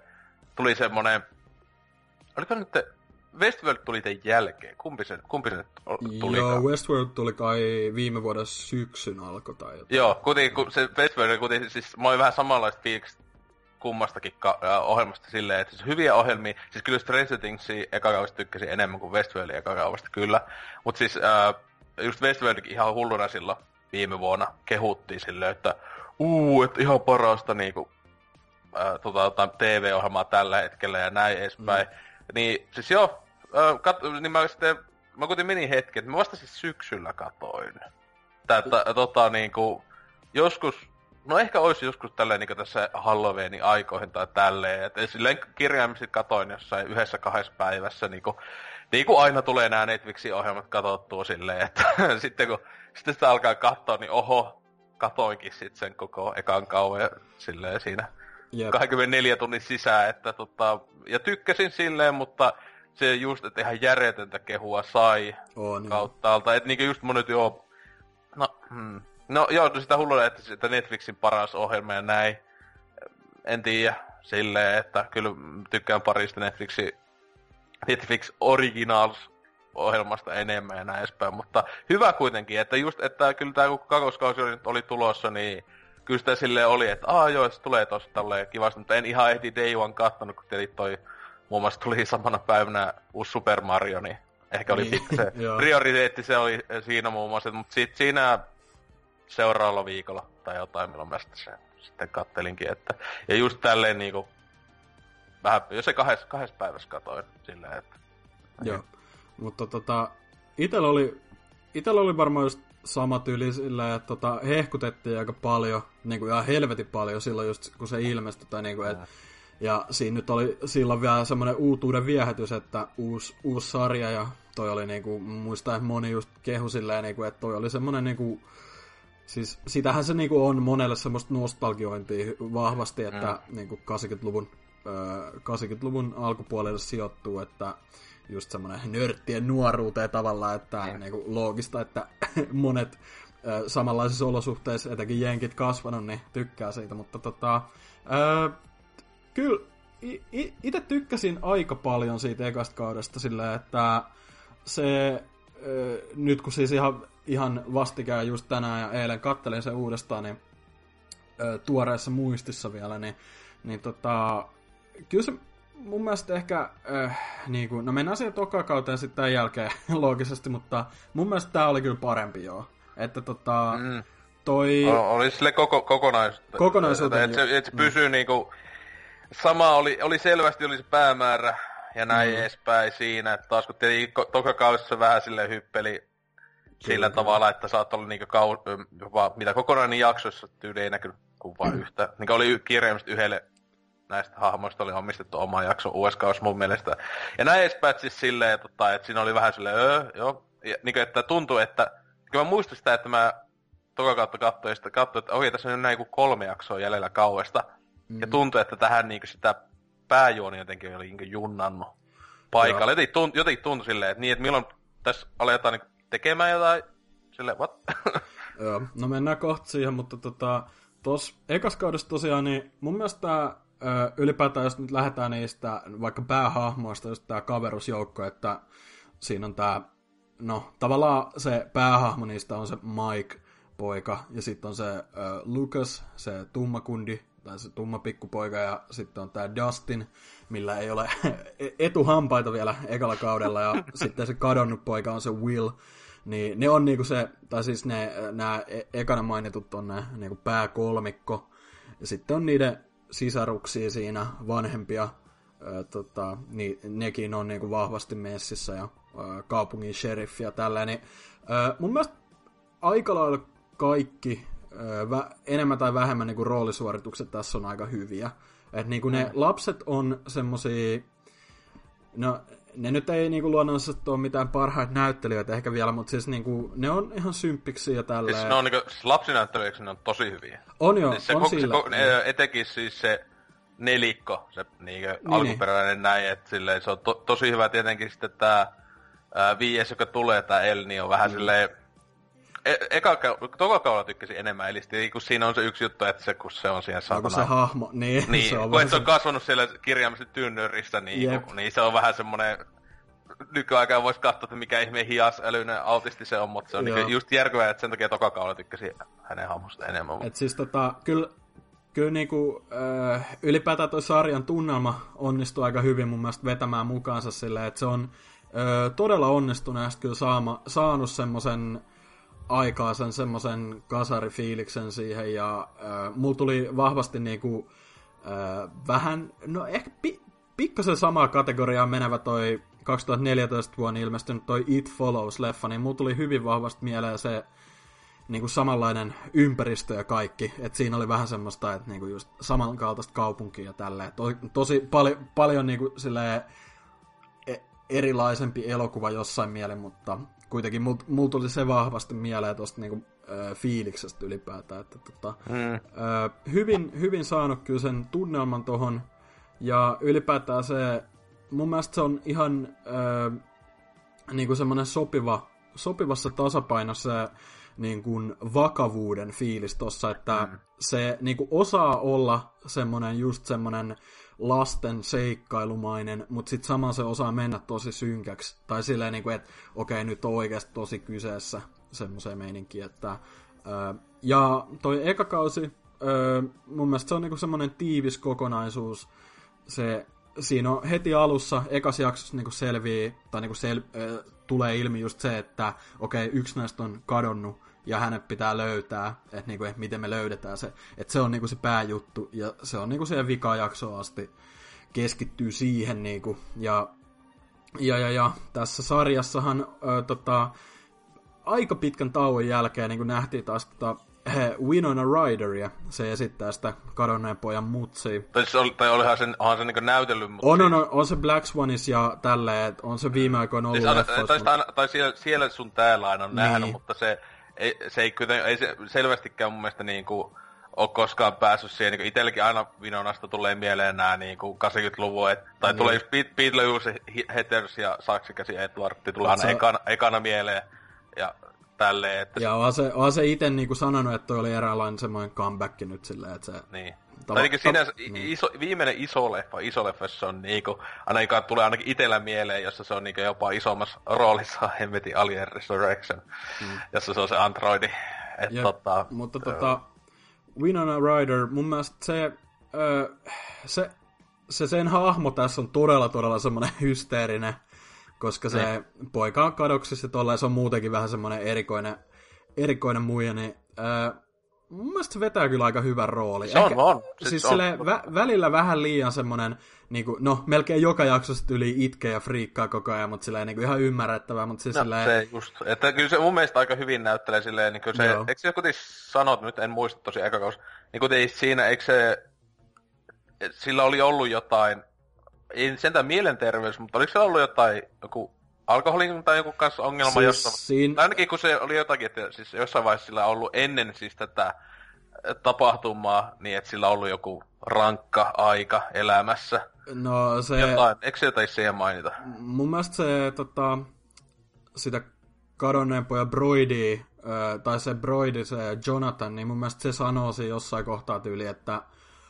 tuli semmonen, oliko nyt, Westworld tuli tämän jälkeen, kumpi se, kumpi se tuli? Joo, Westworld tuli kai viime vuoden syksyn alkoi tai jotain. Joo, kuitenkin kun se Westworld, kuitenkin, siis mä olin vähän samanlaista fiilikset kummastakin ka- äh, ohjelmasta silleen, että siis hyviä ohjelmia, siis kyllä Stranger Thingsia eka kaudesta tykkäsin enemmän kuin Westworldia eka kaudesta kyllä, mut siis äh, just Westworldikin ihan hulluna silloin viime vuonna kehuttiin silleen, että uu, että ihan parasta niinku äh, tota, T V-ohjelmaa tällä hetkellä ja näin edespäin. Mm. Niin siis joo, äh, kat- niin mä sitten, mä kuitenkin menin hetken, että mä vasta siis syksyllä katoin. Tää, t- tota niinku, joskus, no ehkä olisi joskus tälleen niinku tässä Halloweenin aikoihin tai tälleen, että silleen kirjaimisesti katoin jossain yhdessä kahdessa päivässä, niinku, niin kuin aina tulee nämä Netflixin ohjelmat katsottua silleen, että sitten kun sitten sitä alkaa katsoa, niin oho, katoinkin sit sen koko ekan kauan silleen siinä yep. kaksikymmentäneljä tunnin sisään, että tota, ja tykkäsin silleen, mutta se just, että ihan järjetöntä kehua sai oh, niin. kauttaalta, että niinku just monet joo, no, hmm. no joo, sitä hulluna, että sitä Netflixin paras ohjelma ja näin, en tiedä, silleen, että kyllä tykkään parista Netflixin, Netflix Originals ohjelmasta enemmän ja näin edespäin, mutta hyvä kuitenkin, että just, että kyllä tää kun kakoskausi oli, oli tulossa, niin kyllä sitä silleen oli, että aah joo, se tulee tosta tolleen kivasti, mutta en ihan ehti Day One kattonut, kun tietysti toi muun muassa tuli samana päivänä uusi Super Mario, niin ehkä oli niin, se prioriteetti, se oli siinä muun muassa, mutta sit siinä seuraavalla viikolla tai jotain, milloin mä sitten, sen, sitten kattelinkin, että ja just tälleen niinku vähän, jos se kahdessa, kahdessa päivässä katoin silleen, että... Joo, mutta tota, itellä oli, itellä oli varmaan just sama tyyli silleen, että tota, hehkutettiin aika paljon, niinku ihan helvetin paljon silloin just kun se ilmestyi, tai niinku, et, ja siinä nyt oli silloin vielä semmoinen uutuuden viehätys, että uusi, uusi sarja, ja toi oli niinku, muistan, että moni just kehu silleen, niinku, että toi oli semmoinen niinku, siis sitähän se niinku on monelle semmoista nostalgiointia vahvasti, että mm. niinku kahdeksankymmentäluvun, öö, kahdeksankymmentäluvun alkupuolelle sijoittuu, että just semmoinen nörttien nuoruuteen tavallaan, että mm. niinku loogista, että monet ö, samanlaisissa olosuhteissa, etenkin jenkit kasvanut, niin tykkää siitä, mutta tota, ö, kyllä itse tykkäsin aika paljon siitä ekasta kaudesta silleen, että se ö, nyt kun siis ihan, ihan vastikään just tänään ja eilen kattelin sen uudestaan, niin ö, tuoreessa muistissa vielä, niin, niin tota, kyllä se mun mielestä ehkä, äh, niin kuin, no mennään siihen toka kauteen sitten tämän jälkeen loogisesti, mutta mun mielestä tää oli kyllä parempi joo. Että tota, mm. toi... O, oli sille koko, kokonaisuutta. Kokonaisuuteen. Että et se, et se pysyy mm. niinku, sama oli, oli selvästi oli se päämäärä ja näin mm. edespäin siinä, että taas kun tietenkin toka kaudessa vähän silleen hyppeli kyllä, sillä kyllä. tavalla, että saat olla niinku kau, jopa mitä kokonainen jaksoissa tyyli ei näkynyt kuin vain mm. yhtä. Niin oli kirjaimisesti yhdelle näistä hahmoista oli omistettu oma jakso U S K:ssa mun mielestä. Ja näin edespäin siis silleen, että, että siinä oli vähän silleen, öö, joo. Ja, niin kuin, että tuntui, että... Kyllä mä muistin sitä, että mä toka kautta katsoin sitä, katsoin, että ohi, tässä on näin kuin kolme jaksoa jäljellä kauesta. Mm. Ja tuntui, että tähän niin kuin sitä pääjuoni jotenkin oli niin kuin junnannut paikalle. Jotenkin tuntui, jotenkin tuntui silleen, että niin, että milloin tässä aletaan niin tekemään jotain, silleen, what? Joo, no mennään kohta siihen, mutta tota, tuossa ekas kaudessa tosiaan, niin mun mielestä Öö, ylipäätään, jos nyt lähdetään niistä vaikka päähahmoista, just tää kaverusjoukko, että siinä on tää, no tavallaan se päähahmo niistä on se Mike-poika, ja sitten on se öö, Lucas, se tummakundi, tai se tumma pikkupoika, ja sitten on tää Dustin, millä ei ole etuhampaita vielä ekalla kaudella, ja sitten se kadonnut poika on se Will, niin ne on niinku se, tai siis ne, nää ekana mainitut on nää niinku pääkolmikko, ja sitten on niiden sisaruksia siinä, vanhempia, ää, tota, niin nekin on niinku vahvasti messissä ja ää, kaupungin sheriffi ja tälleen, niin ää, mun mielestä aika lailla kaikki ää, vä- enemmän tai vähemmän niinku roolisuoritukset tässä on aika hyviä. Et niinku ne lapset on semmosia, no ne nyt ei niinku luonnollisesti ole mitään parhaita näyttelijöitä ehkä vielä, mutta siis niinku, ne on ihan symppiksi ja tälleen. Siis ne on niinku, siis lapsinäyttelijöiksi ne on tosi hyviä. On joo, siis se on koko, sillä. Se, ne, etenkin siis se nelikko, se niinku niin, alkuperäinen niin. Näin, että silleen se on to, tosi hyvä tietenkin sitten tää ää, viies, joka tulee, tää Elni on vähän mm. silleen, e, eka, toka kaudella tykkäsin enemmän, eli kun siinä on se yksi juttu, että se, kun se on siihen saatana... No, se hahmo, niin. Niin, se on kun se on kasvanut siellä kirjaimisesti tynnyrissä, niin, kun, niin se on vähän semmonen... Nykyaikaan voisi katsoa, että mikä ihmeen hiasälyinen autisti se on, mutta se on niin just järkevää, että sen takia toka kaudella tykkäsin hänen hahmosta enemmän. Et siis tota, kyllä, kyllä niinku, äh, ylipäätään toi sarjan tunnelma onnistuu aika hyvin mun mielestä vetämään mukaansa silleen, että se on äh, todella onnistuneesti kyllä saama, saanut semmosen aikaa sen semmosen kasarifiiliksen siihen, ja äh, mulla tuli vahvasti niinku äh, vähän, no ehkä pi, pikkasen samaa kategoriaa menevä toi kaksituhattaneljätoista vuonna ilmestynyt toi It Follows-leffa, niin mulla tuli hyvin vahvasti mieleen se niinku samanlainen ympäristö ja kaikki, että siinä oli vähän semmoista, että niinku just samankaltaista kaupunkia ja tälleen. To, tosi pali, paljon niinku silleen erilaisempi elokuva jossain mielin, mutta kuitenkin mulla mul tuli se vahvasti mieleen tosta niinku äh, fiiliksestä ylipäätään, että tota, mm. äh, hyvin, hyvin saanut kyllä sen tunnelman tohon, ja ylipäätään se, mun mielestä se on ihan äh, niinku semmoinen sopiva, sopivassa tasapainossa niin kuin vakavuuden fiilis tossa, että mm. se niin kuin osaa olla semmoinen just semmoinen lasten seikkailumainen, mutta sitten samalla se osaa mennä tosi synkäksi. Tai silleen, niin kuin, että okei, nyt on oikeasti tosi kyseessä semmoiseen meininkiin. Että, ää, ja toi eka kausi, ää, mun mielestä se on niin kuin semmoinen tiivis kokonaisuus. Se, siinä on heti alussa, ekas jaksossa niin kuin selvii, tai niin kuin sel, ää, tulee ilmi just se, että okei, yksi näistä on kadonnut, ja hänet pitää löytää, että niinku, et miten me löydetään se. Että se on niinku se pääjuttu, ja se on niinku siihen vikajaksoon asti keskittyy siihen niinku, ja, ja, ja, ja tässä sarjassahan ö, tota, aika pitkän tauon jälkeen niin nähtiin taas tota, Winona Ryderia, se esittää sitä kadonneen pojan mutsia. Tai, siis oli, tai olihan sen, onhan se niin näytellyt mutsia. On, on, on, on se Black Swanissa ja tälleen, on se viime aikoina ollut siis leffoissa. Tai, mutta... tai, tai siellä, siellä sun täällä aina on niin. nähnyt, mutta se ei, se ei, kyllä, ei se selvästikään mun mielestä niinku ole koskaan päässyt siihen. Niin itselläkin aina Winonasta tulee mieleen nämä niinku kahdeksankymmentäluvun, et, tai niin. tulee just Beetlejuice, Heathers ja Saksikäsi Edwardti tulee aina se... ekana, ekana mieleen. Ja tälleen, että... Ja onhan se, onhan se ite niinku sanonut, että toi oli eräänlainen semmoinen comeback nyt silleen, että se... Niin. Tava... Tai niin sinänsä niin. iso, viimeinen iso leffa, iso leffa, se on niinku... Ainakaan tulee ainakin itellä mieleen, jossa se on niinku jopa isommassa roolissa hemmetin Alien Resurrection, hmm. jossa se on se androidi. Et Jep, tota... Mutta tota... Winona Ryder, mun mielestä se... Öö, se, se sen hahmo tässä on todella, todella semmoinen hysteerinen. Koska se ne. poika on kadoksissa ja tolleen, se on muutenkin vähän semmoinen erikoinen, erikoinen muija, niin ää, mun mielestä se vetää kyllä aika hyvän rooli. Se on, Ehkä, on. Siis, siis on. Silleen, vä- välillä vähän liian semmoinen, niin kuin, no melkein joka jaksossa yli itkee ja friikkaa koko ajan, mutta silleen niin kuin ihan ymmärrettävää. Mutta siis no, silleen... se just, että kyllä se mun mielestä aika hyvin näyttelee silleen, niin kuin se, Joo. eikö se joku sanot, nyt en muista tosi eka kaus, niin kuin siinä, eikö se, sillä oli ollut jotain, ei sentään mielenterveys, mutta oliko se ollut jotain, joku alkoholin tai joku kanssa ongelma siis jossain? Siinä... Ainakin kun se oli jotakin, että siis jossain vaiheessa sillä on ollut ennen siis tätä tapahtumaa, niin että sillä on ollut joku rankka aika elämässä. No se... Jotain, eikö se jotain siihen mainita? Mun mielestä se, tota, sitä kadonneen pojan Broidia, tai se Broidi, se Jonathan, niin mun mielestä se sanoo siinä jossain kohtaa tyyli, että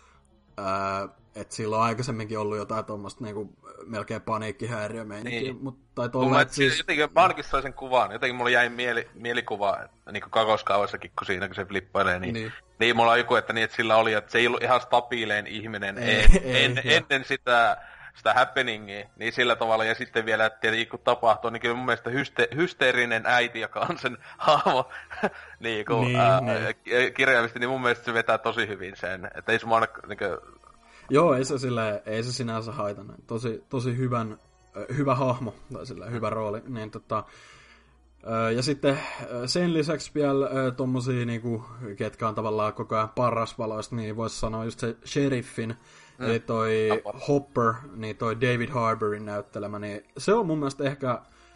että sillä on aikaisemminkin ollut jotain tuommoista niinku melkein paniikkihäiriömeininkiä, niin. mutta tai tolle, että siis... Jotenkin, mä ainakin sain sen kuvan, jotenkin mulla jäi mieli, mielikuva, niinku kakoskaavassakin, kun siinä kun se flippailee, niin, niin. niin mulla on joku, että, niin, että sillä oli, että se ei ollut ihan stabiilein ihminen ei, en, ei, en, ennen sitä, sitä happeningia, niin sillä tavalla, ja sitten vielä, että tietenkin kun tapahtuu, niin kyllä mun mielestä hyste, hysteerinen äiti, joka on sen hahmo, niin, kun, niin, ää, niin. kirjaimisesti, niin mun mielestä se vetää tosi hyvin sen, että ei se mua aina, niin kuin, Joo, ei se, silleen, ei se sinänsä haitannut. Tosi, tosi hyvän, äh, hyvä hahmo, tai silleen, hyvä rooli. Niin, tota, äh, ja sitten äh, sen lisäksi vielä äh, tommosia, niinku, ketkä on tavallaan koko ajan parasvaloista, niin voisi sanoa just se sheriffin, mm. eli toi Appa. Hopper, niin toi David Harbourin näyttelemä, niin se on mun mielestä ehkä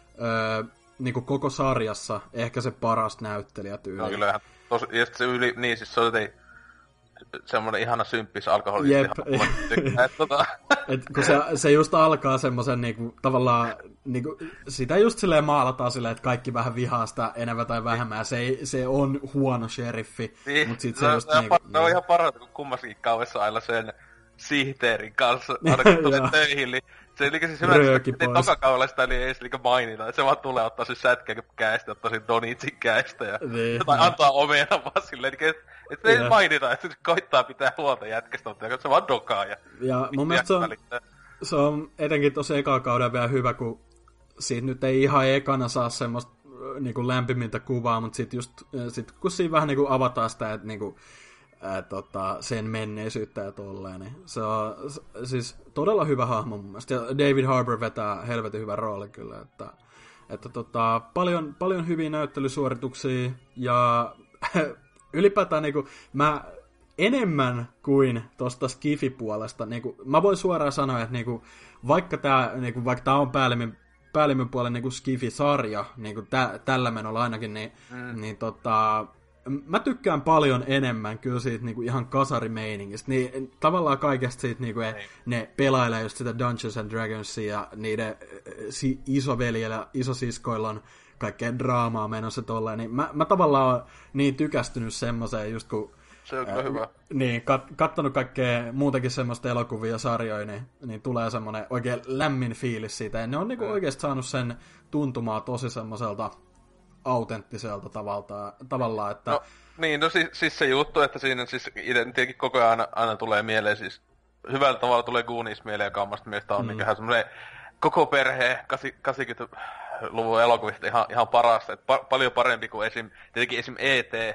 äh, niinku koko sarjassa ehkä se paras näyttelijätyyli. No kyllähän, tosi, ja se yli, niin siis se oli semmoinen ihana symppis alkoholisti. Jep. Tykkää, tota. Et kun se, se just alkaa semmoisen niinku, tavallaan, niinku, sitä just silleen maalataan silleen, että kaikki vähän vihaa sitä enemmän tai vähemmän. Se, ei, se on huono sheriffi, niin. Mut sit se, se just on, niinku... Ne on ihan parhaita, kun kummassakin kauessa aina sen sihteerin kanssa, aina kun tulee töihin, niin se eli siis hyvä, että tokakaudella sitä ei edes mainita, että se vaan tulee ottaa sen sätkän käestä, ottaa sen Donitsin käestä ja niin, jotain no. antaa omena vaan silleen, että et ei mainita, että se koittaa pitää huolta jätkästä, mutta se vaan dokaa ja... Ja mun mielestä se on, se on etenkin tosi ekaa kauden vielä hyvä, kun siitä nyt ei ihan ekana saa semmoista niinku lämpimintä kuvaa, mutta sit just, sit kun siinä vähän niinku avataan sitä, että niinku Ää, tota, sen menneisyyttä ja tolleen, niin se on siis todella hyvä hahmo mun mielestä. Ja David Harbour vetää helvetin hyvän roolin kyllä, että, että tota, paljon, paljon hyviä näyttelysuorituksia ja ylipäätään niinku, mä enemmän kuin tosta Skifi-puolesta, niinku, mä voin suoraan sanoa, että niinku, vaikka tää, niinku, vaikka tää on päällimmin, päällimmin puolen niinku Skifi-sarja, niinku tä, tällä menolla ainakin, niin, mm. niin tota... Mä tykkään paljon enemmän kyllä siitä niinku ihan kasarimeiningistä. Niin, tavallaan kaikesta siitä, niinku, et, ne pelailee just sitä Dungeons and Dragonsia ja niiden si- isoveljellä ja isosiskoilla on kaikkea draamaa menossa tolleen. Niin mä, mä tavallaan oon niin tykästynyt semmoiseen just kun... Se on äh, hyvä. Niin, kat, kattonut kaikkea muutenkin semmoista elokuvia ja sarjoja, niin, niin tulee semmoinen oikein lämmin fiilis siitä. Ja ne on niinku mm. oikeasti saanut sen tuntumaan tosi semmoiselta... autenttiselta tavalta, tavallaan, että... No, niin, no siis, siis se juttu, että siinä siis tietenkin koko ajan aina, aina tulee mieleen, siis hyvällä tavalla tulee Goonies mieleen, joka omasta mielestä on mm. niin semmoinen koko perhe kahdeksankymmentäluvun elokuvista ihan, ihan parasta, että pa- paljon parempi kuin esim, tietenkin esim. E T,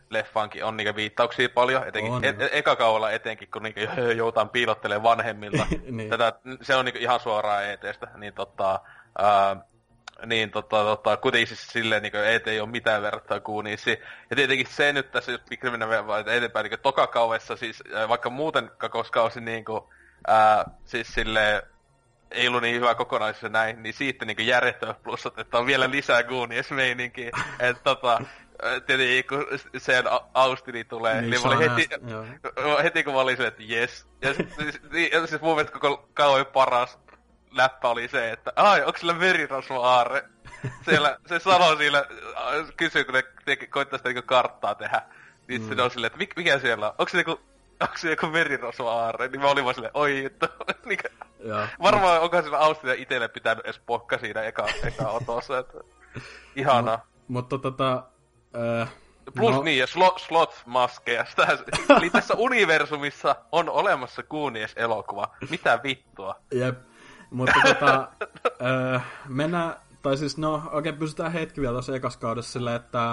leffaankin on niinku viittauksia paljon, etenkin On, e- e- eka kaudella etenkin, kun niinku joutaan piilottelemaan vanhemmilta. Niin. Tätä, se on niinku ihan suoraan E T:stä, niin tota... Ää, niin tota, tota, kuitenkin siis silleen niinku E T ei oo mitään verrattaa Gooniesiin. Ja tietenkin se nyt tässä, jos pikkuisen mennään vielä eteenpäin, niinku tokakaudessa siis, vaikka muuten kakoskausi niinku, ää, siis silleen, ei ollut niin hyvä kokonaisuus ja näin, niin siitä niinku järjettömät plussat, että on vielä lisää Goonies-meininkiä. Että tota, tietenkin kun sen Austini tulee, niin, niin mä olin heti, heti kun mä olin silleen, että jes. Ja siis, niin, siis mun mielestä koko kauan paras läppä oli se, että ai, onko sillä merirosvo-aarre? Siellä, se sanoi siellä, kysyi, kun ne te, koittaa sitä niinku karttaa tehdä, niin mm. se on silleen, että mik, mikä siellä on? Onko se niinku, onko se joku merirosvo-aarre? Niin mä olin vaan silleen, oi, että niinku, varmaan onkohan sillä Austina itelle pitänyt edes pokka siinä eka, eka otossa, että ihanaa. Mut, mutta tota... Äh, Plus no... niin, ja slot, slot-maskeja. Eli tässä universumissa on olemassa Goonies-elokuva. Mitä vittua? Jep. Mutta tota, öö, mennään, tai siis no, okei, okay, pysytään hetki vielä tuossa ekas kaudessa silleen, että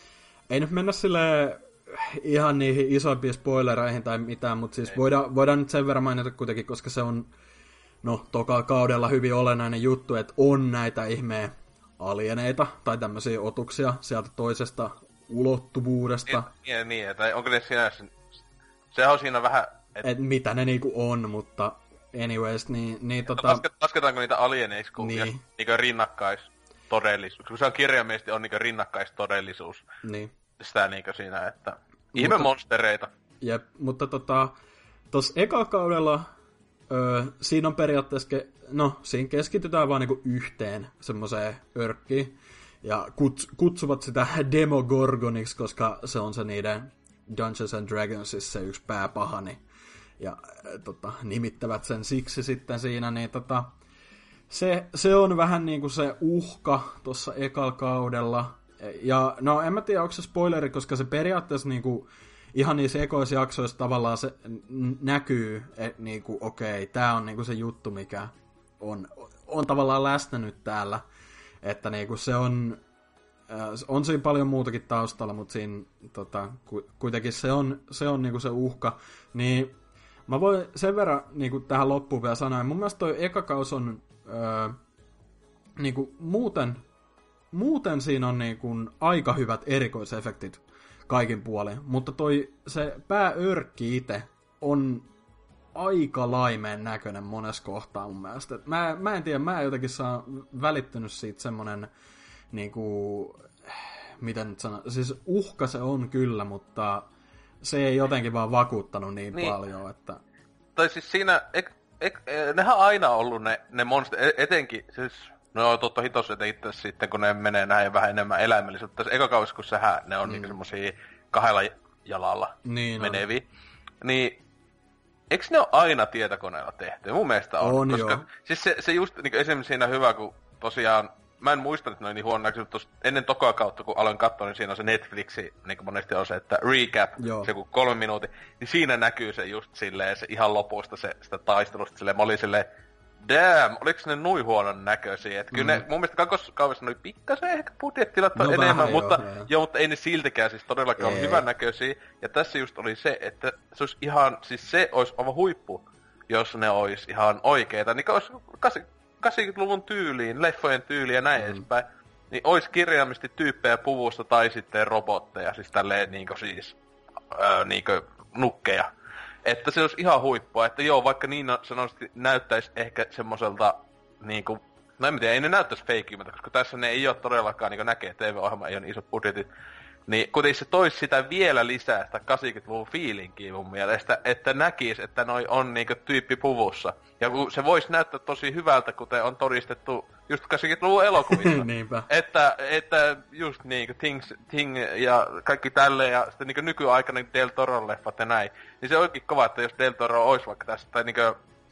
ei nyt mennä silleen ihan niihin isoimpiin spoilereihin tai mitään, mutta siis voidaan, voidaan nyt sen verran mainita kuitenkin, koska se on, no, toka kaudella hyvin olennainen juttu, että on näitä ihmeen alieneita tai tämmöisiä otuksia sieltä toisesta ulottuvuudesta. Niin, niin, että onko ne siinä, sehän on siinä vähän... Et... Et mitä ne niinku on, mutta... Anyways, niin... niin tota... Lasket, lasketaanko niitä alieneiksi kuin niin. Niinku rinnakkaistodellisuus? Kun se on kirjaimellisesti on niinku rinnakkaistodellisuus. Niin. Sitä niinku siinä, että... Ihme monstereita. Jep, mutta tota... Tossa eka kaudella... Öö, siinä on periaatteessa... Ke... No, siinä keskitytään vaan niinku yhteen semmoseen örkkiin. Ja kuts, kutsuvat sitä Demogorgoniksi, koska se on se niiden Dungeons and Dragonsissa se yksi pääpahani. Ja äh, tota, nimittävät sen siksi sitten siinä, niin tota, se, se on vähän niinku se uhka tuossa ekalla kaudella. Ja no en mä tiedä, onko se spoileri, koska se periaatteessa niinku, ihan niissä ekoisjaksoissa tavallaan se n- näkyy, että niinku, okei, tää on niinku se juttu, mikä on, on tavallaan läsnä nyt täällä. Että niinku se on, äh, on siinä paljon muutakin taustalla, mutta siinä tota, ku, kuitenkin se on, se on niinku se uhka. Niin mä voin sen verran niinku tähän loppuun vielä sanoa, että mun mielestä toi eka kaus on äh, niinku muuten, muuten siinä on niinku aika hyvät erikoisefektit kaikin puolin, mutta toi se pääörkki itse on aika laimeen näköinen monessa kohtaa mun mielestä. Mä, mä en tiedä, mä en jotenkin saa välittynyt siitä semmonen niinku, miten nyt sanon, siis uhka se on kyllä, mutta se ei jotenkin vaan vakuuttanut niin, niin. paljon, että... Tai siis siinä, ek, ek, nehän on aina ollut ne, ne monsterit, etenkin, siis, no totta hitos, että itse sitten kun ne menee näin vähän enemmän eläimellisyyttä. Tässä eka kaudessa, kun sehän, ne on mm. niinku semmosia kahdella jalalla niin meneviä, niin eikö ne ole aina tietokoneella tehty? Mun mielestä on. On koska, joo. Siis se, se just niin esimerkiksi siinä hyvä, kun tosiaan, mä en muista, että ne on niin huono näkynyt tuossa ennen tokaa kautta, kun aloin katsoa, niin siinä on se Netflixi, niin kuin monesti on se, että recap, joo. Se kun kolme minuutin, niin siinä näkyy se just silleen, se ihan lopusta se, sitä taistelusta silleen, mä olin silleen, damn, oliko ne nui huonon näköisiä? Että kyllä mm. ne, mun mielestä kakkoskaudessa oli pikkasen ehkä budjettilattu no, enemmän, mutta, joo, joo, mutta ei ne siltikään siis todellakaan ole hyvän näköisiä. Ja tässä just oli se, että se olisi ihan, siis se olisi aivan huippu, jos ne olisi ihan oikeita. Niin olisi kahdeksankymmentäluvun tyyliin, leffojen tyyliin ja näin mm. edespäin. Niin olisi kirjaimisesti tyyppejä puvusta tai sitten robotteja, siis tälleen niinkö siis, öö, niinkö nukkeja. Että se olisi ihan huippua, että joo, vaikka niin sanoisesti näyttäisi ehkä semmoiselta niinku, no en tiedä, ei ne näyttäisi feikiltä, koska tässä ne ei ole todellakaan, niinku näkee, T V-ohjelma ei ole niin isot budjetit, niin kuitenkin se toisi sitä vielä lisää, sitä kahdeksankymmentäluvun fiilinkiä mun mielestä, että näkisi, että noi on niinku tyyppi puvussa. Ja kun se voisi näyttää tosi hyvältä, kuten on todistettu just kahdeksankymmentäluvun elokuvissa. Niinpä. Että, että just niinku Things, Thing ja kaikki tälleen ja sitten niinku nykyaikana Del Toron leffat ja näin. Niin se onkin kova, että jos Del Toro olisi vaikka tässä tai niinku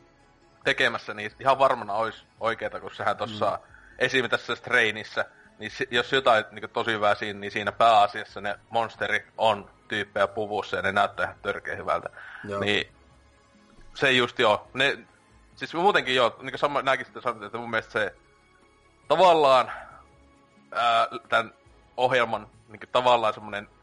tekemässä, niin ihan varmana olisi oikeeta, kun sehän tossa mm. esim. Tässä Strainissä, niin jos jotain niin tosi hyvää siinä, niin siinä pääasiassa ne monsterit on tyyppejä puvussa ja ne näyttää ihan törkeä hyvältä. Joo. Niin se just joo. Ne, siis muutenkin joo, niin kuin nääkin sitten sanoit, että mun mielestä se tavallaan ää, tämän ohjelman niin tavallaan semmonen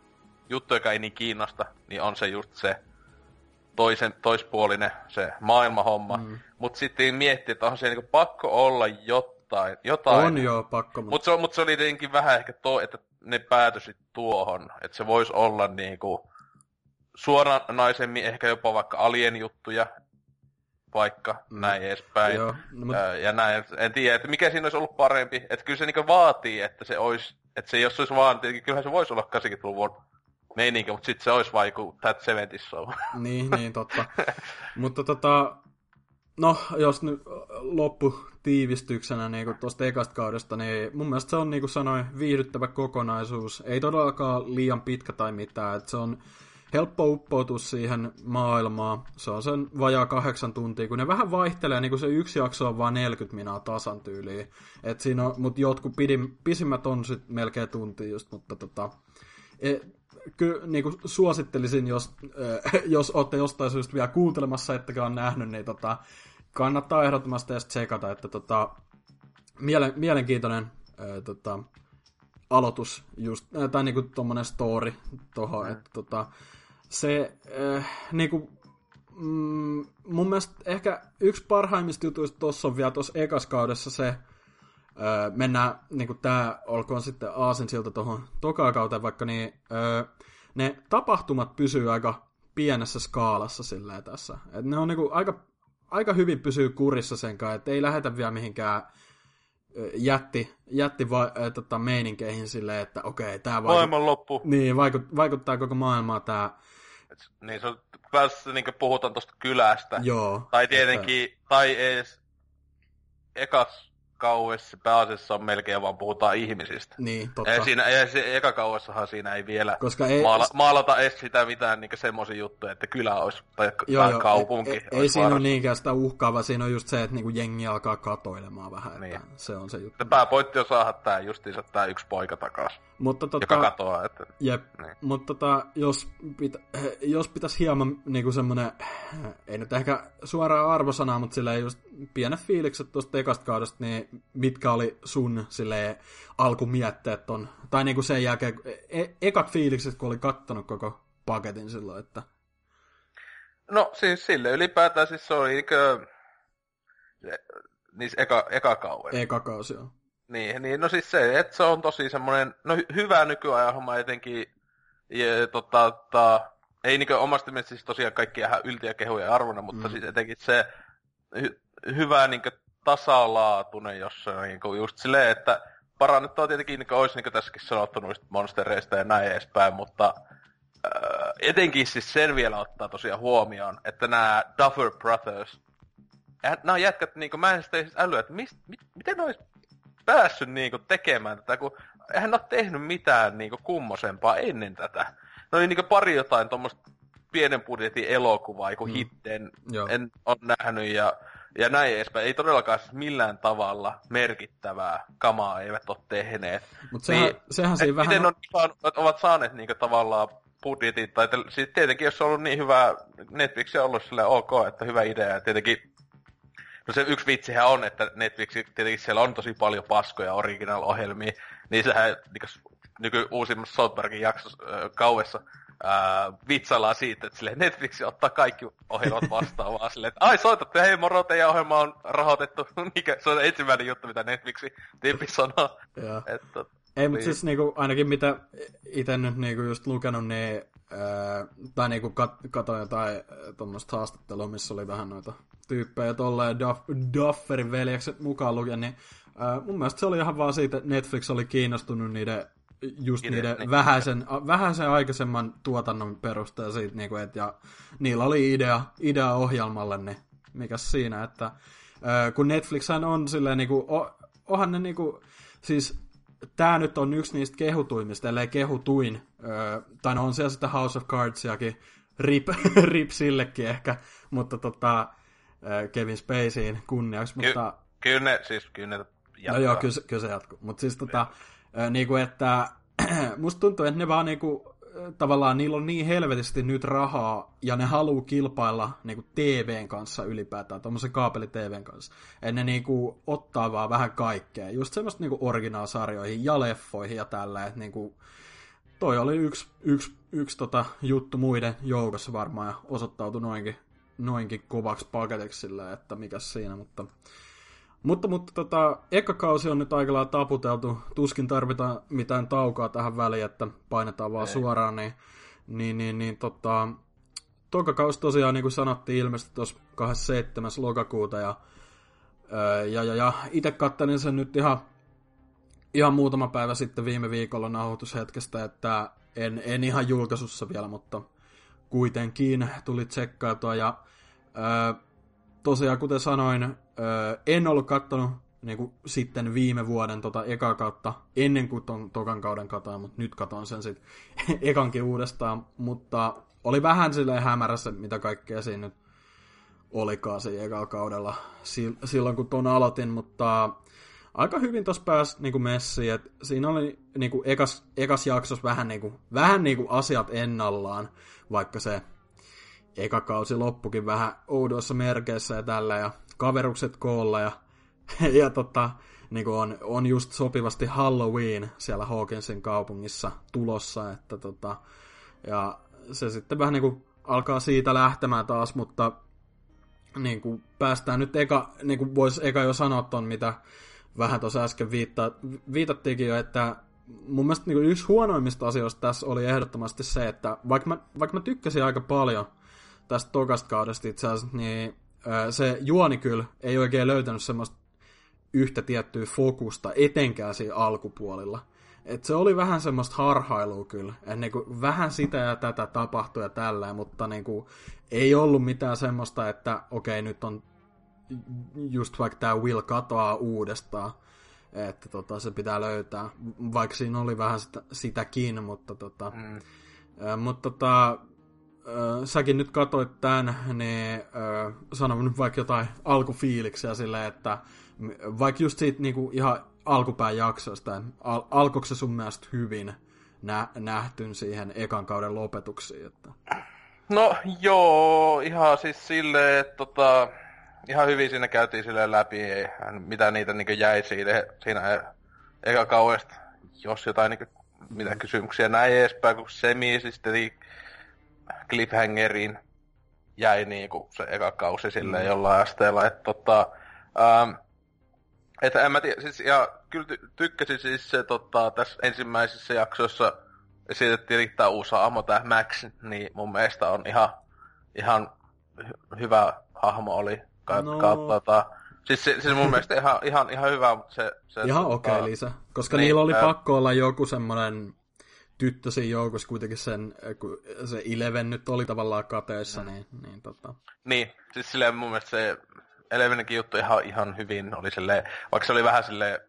juttu, joka ei niin kiinnosta, niin on se just se toisen, toispuolinen, se maailmahomma. Mm. Mut sitten miettii, että onhan se niinku pakko olla jotain. jotain. On joo, pakko. Mut se, mut se oli tietenkin vähän ehkä to, että ne päätysit tuohon. Että se voisi olla niinku suoranaisemmin ehkä jopa vaikka alien-juttuja. Vaikka, mm. näin edespäin. Joo, no, mut... Ja näin, en tiedä, että mikä siinä olisi ollut parempi. Että kyllä se niinku vaatii, että se olisi, että se jos olisi vaan, kyllähän se voisi olla kahdeksankymmentäluvun meininki, mutta sitten se olisi vaan joku That seventies Show. Niin, niin, totta. Mutta tota, no, jos nyt lopputiivistyksenä niin tuosta ekasta kaudesta, niin mun mielestä se on, niin kuin sanoin, viihdyttävä kokonaisuus. Ei todellakaan liian pitkä tai mitään, että se on helppo uppoutua siihen maailmaan. Se on sen vajaa kahdeksan tuntia, kun ne vähän vaihtelee, niin kuin se yksi jakso on vaan neljäkymmentä minaa tasan tyyliin. Et siinä on, mut jotkut pidim, pisimmät on sit melkein tuntia just, mutta tota... E, Kyllä niin kuin suosittelisin, jos, äh, jos olette jostain syystä vielä kuuntelemassa, ettekä ole nähnyt, niin tota, kannattaa ehdottomasti edes tsekata, että tota, mielen, mielenkiintoinen äh, tota, aloitus, just, äh, tai niinku tommonen story tohon, mm. että tota, se äh, niinku, mm, mun mielestä ehkä yksi parhaimmista jutuista tossa on vielä tuossa ekaskaudessa se, Öö, mennään, niin kuin tämä olkoon sitten aasinsilta tuohon tokaan kauteen, vaikka niin, öö, ne tapahtumat pysyy aika pienessä skaalassa silleen tässä. Et ne on niin kuin aika, aika hyvin pysyy kurissa sen kanssa, että ei lähetä vielä mihinkään jätti, jätti va, äh, tota, meininkeihin silleen, että okei, tämä vaikut... maailman loppu. Niin, vaikut, vaikuttaa koko maailmaa tämä. Niin, se on päässä niin puhutaan tuosta kylästä. Joo. Tai tietenkin, että... tai edes ekas kauessa pääasiassa on melkein vaan puhutaan ihmisistä. Niin, totta. Ja siinä, ja se, eka kauessahan siinä ei vielä Koska ei, maala, maalata edes sitä mitään niin semmoisia juttuja, että kylä olisi, tai joo, kaupunki. Ei, ei, ei siinä ole niinkään sitä uhkaa, vaan siinä on just se, että niinku jengi alkaa katoilemaan vähän. Niin. Että se on se juttu. Pääpointti on saada tää justiinsa tää yksi poika takas, mutta tota, joka katoaa. Että... Jep, niin. Mutta tota, jos, pitä, jos pitäisi hieman niinku semmonen, ei nyt ehkä suoraan arvosanaa, mutta silleen just pienet fiilikset tuosta ekasta kaudesta, niin mitkä oli sun silleen alkumietteet on, tai niinku sen jälkeen, e- ekat fiilikset, kun oli kattonut koko paketin silloin, että... No siis sille ylipäätään siis se oli niinkö... Niissä eka, eka kauan. Eka kausi, joo. Niin, niin, no siis se, että se on tosi semmoinen, no hy- hyvä nykyajan homma etenkin, ja, tota, tota, ei niinkö omasta mielestä siis tosiaan kaikki ihan yltiä kehuja ja arvona, mutta mm. siis etenkin se hy- hyvä niinkö tasalaatuinen jossain, niinku just silleen, että parannettua tietenkin niinkö olisi niinkö tässäkin sanottu noista monstereista ja näin edespäin, mutta äh, etenkin siis sen vielä ottaa tosiaan huomioon, että nämä Duffer Brothers, nämä on jätkät, niinku, mä en sitä siis älyä, että mist, mit, miten ne olisi päässyt niinku tekemään tätä, kun eihän ne ole tehnyt mitään niinku kummosempaa ennen tätä. Ne oli niinku pari jotain tuommoista pienen budjetin elokuvaa, joku mm. hitten, en ole nähnyt ja, ja näin edespäin. Ei todellakaan siis millään tavalla merkittävää kamaa eivät ole tehneet. Mut sehän, niin, sehän siinä vähän... Miten on, on, ovat saaneet niinku tavallaan budjetin, tai siis tietenkin jos on ollut niin hyvä, Netflix on ollut silleen ok, että hyvä idea, ja tietenkin no se yksi vitsihän on, että Netflix, tietenkin siellä on tosi paljon paskoja original-ohjelmia, niin sehän niin nyky uusimmassa South Parkin jaksossa äh, kauessa äh, vitsaillaan siitä, että silleen, Netflix ottaa kaikki ohjelmat vastaan vaan silleen, että ai soitatte, hei moro, teidän ohjelma on rahoitettu, se on ensimmäinen juttu, mitä Netflixi tyyppi sanoo. Että, ei, mutta siis niinku, ainakin mitä itse nyt niinku just lukenut, niin Öö, tai niinku kat- katoin jotain tuommoista haastattelua, missä oli vähän noita tyyppejä tolleen Duff- Dufferin veljekset mukaan lukien, niin öö, mun mielestä se oli ihan vaan siitä, että Netflix oli kiinnostunut niiden, just Ide, niiden niin. vähäisen, vähäisen aikaisemman tuotannon perusteella siitä, niinku, et, ja niillä oli idea, idea ohjelmalle, niin mikäs siinä, että öö, kun Netflixhän on silleen niinku, o, onhan ne niinku, siis tää nyt on yksi niistä kehutuimmista, ellei kehutuin. Öö, tai no on siellä sitten House of Cardsiakin, rip, rip sillekin ehkä, mutta tota, Kevin Spaceyin kunniaksi. Ky- mutta... Kyllä ne, siis kyllä ne jatkaa. No joo, kyllä, kyllä se jatkuu. Mutta siis tota, öö, niinku, että musta tuntuu, että ne vaan niinku, tavallaan niillä on niin helvetisti nyt rahaa, ja ne haluu kilpailla niinku T V:n kanssa ylipäätään, tommosen kaapeli-T V:n kanssa. Ja ne niinku ottaa vaan vähän kaikkea. Just semmoista niinku originaalsarjoihin ja leffoihin ja tällä, että niinku, toi oli yksi, yksi, yksi tota juttu muiden joukossa varmaan ja osoittautui noinkin, noinkin kovaksi paketiksi sillä, että mikäs siinä, mutta mutta, mutta tota, eka kausi on nyt aika lailla taputeltu, tuskin tarvitaan mitään taukoa tähän väliin, että painetaan vaan Ei. suoraan, niin, niin, niin, niin tota, toka kausi tosiaan, niin kuin sanottiin, ilmestyi tuossa kahdeskymmenesseitsemäs lokakuuta, ja, ja, ja, ja itse kattelin sen nyt ihan, ihan muutama päivä sitten viime viikolla nauhoitushetkestä, että en, en ihan julkaisussa vielä, mutta kuitenkin tuli tsekkailtua, ja ää, tosiaan kuten sanoin, ää, en ollut kattonut niin kuin sitten viime vuoden tota ekaa kautta ennen kuin ton tokan kauden katoin, mutta nyt katon sen sitten ekankin uudestaan, mutta oli vähän silleen hämärässä, mitä kaikkea siinä nyt olikaan siinä ekalla kaudella silloin, kun ton aloitin, mutta aika hyvin tossa pääsi niin messiin, että siinä oli niin kuin ekas, ekas jaksossa vähän, niin kuin, vähän niin kuin asiat ennallaan, vaikka se eka kausi loppukin vähän oudoissa merkeissä ja tällä, ja kaverukset koolla, ja, ja tota, niin kuin on, on just sopivasti Halloween siellä Hawkinsin kaupungissa tulossa, että tota, ja se sitten vähän niin kuin alkaa siitä lähtemään taas, mutta niin kuin päästään nyt eka, niin kuin voisi eka jo sanoa ton, mitä vähän tuossa äsken viitta, viitattiinkin jo, että mun mielestä niin kuin yksi huonoimmista asioista tässä oli ehdottomasti se, että vaikka mä, vaikka mä tykkäsin aika paljon tästä tokasta kaudesta itse asiassa, niin se juoni kyllä ei oikein löytänyt semmoista yhtä tiettyä fokusta, etenkään siinä alkupuolilla. Et se oli vähän semmoista harhailua kyllä, että niinku vähän sitä ja tätä tapahtui ja tällä, mutta niinku ei ollut mitään semmoista, että okei, nyt on just vaikka tämä Will katoaa uudestaan, että tota, se pitää löytää, vaikka siinä oli vähän sitä, sitäkin, mutta tota, mm. äh, mutta tota, äh, säkin nyt katoit tän, niin äh, sanon nyt vaikka jotain alkufiiliksiä silleen, että vaikka just siitä niinku ihan alkupään jaksoista, al- alkoiko se sun mielestä hyvin nä- nähtyn siihen ekan kauden lopetuksiin? Että... No joo, ihan siis silleen, että tota, ihan hyvin siinä käytiin silleen läpi, mitä niitä niinku jäi siinä, siinä ekan kaudesta, jos jotain niinku, mitä kysymyksiä näin edespäin, kun Semi siis cliffhangeriin jäi niinku se eka kausi silleen mm. jollain asteella, että tota... Ähm, Että en mä tiedä, siis ja kyllä ty- tykkäsin siis se tota, tässä ensimmäisessä jaksossa esitettiin riittää uusi hahmo, tää Max, niin mun mielestä on ihan, ihan hy- hyvä hahmo oli. Ka- no. ka- tota, siis, se, siis mun mielestä ihan, ihan, ihan hyvä, mutta se... se ihan tota, okei okay, lisä, koska niin, niillä oli ää... pakko olla joku semmonen tyttö siinä joukossa kuitenkin sen, kun se Eleven nyt oli tavallaan kateessa, mm. niin, niin tota... Niin, siis silleen mun mielestä se... Elevenenkin juttu ihan, ihan hyvin oli silleen, vaikka se oli vähän silleen...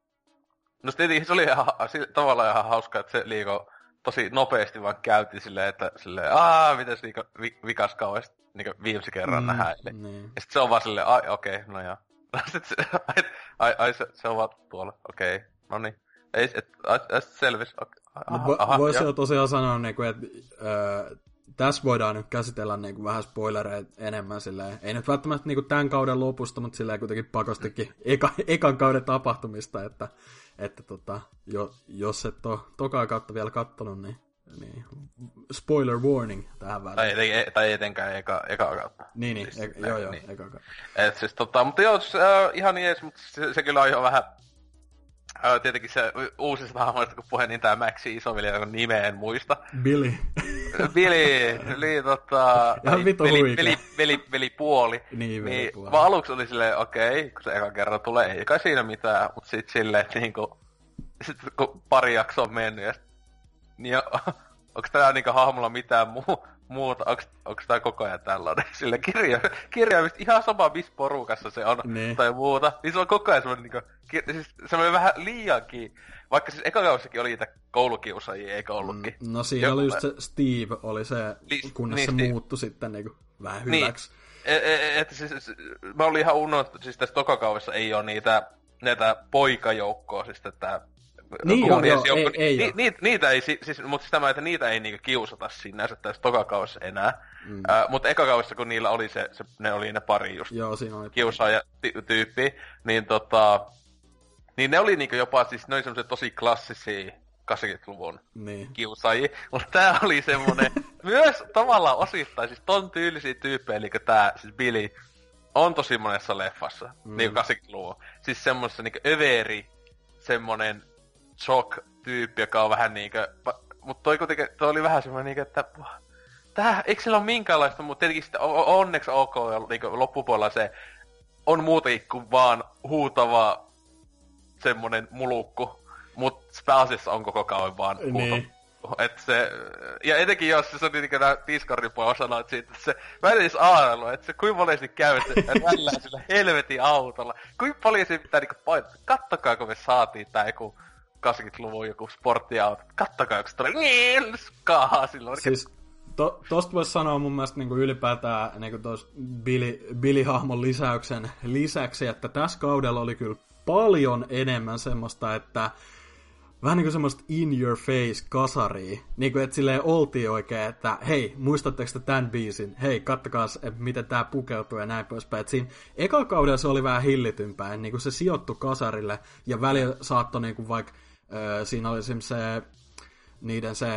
No se oli ihan, tavallaan ihan hauska, että se liiko tosi nopeasti vaan käytiin silleen, että silleen, aah, mitäs niinku vikas kauheasti niinku viimesi kerran mm, nähdään. Niin. Ja sit se on vaan silleen, ai okei, okay, no joo. Sit se, ai, ai, ai se, se on vaan tuolla, okei, okay, no niin. Ei, et, ai, ai selvis, okay. Aha, voisi jo tosiaan sanoa, niinku, että... Öö, tässä voidaan nyt käsitellä niinku vähän spoilereita enemmän silleen. Ei nyt välttämättä niinku tämän kauden lopusta, mutta silleen kuitenkin pakostikin eka, ekan kauden tapahtumista, että, että tota, jo, jos et ole tokaa kautta vielä kattonut, niin, niin spoiler warning tähän väliin. Tai, eten, tai etenkään eka, eka kautta. Niin, niin, siis, e, joo joo, niin. eka kautta. Et siis tota, mutta joo, se, äh, ihan jees, mutta se, se kyllä on jo vähän... Äh, tietenkin se uusista hahmoista, kun puhe, niin tää Maxi isoveli, jonka nimeä en muista. Billy. Billy, eli tota... Ihan vitu veli, veli, veli, veli puoli. Niin, veli puoli. Vaan aluksi oli silleen, okei, okay, kun se eka kerran tulee, ei kai siinä mitään, mut sit silleen, että niinku... Sit kun pari jaksoa on mennyt, ja sit, niin jo, onks tää niinku hahmolla mitään muu, muuta, onks, onks tää koko ajan tällainen? Sille kirja, kirjaimista ihan sama, missä porukassa se on, niin. Tai muuta. Niin se on koko ajan semmoinen niinku, kir, siis semmoinen vähän liiankin, vaikka siis ekakaussakin oli niitä koulukiusaajia, eikä ollutkin. No siinä joku oli just se Steve, oli se, li, kunnes niin, se Steve. muuttui sitten niinku vähän hyväksi. Niin, että et, siis, mä olin ihan unohtunut, siis tässä tokakaudessa ei oo niitä, näitä poikajoukkoa, siis tätä... Niin joo, joo, ei, ei ni, ni, niitä ei, siis, mutta siis tämä, että niitä ei niinku kiusata sinänsä tässä tokakaudessa enää. Mm. Äh, mutta ekakaudessa, kun niillä oli se, se, ne oli ne pari just joo, siinä oli kiusaaja-tyyppi, niin tota... Niin ne oli niinku jopa, siis ne oli semmosia tosi klassisia kahdeksankymmentäluvun niin. kiusaajia, mutta tää oli semmonen myös tavallaan osittain, siis ton tyylisiä tyyppejä, eli tää, siis Billy, on tosi monessa leffassa, mm. niinku kahdeksankymmentäluvun. Siis semmosessa niinku överi, semmonen shock-tyyppi, joka on vähän niinkö, mut toi kuitenkin, toi oli vähän semmonen niinkö, että tää, eikö sillä ole minkäänlaista, mutta tietenkin sitten onneksi ok, niinku loppupuolella se on muutenkin kuin vaan huutava semmonen mulukku. Mut pääasiassa on koko kauan vaan huuto. Niin. Et se, ja etenkin jos se on niinkö nää tiskaripoja sanoo siitä, että se välis aarelu, että se kuinka paljon se käy, että rällää sillä helvetin autolla. Kuinka paljon se pitää niinku painaa. Kattokaa, kun me saatiin tää joku kahdeksankymmentäluvun joku sporttiauto. Kattokaa, kun se tulee niilskaa silloin. Siis to, tosta vois sanoa mun mielestä niinku ylipäätään niinku tos Billy, Billy-hahmon lisäyksen lisäksi, että tässä kaudella oli kyllä paljon enemmän semmoista, että vähän niinku semmoista in your face kasaria. Niinku että silleen oltiin oikein, että hei, muistatteko te tämän biisin? Hei, kattokaas, miten tää pukeutuu ja näin poispäin. Et siinä eka kaudella se oli vähän hillitympää, niinku se sijoittui kasarille ja välillä saattoi niinku vaikka, äh, siinä oli esimerkiksi se, niiden se,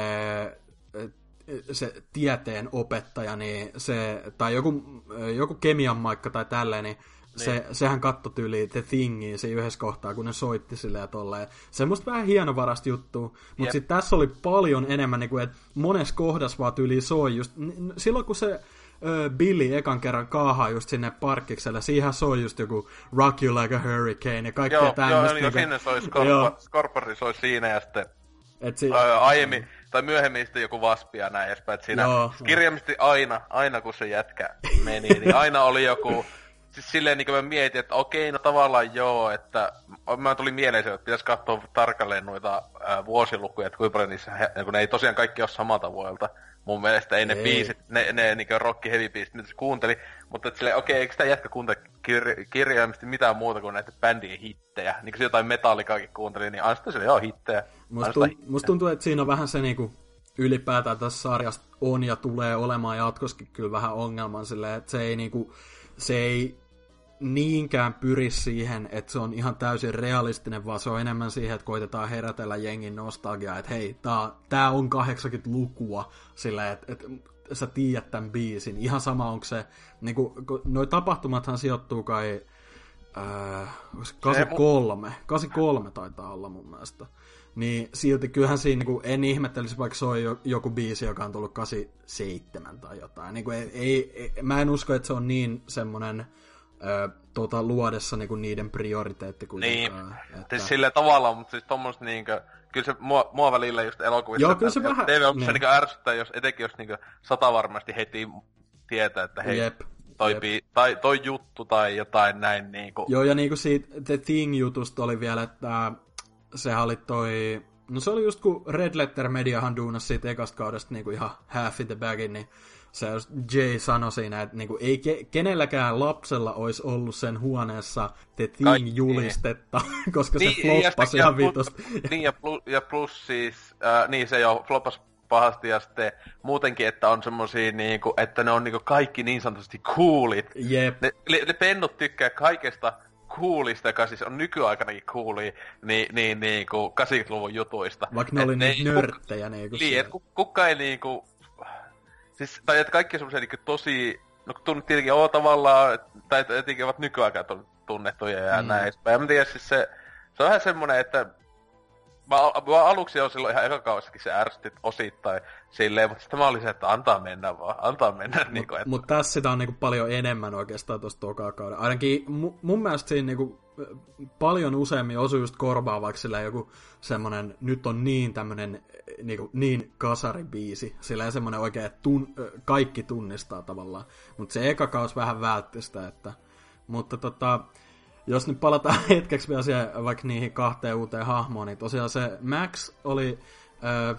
se tieteen opettaja, niin se, tai joku, joku kemian maikka tai tälleen, niin Se, sehän kattoi tyyliin The Thingia siinä yhdessä kohtaa, kun ne soitti silleen ja tolleen. Semmoista vähän hienovarasta juttua, mutta yep. sitten tässä oli paljon enemmän, niin kuin, että monessa kohdassa vaan tyyliin soi just, silloin kun se ö, Billy ekan kerran kaahaa just sinne parkkikselle, siihen soi just joku Rock You Like a Hurricane ja kaikkea joo, tämmöistä. Joo, niin sinne soi Scorp- Scorpori soi siinä ja sitten si- ää, aiemmin, tai myöhemmin sitten joku Wasp ja näin edespäin, että siinä joo, kirjaimisesti aina, aina kun se jätkä meni, niin aina oli joku. Siis silleen niin kuin mä mietin, että okei, no tavallaan joo, että mä tuli mieleen se, että pitäisi katsoa tarkalleen noita ää, vuosilukuja, että kuinka paljon niissä, he, kun ne ei tosiaan kaikki ole samalta vuodelta. Mun mielestä ei ne ei. biisit, ne, ne niin kuin rock heavy biisit, mitä se kuunteli, mutta että silleen, okei, eikö sitä jätkä kuuntele kir- kirjaimisesti mitään muuta kuin näitä bändien hittejä. Niin kuin se jotain metallikaakin kuunteli, niin aina sitten se joo hittejä. Musta, tunt, hittejä. Musta tuntuu, että siinä on vähän se niinku ylipäätään tässä sarjassa on ja tulee olemaan jatkoskin kyllä vähän ongelman silleen, että se ei niinku, se ei niinkään pyri siihen, että se on ihan täysin realistinen, vaan se on enemmän siihen, että koitetaan herätellä jengin nostalgiaa, että hei, tää, tää on kahdeksankymmentälukua, sillä että et, sä tiedät tämän biisin. Ihan sama onko se, niinku, noi tapahtumathan sijoittuu kai äh, kahdeksankymmentäkolme, kahdeksankymmentäkolme taitaa olla mun mielestä. Niin silti kyllähän siinä, niin en ihmettelisi, vaikka se on joku biisi, joka on tullut kahdeksankymmentäseitsemän tai jotain. Niin ei, ei, ei, mä en usko, että se on niin semmoinen Ö, tuota, luodessa niinku niiden prioriteetti kuitenkaan. Niin, että silleen tavallaan, mutta siis tommoset niinkö, kyllä se mua, mua välillä just elokuvissa, joo, kyllä se vähän, T V on se niinkö ärsyttää, jos etenkin jos niinkö sata varmasti heti tietää, että hei, jep, toi, jep. Bii, tai, toi juttu tai jotain näin niinku. Joo, ja niinku siitä The Thing-jutusta oli vielä, että sehän oli toi, no se oli just kun Red Letter Mediahan duunasi siitä ekasta kaudesta niinku ihan half in the bagin, niin se Jay sanoi siinä, että niinku ei ke- kenelläkään lapsella olisi ollut sen huoneessa The Thing-julistetta, koska niin, se floppasi ihan vitosti. Niin, ja plus, ja plus siis, äh, niin se jo floppasi pahasti, ja sitten muutenkin, että on semmosia niinku, että ne on niinku kaikki niin sanotusti coolit. Jep. Ne, ne, ne pennut tykkää kaikesta coolista, joka siis on nykyaikanakin coolia, niin, niin niinku kahdeksankymmentäluvun jutuista. Vaikka ne et oli ne niitä nörttejä. Niinku niin, että kuka ei niinku. Siis, tai että kaikki on semmosia niinku tosi, no kun tietenkin on tavallaan, tai etenkin ovat nykyaikaan tunnettuja ja mm. näin edespäin. Ja mä tiedän, siis se, se on vähän semmonen, että mä, mä aluksi on silloin ihan ekakaudessakin se ärsytti osittain silleen, mutta sitten mä olin se, että antaa mennä vaan, antaa mennä. Mut, niinku, että. Mutta tässä sitä on niinku paljon enemmän oikeastaan tosta tokaa kauden. Ainakin mu- mun mielestä siinä niinku paljon useammin osui just korvaa, vaikka sillä joku semmonen, nyt on niin tämmönen niinku, niin kasaribiisi, sillä semmonen oikein, että tun, kaikki tunnistaa tavallaan. Mutta se eka kaus vähän vältti sitä, että, mutta tota, jos nyt palataan hetkeksi vielä siihen, vaikka niihin kahteen uuteen hahmoon, niin tosiaan se Max oli, ö,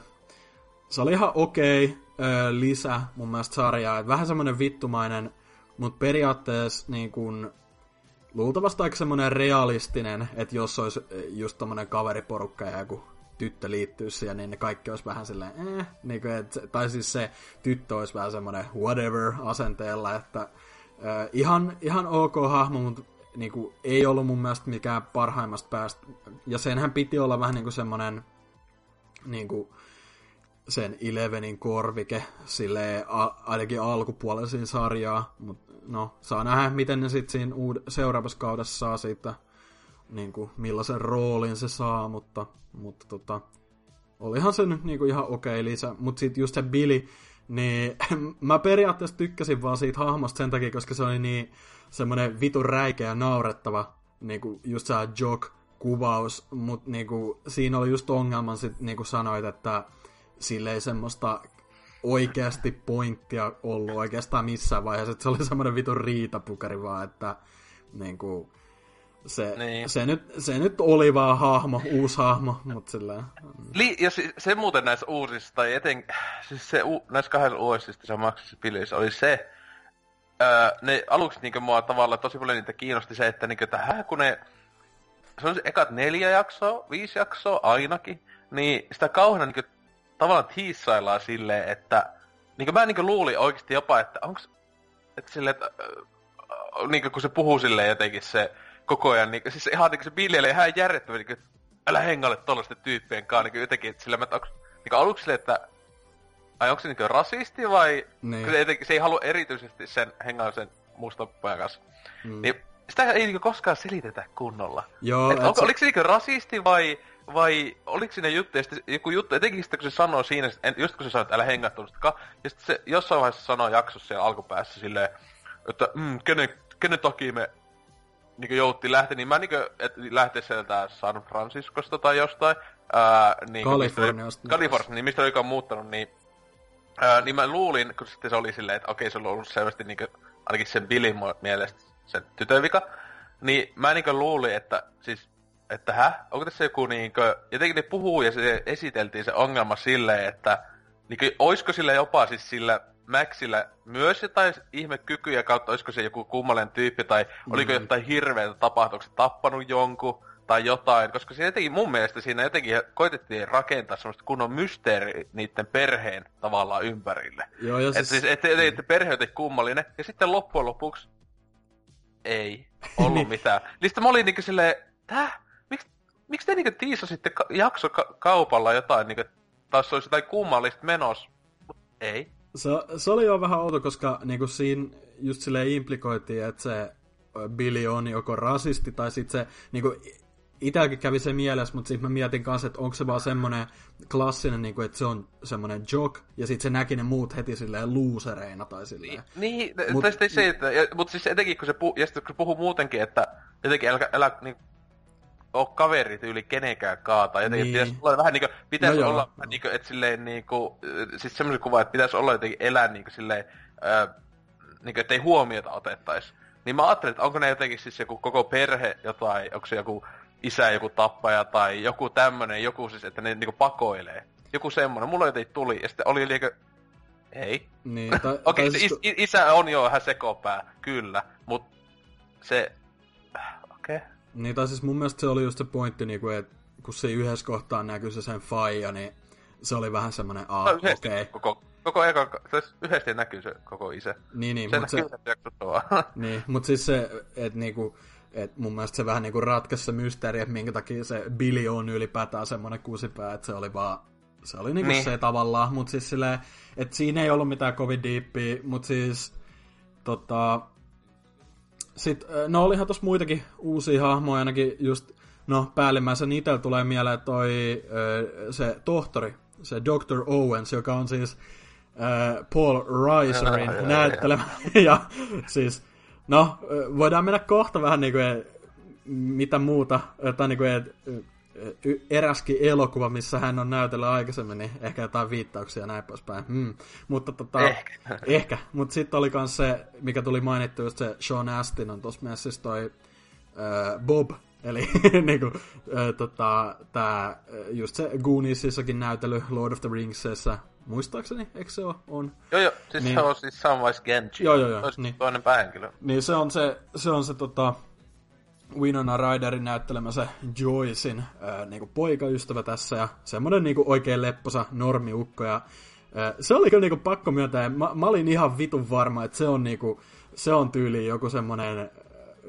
se oli ihan okei ö, lisä mun mielestä sarjaa, että vähän semmonen vittumainen, mutta periaatteessa niin kun, luultavasti aika semmonen realistinen, että jos olisi just tommonen kaveriporukka ja joku tyttö liittyy siihen, niin ne kaikki olisi vähän silleen, eh, niin kuin, et, tai siis se tyttö olisi vähän semmoinen whatever asenteella, että äh, ihan, ihan ok hahmo, mutta niin kuin, ei ollut mun mielestä mikään parhaimmasta päästä, ja senhän piti olla vähän niin kuin semmoinen niinku, sen Elevenin korvike silleen, a, ainakin alkupuolella siinä sarjaa, mutta no, saa nähdä, miten ne sitten siinä uud- seuraavassa kaudessa saa siitä, niinku, millaisen roolin se saa, mutta, mutta tota, olihan se nyt niinku ihan okei lisä, mutta sitten just se Billy, niin mä periaatteessa tykkäsin vaan siitä hahmosta sen takia, koska se oli niin semmoinen vitun räikeä ja naurettava, niinku just se joke-kuvaus, mutta niinku, siinä oli just ongelman sit, niinku sanoit, että sille ei semmoista oikeasti pointtia ollut oikeastaan missään vaiheessa, että se oli semmoinen vitun riitapukari vaan, että niinku, se, niin. se, nyt, se nyt oli vaan hahmo, uusi hahmo, mutta sillä... Li- ja se, se muuten näissä uusissa, tai eten, siis se u, näissä kahdessa uusista se maksissa pilissä oli se, öö, ne aluksi niinku mua tavallaan tosi paljon niitä kiinnosti se, että niinku, että kun ne, se on se ekat neljä jaksoa, viisi jaksoa ainakin, niin sitä kauheena niinku tavallaan tiissaillaan silleen, että niinku mä niinku luulin oikeesti jopa, että onks, että silleen, että äh, niinku kun se puhuu silleen jotenkin se koko ajan, niinku, siis ihan niinku se biljeilee ihan järjettömän, niinku, älä hengaile tollasten tyyppien kanssa, niinku jotenkin, että silleen, että onks, niinku aluksi silleen, että ai onko se niinku rasisti vai, niin. se, jotenkin, se ei halua erityisesti sen hengailla sen mustan pojan kanssa, mm. niin sitä ei niinku koskaan selitetä kunnolla. Joo, et et onko, se... oliko se niinku rasisti vai... Vai oliko siinä juttu, ja sitten joku juttu, etenkin sitten kun se sanoo siinä, just kun se sanoo, että älä hengää tuollaista, ja sitten se jossain vaiheessa sanoo jaksossa siellä alkupäässä silleen, että mm, kenen, kenen takia me niin jouttiin lähteä, niin mä niin kuin, että lähtee sieltä San Franciscosta tai jostain, ää, niin Kaliforniasta. Kaliforniasta, niin mistä olikaan muuttanut, niin, ää, niin mä luulin, kun sitten se oli silleen, että okei, se on ollut selvästi niin kuin, ainakin sen Billin mielestä sen tytön vika, niin mä niin kuin luulin, että siis että hä? Onko tässä joku niinkö... Jotenkin ne puhuu ja se esiteltiin se ongelma silleen, että... Niinkö, oisko sillä jopa siis sillä Maxillä myös jotain ihmekykyjä kautta, oisko se joku kummallinen tyyppi, tai mm. oliko jotain hirveätä tapahtua, onko se tappanut jonkun, tai jotain. Koska siinä jotenkin mun mielestä siinä jotenkin koitettiin rakentaa semmoista kunnon mysteeri niiden perheen tavallaan ympärille. Joo, ja siis... Että siis, et, et, et perhe on jotenkin kummallinen, ja sitten loppujen lopuksi... Ei ollut mitään. Niin sitten mä olin niinkö silleen, täh? Miksi te niinku tiisasitte ka- jaksokaupalla jotain, niinku, taas olisi jotain kummallista menossa? Mut ei. Se, se oli jo vähän outo, koska niinku siinä just silleen implikoitiin, että se Billy on joko rasisti, tai sitten se, niinku, itselläkin kävi se mielessä, mutta sitten mä mietin kanssa, että onko se vaan semmoinen klassinen, niinku, että se on semmoinen joke, ja sitten se näki ne muut heti silleen losereina tai silleen. Niin, mut, tai sitten se, että, mutta siis etenkin kun se, puh, ja kun se puhuu muutenkin, että jotenkin älä, älä niin, ole kaverit yli kenenkään kaata. Jotenkin niin. Pitäisi olla vähän niinku, pitäisi no olla vähän niinku, että silleen niinku, siis semmoinen kuva, että pitäisi olla jotenkin elää niinku silleen, ää, niinku, ettei huomiota otettaisi. Niin mä ajattelin, että onko ne jotenkin siis joku koko perhe jotain, onko se joku isä, joku tappaja tai joku tämmönen, joku siis, että ne niinku pakoilee. Joku semmonen, mulla jotenkin tuli, ja sitten oli liikä, ei. Niin, Okei, okay, siis... is, isä on jo vähän sekopää, kyllä, mut se, okei. Okay. Niin, tai siis mun mielestä se oli just se pointti, niinku, että kun se yhdessä kohtaa näkyy se sen faija, niin se oli vähän semmonen, aah, no, okei. Okay. Koko, koko eka, siis yhdesti näkyy se koko isä. Niin, niin, se mut se... niin, mut siis se, että niinku, et mun mielestä se vähän niinku ratkaisi se mysteeri, että minkä takia se Billy on ylipäätään semmonen kusipää, että se oli vaan, se oli niinku niin. Se tavallaan, mut siis silleen, että siinä ei ollut mitään kovin diippiä, mut siis, tota... Sitten, no olihan tossa muitakin uusia hahmoja, ainakin just, no päällimmäisen itellä tulee mieleen toi se tohtori, se doctor Owens, joka on siis äh, Paul Reiserin no, näyttelemä. Ja siis, no voidaan mennä kohta vähän niinku, mitä muuta, tai niinku, eräskin elokuva, missä hän on näytellyt aikaisemmin, niin ehkä jotain viittauksia ja näin poispäin. Hmm. Mutta tota, ehkä. ehkä. Mutta sitten oli myös se, mikä tuli mainittu, just se Sean Astin on tuossa messissä toi äh, Bob, eli niinku, äh, tota, tää, just se Gooniesissakin näytely Lord of the Ringsissa, muistaakseni, eikö se ole? On? Joo joo, siis niin, se on siis Samwise Gamgee. Joo joo joo. Niin. Toinen päähenkilö. Niin se on se, se, on se tota, Winona Ryderin näyttelemä se Joycein ää, niinku poikaystävä tässä, ja semmonen niinku oikein lepposa normiukko, ja ää, se oli kyllä niinku pakko myöntää, mä, mä olin ihan vitun varma, että se on niinku, se on tyyliin joku semmonen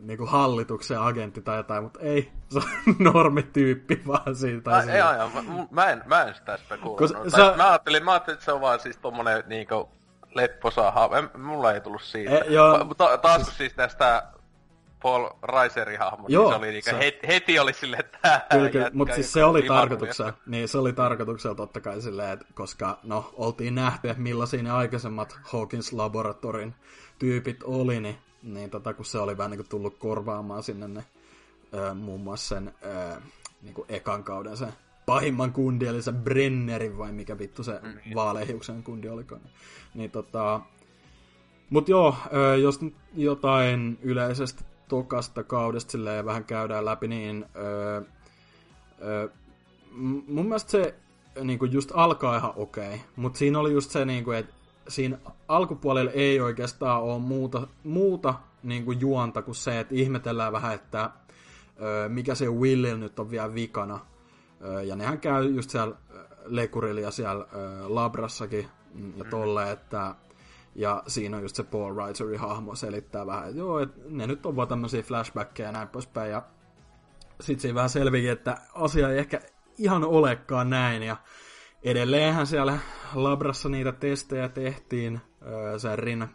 niinku hallituksen agentti tai jotain, mutta ei, se on normityyppi vaan siitä. Ai, ei, ai, mä, mä, en, mä en sitä spekuloinut. Sä... Mä, ajattelin, mä ajattelin, että se on vaan siis tommonen niinku lepposa hahmo. Mulla ei tullut siitä. E, mutta taas kun siis tästä Paul Reiserin hahmo, niin se oli niinku, se... heti, heti oli silleen, että kyllä, kyllä, mutta siis se oli tarkoituksella, niin se oli tarkoituksella totta kai silleen, että koska no, oltiin nähty, että millaisia ne aikaisemmat Hawkins Laboratorin tyypit oli, niin, niin tota, kun se oli vähän niinku tullut korvaamaan sinne ne, ö, muun muassa sen ö, niinku ekan kauden sen pahimman kundi, eli se Brennerin vai mikä vittu se mm. vaalehiuksen kundi olikaan. Niin, niin tota, mut joo, ö, jos nyt jotain yleisesti tokasta kaudesta silleen vähän käydään läpi, niin öö, öö, mun mielestä se niinku just alkaa ihan okei, okay, mutta siinä oli just se, niinku, että siinä alkupuolella ei oikeastaan ole muuta, muuta niinku juonta kuin se, että ihmetellään vähän, että öö, mikä se Willillä nyt on vielä vikana. Öö, ja nehän käy just siellä lekurilla ja siellä öö, labrassakin ja tolleen, että ja siinä on just se Paul Reiserin hahmo selittää vähän, että joo, että ne nyt on vaan tämmöisiä flashbackkejä ja näin poispäin. Ja sit siinä vähän selviää, että asia ei ehkä ihan olekaan näin. Ja edelleenhän siellä labrassa niitä testejä tehtiin öö, sen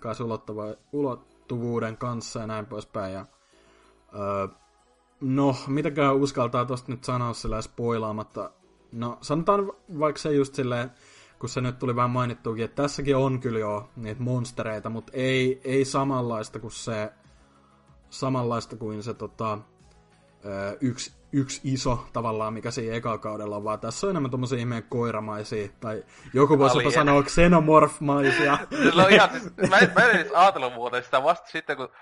rinnakkaisulottuvuuden kanssa ja näin poispäin. Ja, öö, no, mitäkään uskaltaa tosta nyt sanoa sillä spoilaamatta. No, sanotaan vaikka se just silleen, kun se nyt tuli vähän mainittuukin, että tässäkin on kyllä jo niitä monstereita, mutta ei, ei samanlaista kuin se, samanlaista kuin se tota, yksi, yksi iso tavallaan, mikä siinä ekalla kaudella on, vaan tässä on enemmän tommosia ihmeen koiramaisia, tai joku voisi jopa sanoa xenomorph-maisia. No ihan, siis, mä, en, mä en edes ajatellut muuten sitä vasta sitten, kun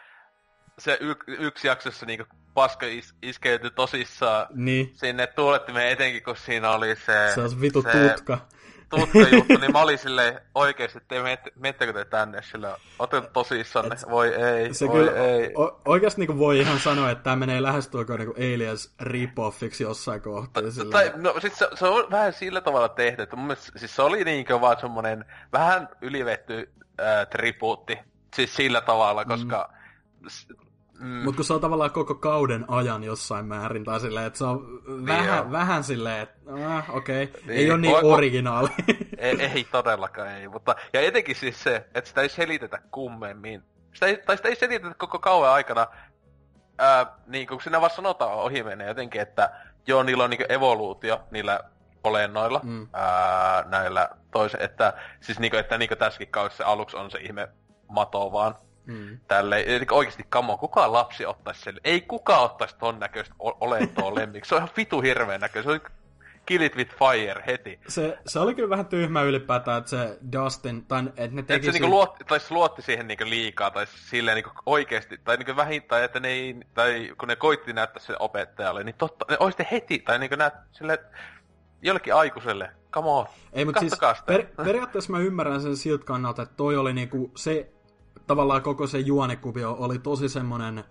se y, yksi jaksossa niinku paska is, iskeytyi tosissaan niin sinne tuulettimeen etenkin, kun siinä oli se... Se on vitu se, tutka. Tutka juttu, niin mä olin silleen oikeesti, että menettekö te tänne sillä, otin tosissanne, voi ei, se voi kyllä, ei. O- oikeasti niinku voi ihan sanoa, että tää menee lähestulkoon niinku Aliens rip-offiksi jossain kohtaa. Tai, no sit se, se on vähän sillä tavalla tehty, että mun mielestä siis se oli niinkö vaan semmonen vähän ylivetty äh, tribuutti, siis sillä tavalla, koska... Mm. Mm. Mutta kun se on tavallaan koko kauden ajan jossain määrin, tai silleen, että se on niin vähän, vähän silleen, että äh, okei, okay. niin. Ei ole niin originaali. ei, ei todellakaan, ei. Mutta, ja etenkin siis se, että sitä ei selitetä kummemmin. Sitä ei, tai sitä ei selitetä koko kauan aikana, ää, niin kuin siinä vaan sanotaan ohi menee jotenkin, että joo, niillä on niin evoluutio niillä olennoilla, mm. ää, näillä toisen, että siis niin kuin, että niin kuin tässäkin kaudessa aluksi on se ihme mato vaan. Mm. Tälleen, eli oikeesti kamo, kukaan lapsi ottaisi sen, ei kukaan ottaisi ton näköistä olentoa lemmiksi, se on ihan vitu hirveen näköistä, se on kill it with fire heti. Se, se oli kyllä vähän tyhmä ylipäätään, että se Dustin, tai että ne teki... Että se niinku luotti, tai se luotti siihen niinku liikaa, tai silleen niinku oikeesti, tai niinku vähintään, että ne ei, tai kun ne koitti näyttää sen opettajalle, niin totta, ne oisitte heti, tai niinku näyt silleen, jollekin aikuiselle, come on, ei, mutta siis per, periaatteessa mä ymmärrän sen siltä kannalta, että toi oli niinku se... Tavallaan koko se juonikuvio oli tosi semmonen,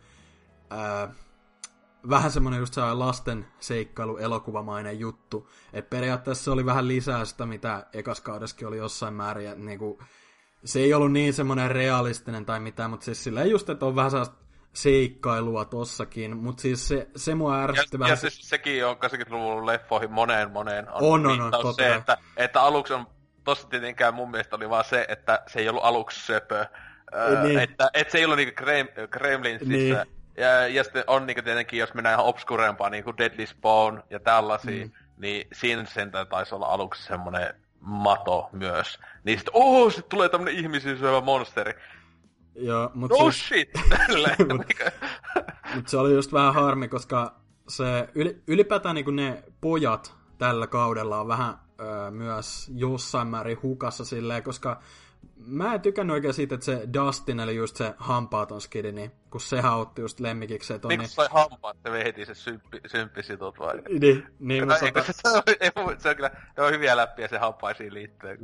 ää, vähän semmonen just sellainen lasten seikkailu elokuvamainen juttu. Et periaatteessa se oli vähän lisää sitä, mitä ekas kaudessakin oli jossain määrin. Et niinku, se ei ollut niin semmonen realistinen tai mitään, mutta siis silleen just, että on vähän sellaista seikkailua tossakin. Mutta siis se, se mua ärsytti vähän... Ja siis sekin on kahdeksankymmentäluvun leffoihin moneen moneen on, on, on, on se, että, että aluksi on... Tossa tietenkään mun mielestä oli vaan se, että se ei ollut aluksi söpö. Öö, niin. Että et se ei ollut niinku Krem- Kremlinsissä. Niin. Ja, ja sitten on niinku tietenkin, jos mennään ihan obskurempaan, niinku Deadly Spawn ja tällaisia, mm. niin siinä sentään taisi olla aluksi semmonen mato myös. Niin sit, ooo, sit tulee tämmönen ihmisiä syövä monsteri. Joo, mut oh siis... shit! mut, mut se oli just vähän harmi, koska se yli, ylipäätään niinku ne pojat tällä kaudella on vähän öö, myös jossain määrin hukassa silleen, koska mä en tykännyt oikein siitä, että se Dustin, eli just se hampaaton skidi, niin kun sehän otti just lemmikiksi. Miksi niin... sai hampaat, se vei heti se symppi, symppisitut vai? Niin, niin mutta... Eikö, se, se, on, se on kyllä, ne on hyviä läppiä se hampaisiin liittyen.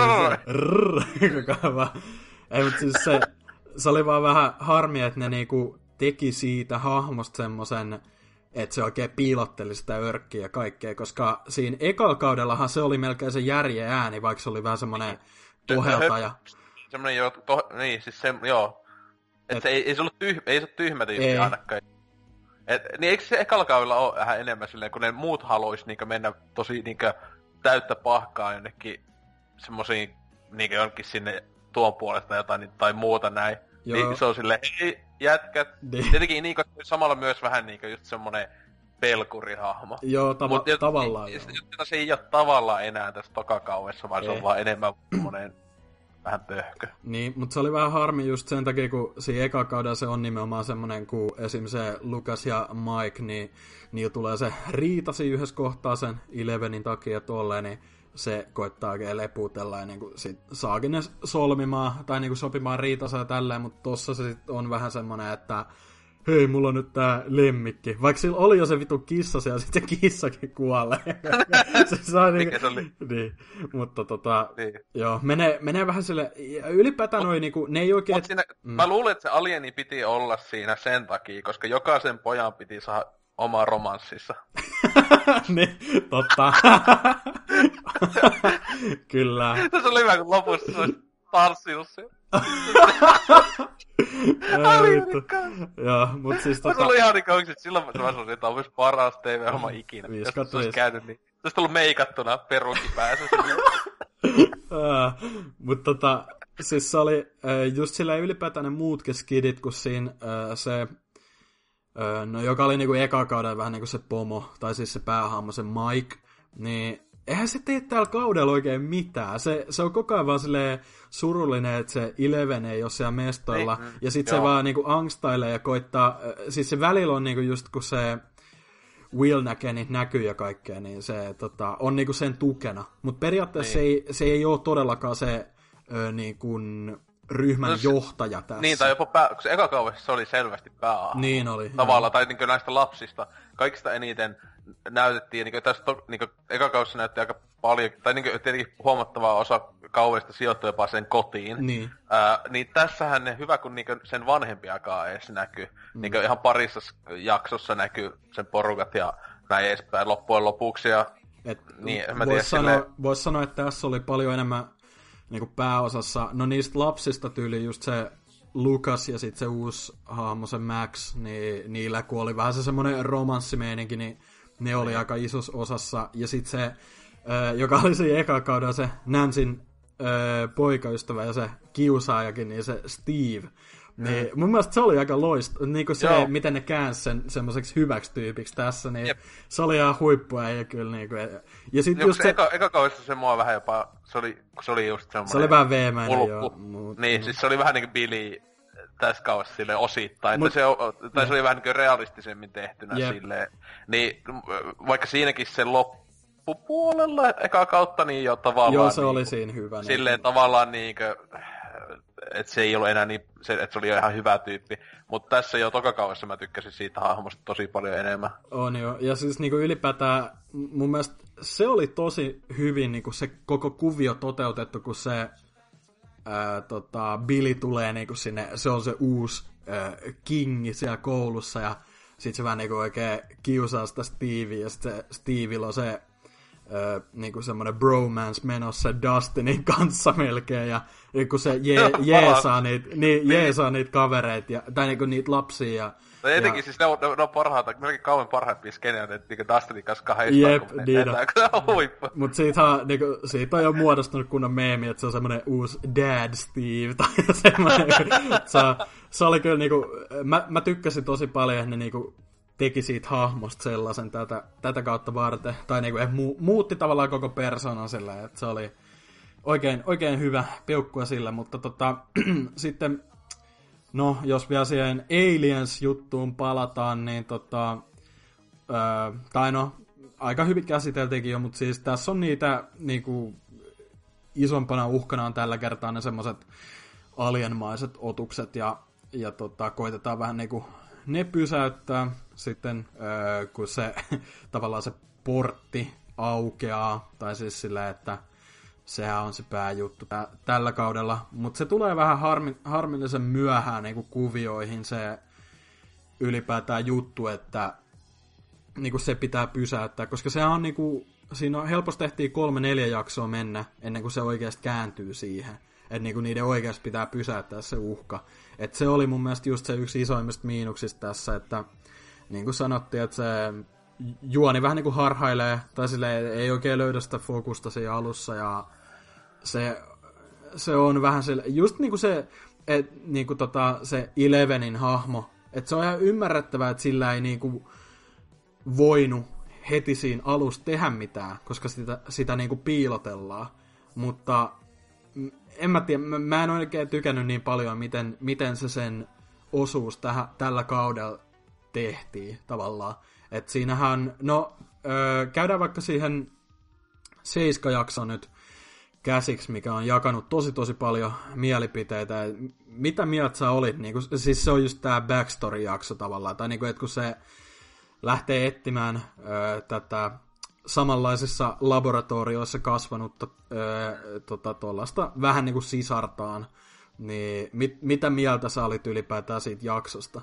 Ei, mutta siis se, se oli vaan vähän harmi, että ne niinku teki siitä hahmosta semmosen, että se oikein piilotteli sitä örkkiä ja kaikkea, koska siinä ekalla kaudellahan se oli melkein se järjen ääni, vaikka se oli vähän semmonen tohelta ja... Semmonen joo, to, niin siis se, joo. Et, et se ei, ei se ollut tyhmä, ei se ole tyhmä tyyppi ei. ainakaan. Et, niin eikö se ekalla kaudella ole vähän enemmän silleen, kun ne muut haluis niinkö mennä tosi niinkö täyttä pahkaa jonnekin semmosiin niinkö jonnekin sinne tuon puolesta jotain niin, tai muuta näin. Joo. Niin se on silleen, hei jätkät. Niin. Tietenkin Niiko samalla myös vähän niinkö just semmonen pelkurihahmo. Joo, tava- Mut, tavallaan joo. Jota se ei oo tavallaan enää tässä tokakaudessa, vaan ei. Se on vaan enemmän semmonen vähän pöhkö. Niin, mutta se oli vähän harmi just sen takia, kun siinä eka kaudella se on nimenomaan semmonen, kun esim. Se Lucas ja Mike, niin niillä tulee se riitasi yhdessä kohtaa sen Elevenin takia tolleen, niin se koittaa oikein leputella ja niinku sit saakin ne solmimaan tai niinku sopimaan riitansa ja tälleen, mutta tossa se sit on vähän semmonen, että hei, mulla on nyt tää lemmikki. Vaikka sillä oli jo se vitu kissa ja sit se kissakin kuolee. se saa niinku... se oli? Niin, mutta tota, niin. Joo, menee, menee vähän sille, ylipäätään noi niinku, ne ei oikein... Siinä, mm. Mä luulen, että se alieni piti olla siinä sen takia, koska jokaisen pojan piti saada oma romanssissa. niin, totta. Kyllä. Se oli hyvä, kun lopussa se olisi tanssinut sen. Joo, mut siis tota... Se oli ihan niin että silloin mä sanoisin, että on myös paras T V-ohjelma ikinä. Jos se olisi käynyt niin. Se olisi tullut meikattuna perukin päässä. uh, mut tota, siis se oli uh, just sillä ylipäätään ne muutkin skidit, kun siinä uh, se... Uh, no joka oli niinku eka kaudella vähän niinku se pomo, tai siis se päähahmo, se Mike, niin... Eihän se tee täällä kaudella oikein mitään. Se, se on koko ajan vaan silleen surullinen, että se Eleven ei ole siellä mestoilla. Niin, ja sit joo. Se vaan niinku angstailee ja koittaa... Siis se välillä on niinku just kun se Will näkee niitä näkyy ja kaikkea, niin se tota, on niinku sen tukena. Mutta periaatteessa niin. se, ei, se ei ole todellakaan se ö, niinku, ryhmän no, johtaja tässä. Niin, tai jopa pää, kun se eka kaudessa se oli selvästi päähahmo. Niin oli. Tavallaan, tai niinku näistä lapsista. Kaikista eniten... näytettiin, niin kuin tässä niin kuin, eka kaudessa näytti aika paljon, tai niin kuin, tietenkin huomattavaa osa kaudesta sijoittui jopa sen kotiin. Niin. Ää, niin tässähän ne hyvä, kun niin kuin, sen vanhempiakaan edes näkyy. Mm. Niin kuin, ihan parissa jaksossa näkyy sen porukat ja näin edespäin loppujen lopuksi. Ja, niin, Voisi sanoa, silleen... vois sanoa, että tässä oli paljon enemmän niin kuin pääosassa, no niistä lapsista tyyli just se Lucas ja sitten se uusi hahmo, se Max, niin niillä kun oli vähän se semmoinen romanssimeininki, niin ne oli aika isossa osassa. Ja sitten se, joka oli siinä eka kaudella se Nancyn poikaystävä ja se kiusaajakin, niin se Steve. Niin mm. mun mielestä se oli aika loista. Niin kuin se, Joo. miten ne käänsi sen semmoiseksi hyväksi tyypiksi tässä, niin Jep. se oli ihan huippua. Ja kyllä, niin kuin, ja sit Joo, just se... Eka, eka kaudessa se mua vähän jopa, se oli, se oli just semmoinen... Se oli vähän veemäinen, joo. Mut, niin, mm. siis se oli vähän niin kuin Billy... tässä kaudessa silleen osittain, Mut, se, tai se oli vähän niin realistisemmin tehtynä yep. silleen. Niin, vaikka siinäkin se loppupuolella eka kautta, niin jo tavallaan... Joo, se niin, oli siinä hyvä. Silleen niin. Tavallaan niinkö... Että se ei ollut enää niin... Että se oli jo ihan hyvä tyyppi. Mutta tässä jo tokakaudessa mä tykkäsin siitä hahmosta tosi paljon enemmän. On joo. Ja siis niinku ylipäätään mun mielestä se oli tosi hyvin niinku se koko kuvio toteutettu, kun se... Ää, tota, Billy tulee niinku sinne, se on se uusi ää, kingi siellä koulussa ja sit se vähän niinku oikein kiusaa sitä Stevie ja sit se Stevillä on se ää, niinku semmonen bromance menossa Dustinin kanssa melkein ja kun se je, jeesaa niitä niin, jeesaa niitä kavereita ja, tai niinku niitä lapsia ja no etenkin ja... siis ne on, ne on parhaita, melkein kauan parhaimpia skenejä, että niinku Dustinin kanssa kahdestaan, Jep, kun ne niin lentää, kun se on huippu. Mut siitä on, niinku, siitä on jo muodostunut kunnon meemi, että se on semmonen uusi Dad Steve, tai semmonen, se, se oli kyllä niinku, mä, mä tykkäsin tosi paljon, että ne niinku teki siitä hahmosta sellaisen tätä, tätä kautta varten, tai niinku mu, muutti tavallaan koko persoonan sillä, että se oli oikein, oikein hyvä peukkua sillä, mutta tota, sitten no, jos vielä siihen Aliens-juttuun palataan, niin tota... Öö, tai no, aika hyvin käsiteltiinkin jo, mutta siis tässä on niitä niinku... Isompana uhkana on tällä kertaa ne semmoset alienmaiset otukset, ja, ja tota, koitetaan vähän niinku ne pysäyttää sitten, öö, kun se tavallaan se portti aukeaa, tai siis silleen, että sehän on se pääjuttu tä- tällä kaudella, mutta se tulee vähän harmi- harmillisen myöhään niinku kuvioihin se ylipäätään juttu, että niinku se pitää pysäyttää, koska sehän on niinku, siinä on helposti tehtiin kolme neljä jaksoa mennä ennen kuin se oikeasti kääntyy siihen. että niinku niiden oikeasti pitää pysäyttää se uhka. Et se oli mun mielestä just se yksi isoimmista miinuksista tässä, että niin kuin sanottiin, että se juoni vähän niinku harhailee, tai silleen ei oikein löydä sitä fokusta siinä alussa, ja se, se on vähän sille, just niinku se, et, niinku tota, se Elevenin hahmo, että se on ihan ymmärrettävää, että sillä ei niinku voinut heti siinä alussa tehdä mitään, koska sitä, sitä niinku piilotellaan. Mutta en mä tiedä, mä en oikein tykännyt niin paljon, miten, miten se sen osuus tähän, tällä kaudella tehtiin tavallaan. Että siinähän, no öö, käydään vaikka siihen Seiska-jakso nyt käsiksi, mikä on jakanut tosi tosi paljon mielipiteitä. Mitä mieltä sä olit? Niin kun, siis se on just tää backstory-jakso tavallaan, tai niin kun, että kun se lähtee etsimään öö, tätä samanlaisissa laboratorioissa kasvanutta öö, tota, tuollaista vähän niin kuin sisartaan, niin mit, mitä mieltä sä olit ylipäätään siitä jaksosta?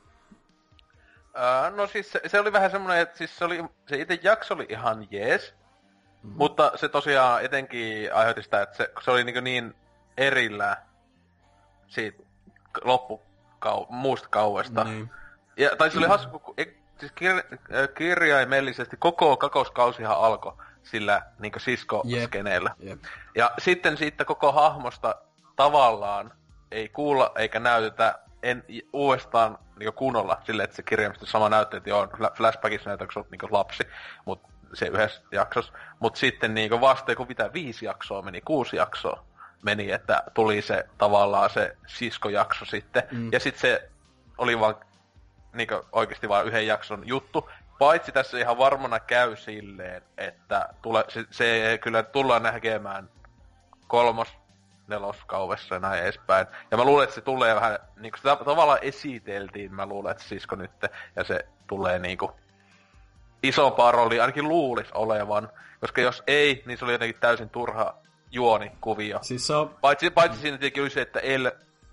Uh, no siis se, se oli vähän semmoinen, että siis se, oli, se itse jakso oli ihan jees, mm-hmm. mutta se tosiaan etenkin aiheutti sitä, että se, se oli niin, niin erillään siitä loppukau, muusta kauesta. Niin. Ja, tai se oli hassu, kun siis kir- kirjaimellisesti koko kakauskausihan alkoi sillä niin sisko-skeneellä. Yep. Yep. Ja sitten siitä koko hahmosta tavallaan ei kuulla eikä näytetä en, uudestaan niin kunnolla silleen, että se kirjaimellisesti sama näyttää, että joo, flashbackissa näytetään, kun se on niin lapsi, mutta se yhdessä jaksossa. Mutta sitten niin vasta kun mitä viisi jaksoa meni, kuusi jaksoa meni, että tuli se tavallaan se siskojakso sitten. Mm. Ja sitten se oli vaan niinku oikeesti vaan yhden jakson juttu. Paitsi tässä ihan varmana käy silleen, että tule, se, se kyllä tullaan näkemään kolmos, neloskaudessa ja näin edespäin. Ja mä luulen, että se tulee vähän, niinku sitä tavallaan esiteltiin, mä luulen, että sisko nyt, ja se tulee niinku isompaa roolia, ainakin luulis olevan. Koska jos ei, niin se oli jotenkin täysin turha juonikuvio. Siis on... Paitsi, paitsi siinä tietenkin oli se, että El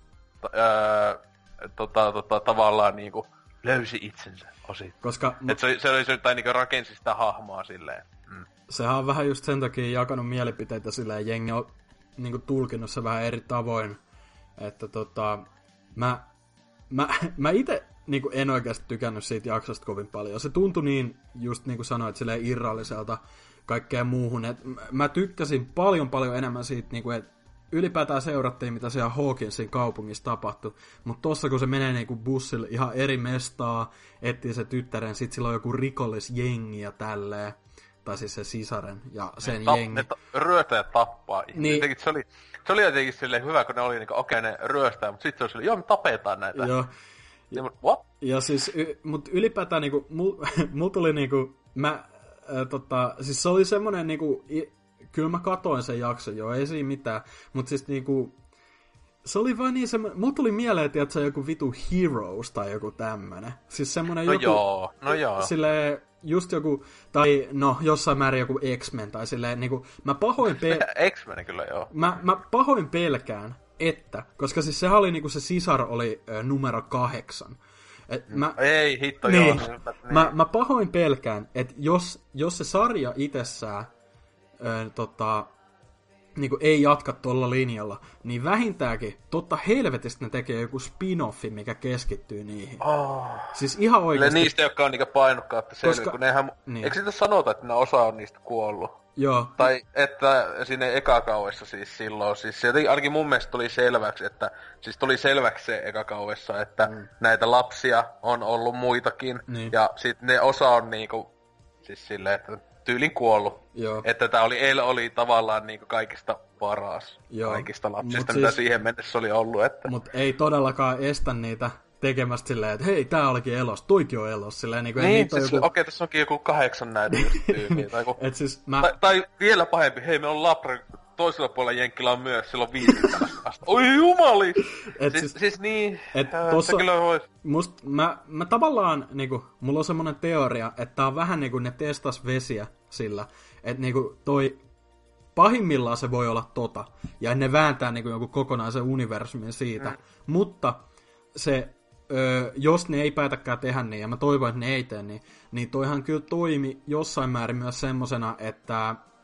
öö, tota, tota, tavallaan niinku löysi itsensä osin. Koska... Et se, se oli se, tai niinku rakensi sitä hahmoa silleen. Mm. Sehän on vähän just sen takia jakanut mielipiteitä silleen, jengi on niinku tulkinnut se vähän eri tavoin. Että tota... Mä, mä, mä ite niinku en oikeasti tykännyt siitä jaksosta kovin paljon. Se tuntui niin, just niin kuin sanoit, silleen irralliselta kaikkeen muuhun. Et mä tykkäsin paljon paljon enemmän siitä, niinku, että ylipäätään seurattiin, mitä siellä Hawkinsin kaupungissa tapahtui, mutta tossa kun se menee niinku bussille ihan eri mestaa, etsii se tyttären, sit sillä on joku rikollisjengi ja tälleen, tai siis se sisaren ja sen ne jengi. Ne ta- ryöstää ja tappaa. Niin. Se, oli, se oli jotenkin silleen hyvä, kun ne oli niinku, okei okay, ne ryöstää, mutta sit se oli silleen, joo me tapetaan näitä. Joo. Ja, what? Ja siis, y- mut ylipäätään niinku, mul, mul tuli niinku, mä, äh, tota, siis se oli semmonen niinku, i- kyllä mä katoin sen jakson, joo, ei siinä mitään, mutta siis niinku, se oli vaan niin semmoinen, mulla tuli mieleen, että se on joku vitu Heroes tai joku tämmönen. Siis semmonen no joku, joo, no joo. Silleen, just joku, tai no, jossain määrin joku X-Men, tai silleen niinku, mä pahoin pel- X-Men kyllä joo. Mä, mä pahoin pelkään, että, koska siis sehän oli niinku se sisar oli ö, numero kahdeksan. Et mä, ei, hitto niin, joo. Niin. Mä, mä pahoin pelkään, että jos, jos se sarja itsessään Öö, tota, niinku ei jatka tuolla linjalla, niin vähintäänkin totta helvetistä ne tekee joku spin-offi, mikä keskittyy niihin. Oh. Siis ihan oikeesti. Niistä, jotka on niinku painokkaat selviä, kun nehän... Niin. Eikö sitä sanota, että osa on niistä kuollut? Joo. Tai että sinne ekakauessa siis silloin, siis ainakin mun mielestä tuli selväksi, että siis tuli selväksi se ekakauessa, että mm. näitä lapsia on ollut muitakin, niin. Ja sit ne osa on niinku, siis silleen, että tyylin kuollut. Joo. Että tää oli, El oli tavallaan niinku kaikista paras. Joo. Kaikista lapsista, mitä siis, siihen mennessä oli ollut. Että... Mut ei todellakaan estä niitä tekemästä silleen, että hei, tää olikin elos, toikin on elos. Silleen, niin, niin siis joku... okei, tässä onkin joku kahdeksan näitä tyyliä. tai, kun... siis mä... tai, tai vielä pahempi, hei, meillä on Labra, toisella puolella Jenkkilä on myös, silloin viisikymmentä asti. Oi jumali! Et siis, siis, siis niin, et äh, tossa, kyllä vois... must, mä, mä tavallaan, niinku, mulla on semmonen teoria, että tää on vähän niinku ne testas vesiä sillä, että niinku toi pahimmillaan se voi olla tota, ja ne vääntää niinku jonkun kokonaisen universumin siitä, mm. mutta se, ö, jos ne ei päätäkään tehdä niin, ja mä toivon, että ne ei tee niin, niin toihan kyllä toimi jossain määrin myös semmosena, että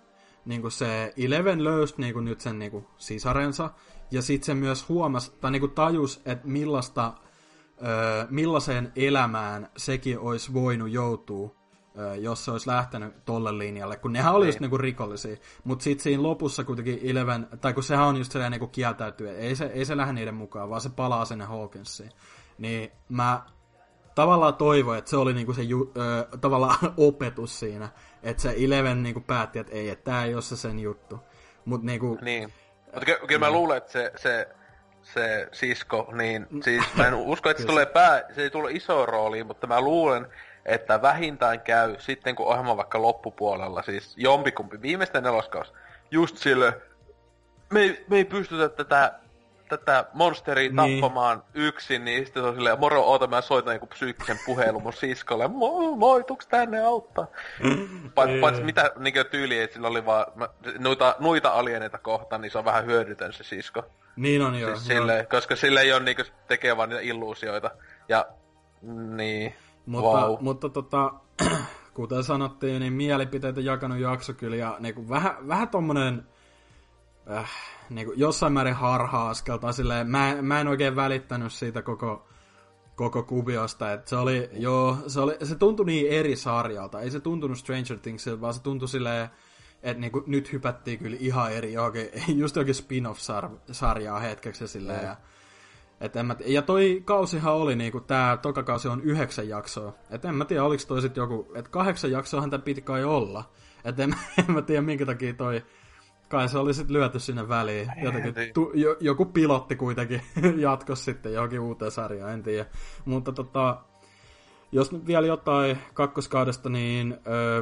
niinku se Eleven löysi niinku nyt sen niinku sisarensa, ja sitten se myös huomasi, tai niinku tajus, että millaista, öö, millaiseen elämään sekin olisi voinut joutua, öö, jos se olisi lähtenyt tolle linjalle, kun nehän oli just niinku rikollisia, mutta sitten siinä lopussa kuitenkin Eleven, tai kun sehän on just sellainen niinku kieltäytyy, ei se, ei se lähde niiden mukaan, vaan se palaa sinne Hawkinsiin, niin mä tavallaan toivoin, että se oli niinku se ju, öö, tavallaan opetus siinä, että se Eleven niinku päätti, että ei, että tää ei ole se sen juttu. Mut niinku... Niin. Mutta ky- kyllä mä luulen, että se, se, se sisko, niin siis mä en usko, että se tulee pää, se ei tule isoon rooliin, mutta mä luulen, että vähintään käy sitten, kun ohjelma vaikka loppupuolella, siis jompikumpi, viimeisten neloskaus, just sille, me ei, me ei pystytä tätä, tätä monsteria niin. tappamaan yksin, niin sitten se on silleen, moro, oota, mä soitan joku psyykkisen puhelun mun siskolle, moi, moi, tuuks tänne auttaa? Paitsi mitä niin tyyliä, että sillä oli vaan, noita, noita alieneita kohtaan, niin se on vähän hyödytön se sisko. Niin on joo. Siis silleen, joo. Koska sillä ei ole niinku tekee vaan niitä illuusioita. Ja, niin, mutta, wow. Mutta tota, kuten sanottiin, niin mielipiteitä jakanut jakso kyllä, ja niinku vähän, vähän tommonen, äh, niinku jossain määrin harha-askel, tai silleen, mä, mä en oikein välittänyt siitä koko, koko kuviosta, että se oli, joo, se, oli, se tuntui niin eri sarjalta, ei se tuntunut Stranger Thingsilta, vaan se tuntui silleen, että niinku, nyt hypättiin kyllä ihan eri, johonkin, just jokin spin-off-sarjaa hetkeksi silleen, ja, et en mä t- ja toi kausihan oli, niinku, tää toka kausi on yhdeksän jaksoa, et en mä tiedä, oliks toi sit joku, et kahdeksan jaksoahan tää piti kai olla, et en, en mä tiedä minkä takia toi, kai se oli sit lyöty sinne väliin, jotenkin, tu, jo, joku pilotti kuitenkin jatkos sitten johonkin uuteen sarjaan, en tiedä, mutta tota, jos nyt vielä jotain kakkoskaudesta, niin öö,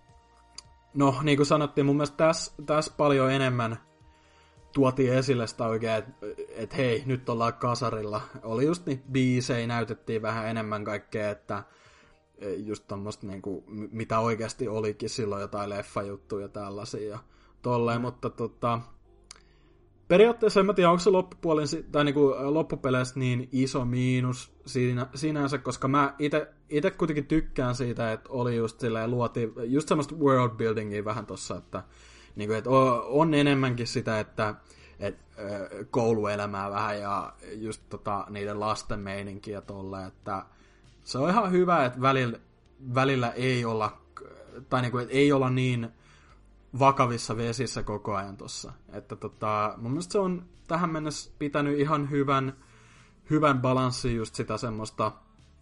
no, niin kuin sanottiin, mun mielestä tässä täs paljon enemmän tuotiin esille sitä oikein, että et hei, nyt ollaan kasarilla. Oli just niin biisejä, näytettiin vähän enemmän kaikkea, että just tommoista niinku, mitä oikeasti olikin silloin jotain leffajuttuja tällaisia ja tolleen, mutta tota, periaatteessa en mä tiedä, onko se loppupuolin, tai niinku loppupeleissä niin iso miinus siinä, sinänsä, koska mä ite, ite kuitenkin tykkään siitä, että oli just silleen, luotiin just semmoista world buildingia vähän tossa, että, niinku, että on enemmänkin sitä, että et, kouluelämää vähän ja just tota, niiden lasten meininkiä tolle, että se on ihan hyvä, että välillä, välillä ei olla, tai niinku, että ei olla niin vakavissa vesissä koko ajan tossa. Että tota, mun mielestä se on tähän mennessä pitänyt ihan hyvän, hyvän balanssin just sitä semmoista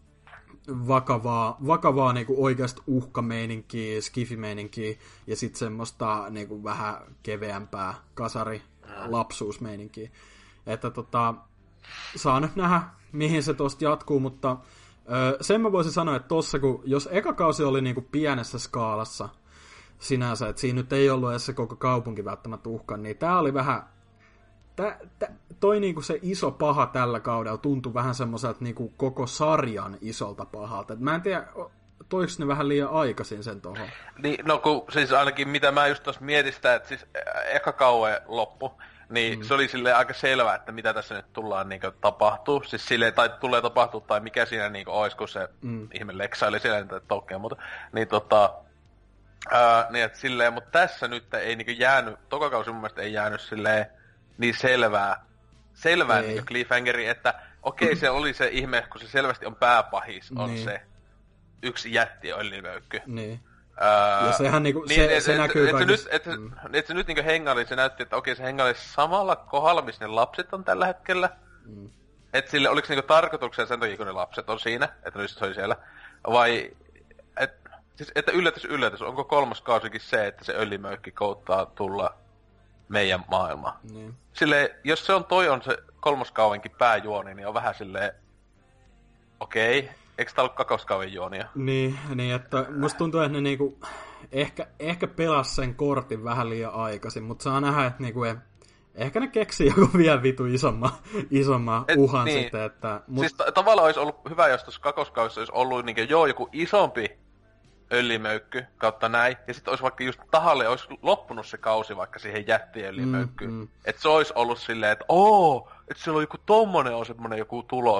vakavaa, vakavaa niinku oikeasta uhkameininkiä, skifimeininkiä ja sit semmoista niinku vähän keveämpää kasari lapsuusmeininkiä. Että tota, saa nyt nähdä, mihin se tosta jatkuu, mutta öö, sen mä voisin sanoa, että tossa kun, jos eka kausi oli niinku pienessä skaalassa, sinänsä, että siinä nyt ei ollut edes se koko kaupunki välttämättä uhka, niin tää oli vähän, tää, tää, toi niinku se iso paha tällä kaudella tuntui vähän semmoiselta niinku koko sarjan isolta pahalta. Et mä en tiedä, toiko ne vähän liian aikaisin sen tohon? Niin, no kun siis ainakin mitä mä just tossa mietin sitä, että siis eka kauan loppu, niin mm. se oli silleen aika selvää, että mitä tässä nyt tullaan niinku tapahtuu. Siis silleen, tai tulee tapahtua, tai mikä siinä niinku ois, kun se mm. ihme leksaili siellä, tai tokkea muuta. Niin tota... Uh, niin, että silleen, mutta tässä nyt ei niinku jäänyt, toka kausi mun mielestä ei jäänyt silleen niin selvää, selvää niinku cliffhangeri, että okei, okay, se oli se ihme, kun se selvästi on pääpahis, on niin. Se yksi jättiöljymöykky. Niin. Uh, ja sehän niinku, niin, se, et, se et, näkyy et, kaikissa. Että mm. et se nyt niinku hengaili, se näytti, että okei, okay, se hengaili samalla kohdalla, missä ne lapset on tällä hetkellä. Mm. Että sille, oliko niinku tarkoituksena sen takia, kun ne lapset on siinä, että nyt se oli siellä, vai... Siis, että yllätys, yllätys, onko kolmas kausikin se, että se öljymöykki kouttaa tulla meidän maailmaan? Niin. Silleen, jos se on toi on se kolmoskauenkin pääjuoni, niin on vähän silleen, okei, okay, eikö tää ollut kakoskauden juonia? Niin, niin, että musta tuntuu, että ne niinku, ehkä, ehkä pelas sen kortin vähän liian aikaisin, mutta saa nähdä, että niinku, ehkä ne keksii joku vielä vitu isomman, isomman Et, uhan niin. Sitten, että... Mut... Siis t- tavallaan olisi ollut hyvä, jos tuossa kakoskaudessa olisi ollut niinku, joo, joku isompi öljymöykky kautta näin, ja sitten olisi vaikka just tahalle olisi loppunut se kausi vaikka siihen jättiöljymöykkyyn. Mm, mm. Että se olisi ollut silleen, että ooo, että siellä on joku tommonen on semmonen joku tulos.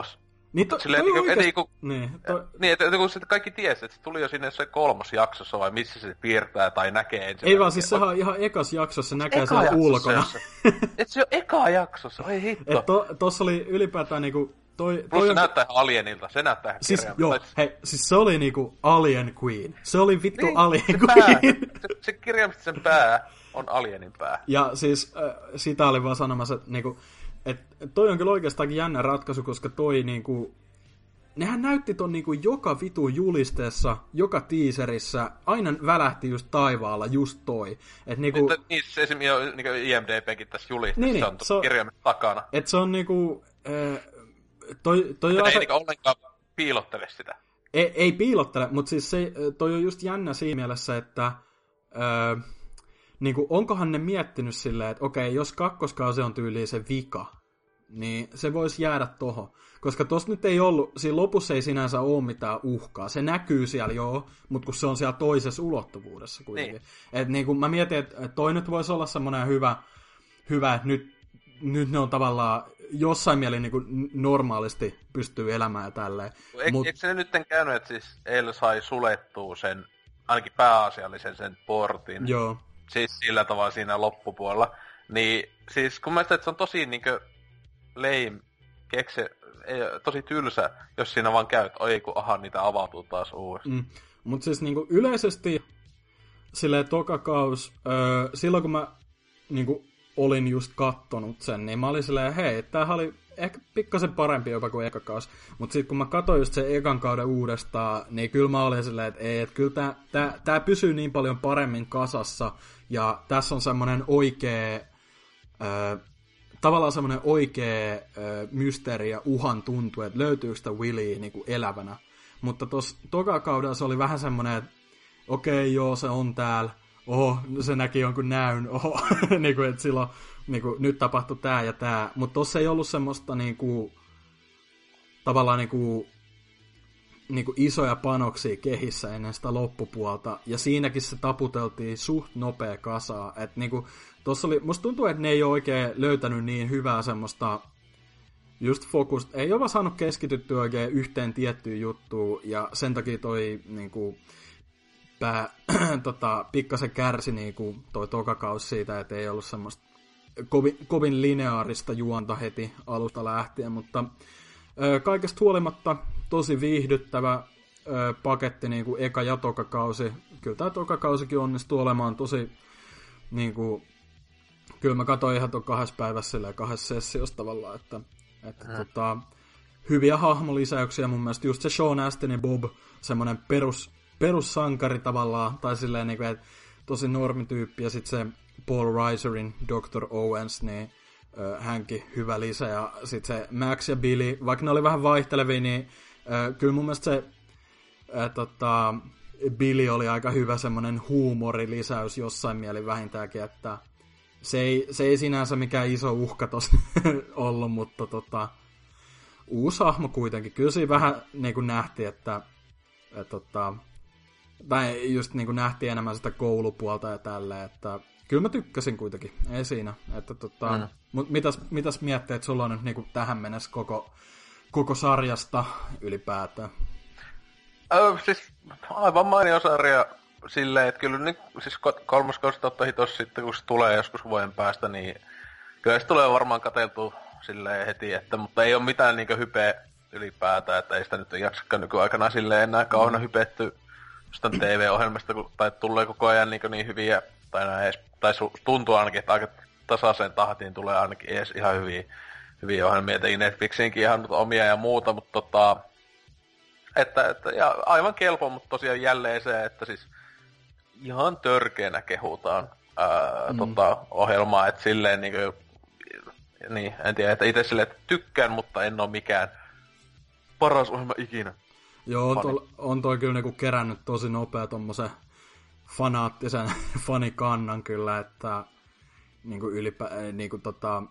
Niin, to, Silleen, toi niinku, oikeasti... niinku, niin, toi... niin, että kun sitten kaikki tiesi, että se tuli jo sinne jossain kolmas jaksossa, vai missä se piirtää tai näkee ensimmäinen. Ei vaan, siis sehän on ihan ekas jaksossa, se näkee eka siellä ulkona. Et se on eka jaksossa, oi hitto. Et to, tossa oli ylipäätään niinku... Toi, Plus toi se on... näyttää alienilta, se näyttää ihan Siis, kirjaimelta. joo, hei, siis se oli niinku Alien Queen. Se oli vittu niin, Alien se Queen. Pää, se, se kirjaimisesti sen pää on alienin pää. Ja siis äh, sitä oli vaan sanomassa, että niinku, et toi on kyllä oikeastaan jännä ratkaisu, koska toi niinku... Nehän näytti ton niinku joka vitu julisteessa, joka teaserissä, aina välähti just taivaalla just toi. Et niinku... Nyt, niin, se esimerkiksi niinku I M D B:kin tässä julisteessa niin, niin, on se on kirjaimen takana. Et se on niinku... Äh, toi, toi Mutta on ei asa... niinku ollenkaan piilottele sitä. Ei, ei piilottele, mutta siis se, toi on just jännä siinä mielessä, että öö, niinku, onkohan ne miettinyt silleen, että okei, jos kakkoskausi on tyyliin se vika, niin se voisi jäädä tohon. Koska tossa nyt ei ollut, siinä lopussa ei sinänsä ole mitään uhkaa. Se näkyy siellä joo, mutta kun se on siellä toisessa ulottuvuudessa kuitenkin. Niin. Että niinku, mä mietin, että toi nyt voisi olla semmoinen hyvä, hyvä että nyt, nyt ne on tavallaan... jossain mielin niin normaalisti pystyy elämään ja tälleen. Eikö, Mut... eikö se nyt käynyt, että siis El sai sulettua sen, ainakin pääasiallisen sen portin, Joo. siis sillä tavalla siinä loppupuolella, niin siis kun mä sitä, että se on tosi niinkö lame, kekse, ei, tosi tylsä, jos siinä vaan käyt, oi kun aha, niitä avautuu taas uudestaan. Mm. Mutta siis niinku yleisesti silleen tokakaus, öö, silloin kun mä niinku olin just kattonut sen, niin mä olin silleen, hei, tämähän oli ehkä pikkasen parempi jopa kuin eka kaus. Mutta sitten kun mä katsoin just sen ekan kauden uudestaan, niin kyllä mä olin silleen, että ei, että kyllä tää, tää, tää pysyy niin paljon paremmin kasassa, ja tässä on semmoinen oikea, ö, tavallaan semmoinen oikea ö, mysteeri ja uhan tuntu, että löytyykö sitä Willyä niin kuin elävänä. Mutta tuossa toka kaudella se oli vähän semmoinen, että okei, okay, joo, se on täällä. Oho, se näki jonkun näyn, oho, niin kuin, että silloin niin kuin, nyt tapahtui tää ja tää, mutta tossa ei ollut semmoista niin kuin, tavallaan niin kuin, niin kuin isoja panoksia kehissä ennen sitä loppupuolta, ja siinäkin se taputeltiin suht nopea kasaa, että niin kuin, tossa oli, musta tuntuu, että ne ei ole oikein löytänyt niin hyvää semmoista just fokusta, ei ole vaan saanut keskityttyä oikein yhteen tiettyyn juttuun, ja sen takia toi niin kuin, pää, tota, pikkasen kärsi niinku toi tokakaus siitä, että ei ollut semmoista kovin, kovin lineaarista juonta heti alusta lähtien, mutta ö, kaikesta huolimatta tosi viihdyttävä ö, paketti niinku eka ja tokakausi. Kyllä tää tokakausikin onnistui olemaan tosi niinku, kyllä mä katsoin ihan ton kahdessa päivässä silleen kahdessa sessiossa tavallaan, että, että mm. tota, hyviä hahmolisäyksiä mun mielestä just se Sean Astonin Bob, semmonen perus perussankari tavallaan, tai silleen niin kuin, että tosi normityyppi, ja sitten se Paul Reiserin doctor Owens, niin ö, hänkin hyvä lisä, ja sitten se Max ja Billy, vaikka ne oli vähän vaihtelevia, niin ö, kyllä mun mielestä se ö, tota, Billy oli aika hyvä semmoinen huumorilisäys jossain mielin vähintäänkin, että se ei, se ei sinänsä mikään iso uhka tossa ollut, mutta tota, uusi hahmo kuitenkin. Kyllä siinä vähän niin kuin nähtiin, että et, tota, tai just niin kuin nähtiin enemmän sitä koulupuolta ja tälleen, että kyllä mä tykkäsin kuitenkin, ei siinä. Että, tota, mm. Mutta mitäs, mitäs miettii, että sulla on nyt niin kuin tähän mennessä koko, koko sarjasta ylipäätään? Öö, siis aivan mainio sarja silleen, että kyllä niin, siis kolmas kausi totta hitos sitten, kun se tulee joskus vuoden päästä, niin kyllä se tulee varmaan katseltua silleen heti, että, mutta ei ole mitään niin kuin hypeä ylipäätään, että ei sitä nyt jaksakaan nykyaikana silleen enää kauan mm. hypetty jostain T V-ohjelmasta, tai tulee koko ajan niin, niin hyviä, tai, näin, tai tuntuu ainakin, että aika tasaiseen tahtiin tulee ainakin edes ihan hyviä, hyviä ohjelmia, että Netflixiinkin ihan omia ja muuta, mutta tota, että, että ja aivan kelpo, mutta tosiaan jälleen se, että siis ihan törkeänä kehutaan ää, mm. tota, ohjelmaa, että silleen niin kuin, niin, en tiedä, että itse silleen, että tykkään, mutta en ole mikään paras ohjelma ikinä. Joo, on, tol, on toi kyllä niinku kerännyt tosi nopea tommosen fanaattisen fanikannan kyllä, että niinku ylipä, niinku tota,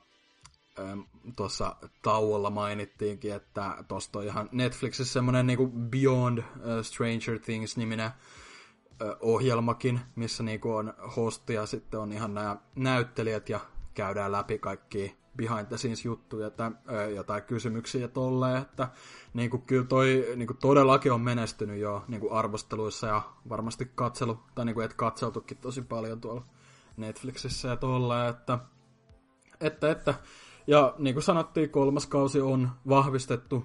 tuossa tauolla mainittiinkin, että tosta on ihan Netflixissä semmonen niinku Beyond uh, Stranger Things-niminen uh, ohjelmakin, missä niinku on hosti ja sitten on ihan nämä näyttelijät ja käydään läpi kaikkia behind the scenes juttuja, että, ö, jotain kysymyksiä ja tolleen, että niin kuin, kyllä toi niin kuin, todellakin on menestynyt jo niin kuin arvosteluissa ja varmasti katselu, tai niin kuin, et katseltukin tosi paljon tuolla Netflixissä ja tolleen, että, että, että ja niin kuin sanottiin, kolmas kausi on vahvistettu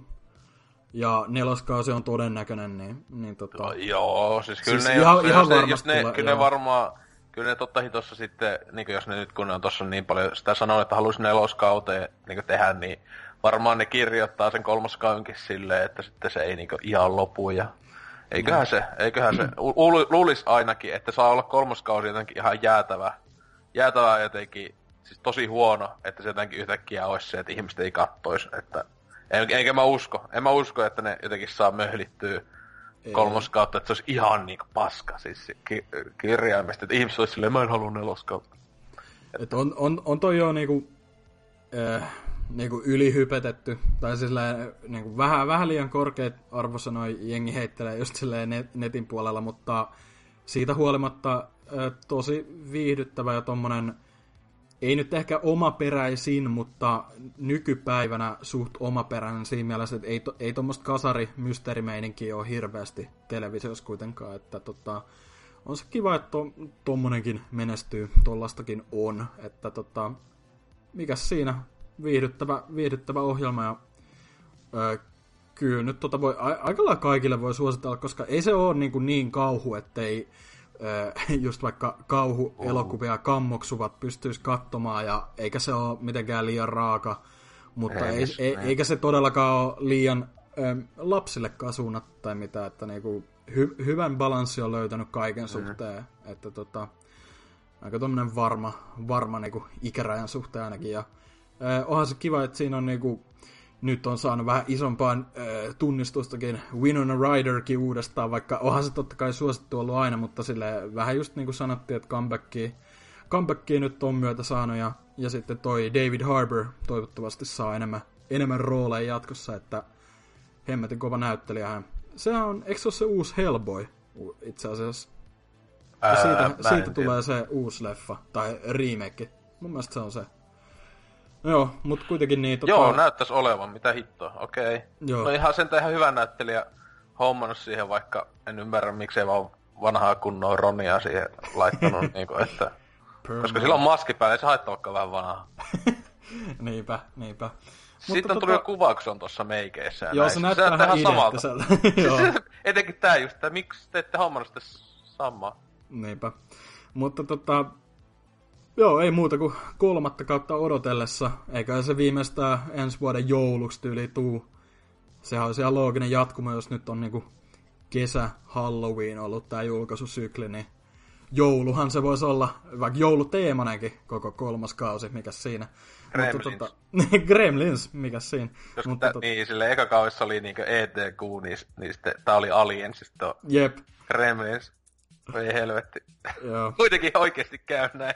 ja neloskausi on todennäköinen, niin, niin tota... No, joo, siis kyllä siis ne, ihan, jos, ihan jos, ne, varmasti jos ne, tulee, kyllä ne varmaan, kyllä ne totta hitossa sitten, niin jos ne nyt kun ne on tossa niin paljon sitä sanoo, että haluaisi neloskauteen niin tehdä, niin varmaan ne kirjoittaa sen kolmoskaudenkin silleen, että sitten se ei niin ihan lopu ja... Eiköhän no. se, eiköhän se, luulis ainakin, että saa olla kolmoskausi jotenkin ihan jäätävä, jäätävä jotenkin, siis tosi huono, että se jotenkin yhtäkkiä olisi se, että ihmiset ei kattoisi, että enkä mä usko, en mä usko, että ne jotenkin saa möhlittyä kolmoskautta, että se olisi ihan niinku paska, siis ki- kirjaimesti, että ihmiset olisi silleen, mä en halua neloskautta. Että on, on, on toi jo niinku, äh, niinku ylihypetetty, tai siis niinku vähän, vähän liian korkeat arvosanoja jengi heittelee just silleen net, netin puolella, mutta siitä huolimatta äh, tosi viihdyttävä ja tommonen, ei nyt ehkä omaperäisin, mutta nykypäivänä suht omaperäinen siinä mielessä, että ei, to, ei tommoista kasari-mysteerimeininkiä ole hirveästi televisiossa kuitenkaan, että tota, on se kiva, että to, tommonenkin menestyy, tollastakin on, että tota, mikäs siinä, viihdyttävä, viihdyttävä ohjelma ja ö, kyllä nyt tota voi, a, aika lailla kaikille voi suositella, koska ei se ole niin, kuin niin kauhu, ettei just vaikka kauhuelokuvia kammoksuvat pystyisi katsomaan, ja eikä se ole mitenkään liian raaka, mutta ei, ei, eikä se todellakaan ole liian ö, lapsillekaan suunnattu tai mitään, että niinku, hy, hyvän balanssi on löytänyt kaiken suhteen, mm. että tota, aika tommonen varma, varma niinku, ikärajan suhteen ainakin, ja ö, onhan se kiva, että siinä on niinku, nyt on saanut vähän isompaan äh, tunnistustakin Winona Ryderkin uudestaan, vaikka onhan se totta kai suosittu ollut aina, mutta sille vähän just niin kuin sanottiin, että comebackia, comebackia nyt on myötä saanut, ja, ja sitten toi David Harbour toivottavasti saa enemmän, enemmän rooleja jatkossa, että hemmetin kova näyttelijähän. Sehän on, eikö se ole se uusi Hellboy itse asiassa? Ja siitä, Ää, siitä tulee se uusi leffa, tai remake. Mun mielestä se on se. Joo, mut kuitenkin niin... Tota... Joo, näyttäis olevan, mitä hittoa, okei. Okay. No ihan sentään ihan hyvä näyttelijä hommannut siihen, vaikka en ymmärrä miksei vaan vanhaa kunnon Ronia siihen laittanut, niinku, että... Koska sillä on maski päällä, ei se haittaa vaikka vähän vanhaa. niinpä, niinpä. Sitten on tullut tota... jo kuva, kun se on tossa meikeissä. Joo, se näyttää ihan identtiseltä. Etenkin tää just, että miksi te ette hommannut sitä samaa. Niinpä. Mutta tota... Joo, ei muuta kuin kolmatta kautta odotellessa, eikä se viimeistään ensi vuoden jouluksi tyyli tuu. Sehän olisi ihan looginen jatkumo, jos nyt on niinku kesä, Halloween ollut tää julkaisusykli, niin jouluhan se voisi olla, vaikka jouluteemanenkin koko kolmas kausi, mikäs siinä. Gremlins. Mutta, tota, Gremlins, mikäs siinä. Jos mutta, tä, tota, niin, silleen eka kaudessa oli niinku E T Q, niin, niin sitten tää oli Alien, siis tuo Jep. Gremlins. Ei helvetti. Joo. Kuitenkin oikeesti käy näin.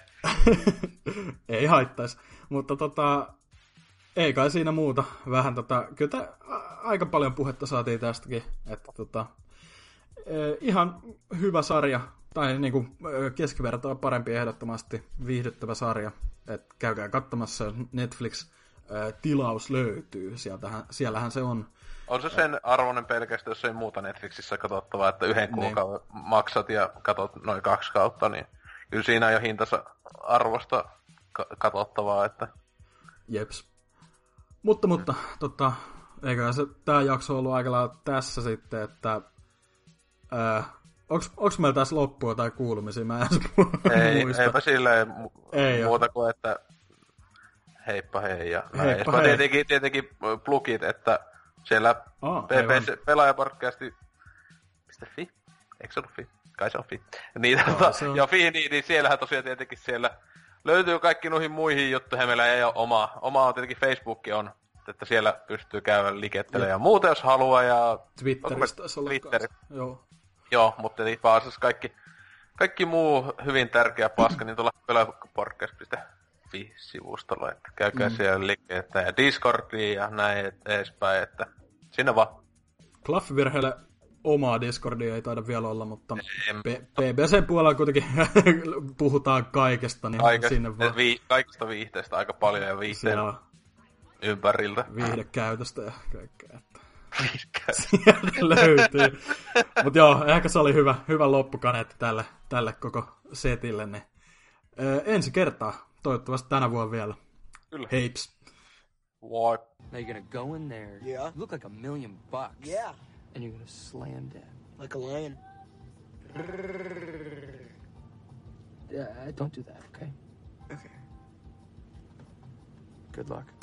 Ei haittais. Mutta tota, ei kai siinä muuta. Vähän tota, kyllä tää, aika paljon puhetta saatiin tästäkin. Että tota, eh, ihan hyvä sarja. Tai niinku keskivertoa parempi ehdottomasti viihdyttävä sarja. Et käykää katsomassa, Netflix-tilaus löytyy. Sieltähän, siellähän se on. On se sen arvoinen pelkästään, jos ei muuta Netflixissä katsottavaa, että yhden kuukauden niin maksat ja katot noin kaksi kautta, niin kyllä siinä on jo hintansa arvosta katsottavaa, että... Jeps. Mutta, mutta, mm. tota, eiköhän se tää jakso ollut aika lailla tässä sitten, että... Ää, onks, onks meillä tässä loppua tai kuulumisia? Mä en ei, muista. Eipä silleen mu- ei muuta ole. Kuin, että heippa hei ja näin. Heippa hei. Tietenkin, tietenkin plugit, että... Siellä oh, P P C Pelaajaportcasti piste fi? Eikö se ollut fi? Kai se on fi. Niin, oh, tota, on... ja fi, niin, niin siellähän tosiaan tietenkin siellä löytyy kaikki noihin muihin juttuihin. Meillä ei ole oma. Oma on tietenkin Facebook on, että siellä pystyy käydä liikettelemään ja muuta jos haluaa. Ja Twitteristä taisi olla Twitter. Joo. Joo, mutta niin pääasiassa kaikki, kaikki muu hyvin tärkeä paska, niin tuolla pelaajaportcast piste fi-sivustolla, että käykää mm. siellä liikkeettä ja Discordiin ja näin edespäin, että sinne vaan. Klaffivirheelle omaa Discordia ei taida vielä olla, mutta P B C:n puolella kuitenkin puhutaan kaikesta, niin Kaikesta, sinne vaan. Vi- kaikista viihteistä aika paljon ja viihteen Ympäriltä. Viihdekäytöstä ja kaikkea. Sieltä löytyy. Mut joo, ehkä se oli hyvä, hyvä loppukaneetti tälle, tälle koko setille. Niin. Öö, ensi kertaa. Toivottavasti tänä vuonna vielä. Kyllä. Heips. What? Now you're gonna go in there. Yeah. You look like a million bucks. Yeah. And you're gonna slam down. Like a lion. Yeah, don't do that, okay? Okay. Good luck.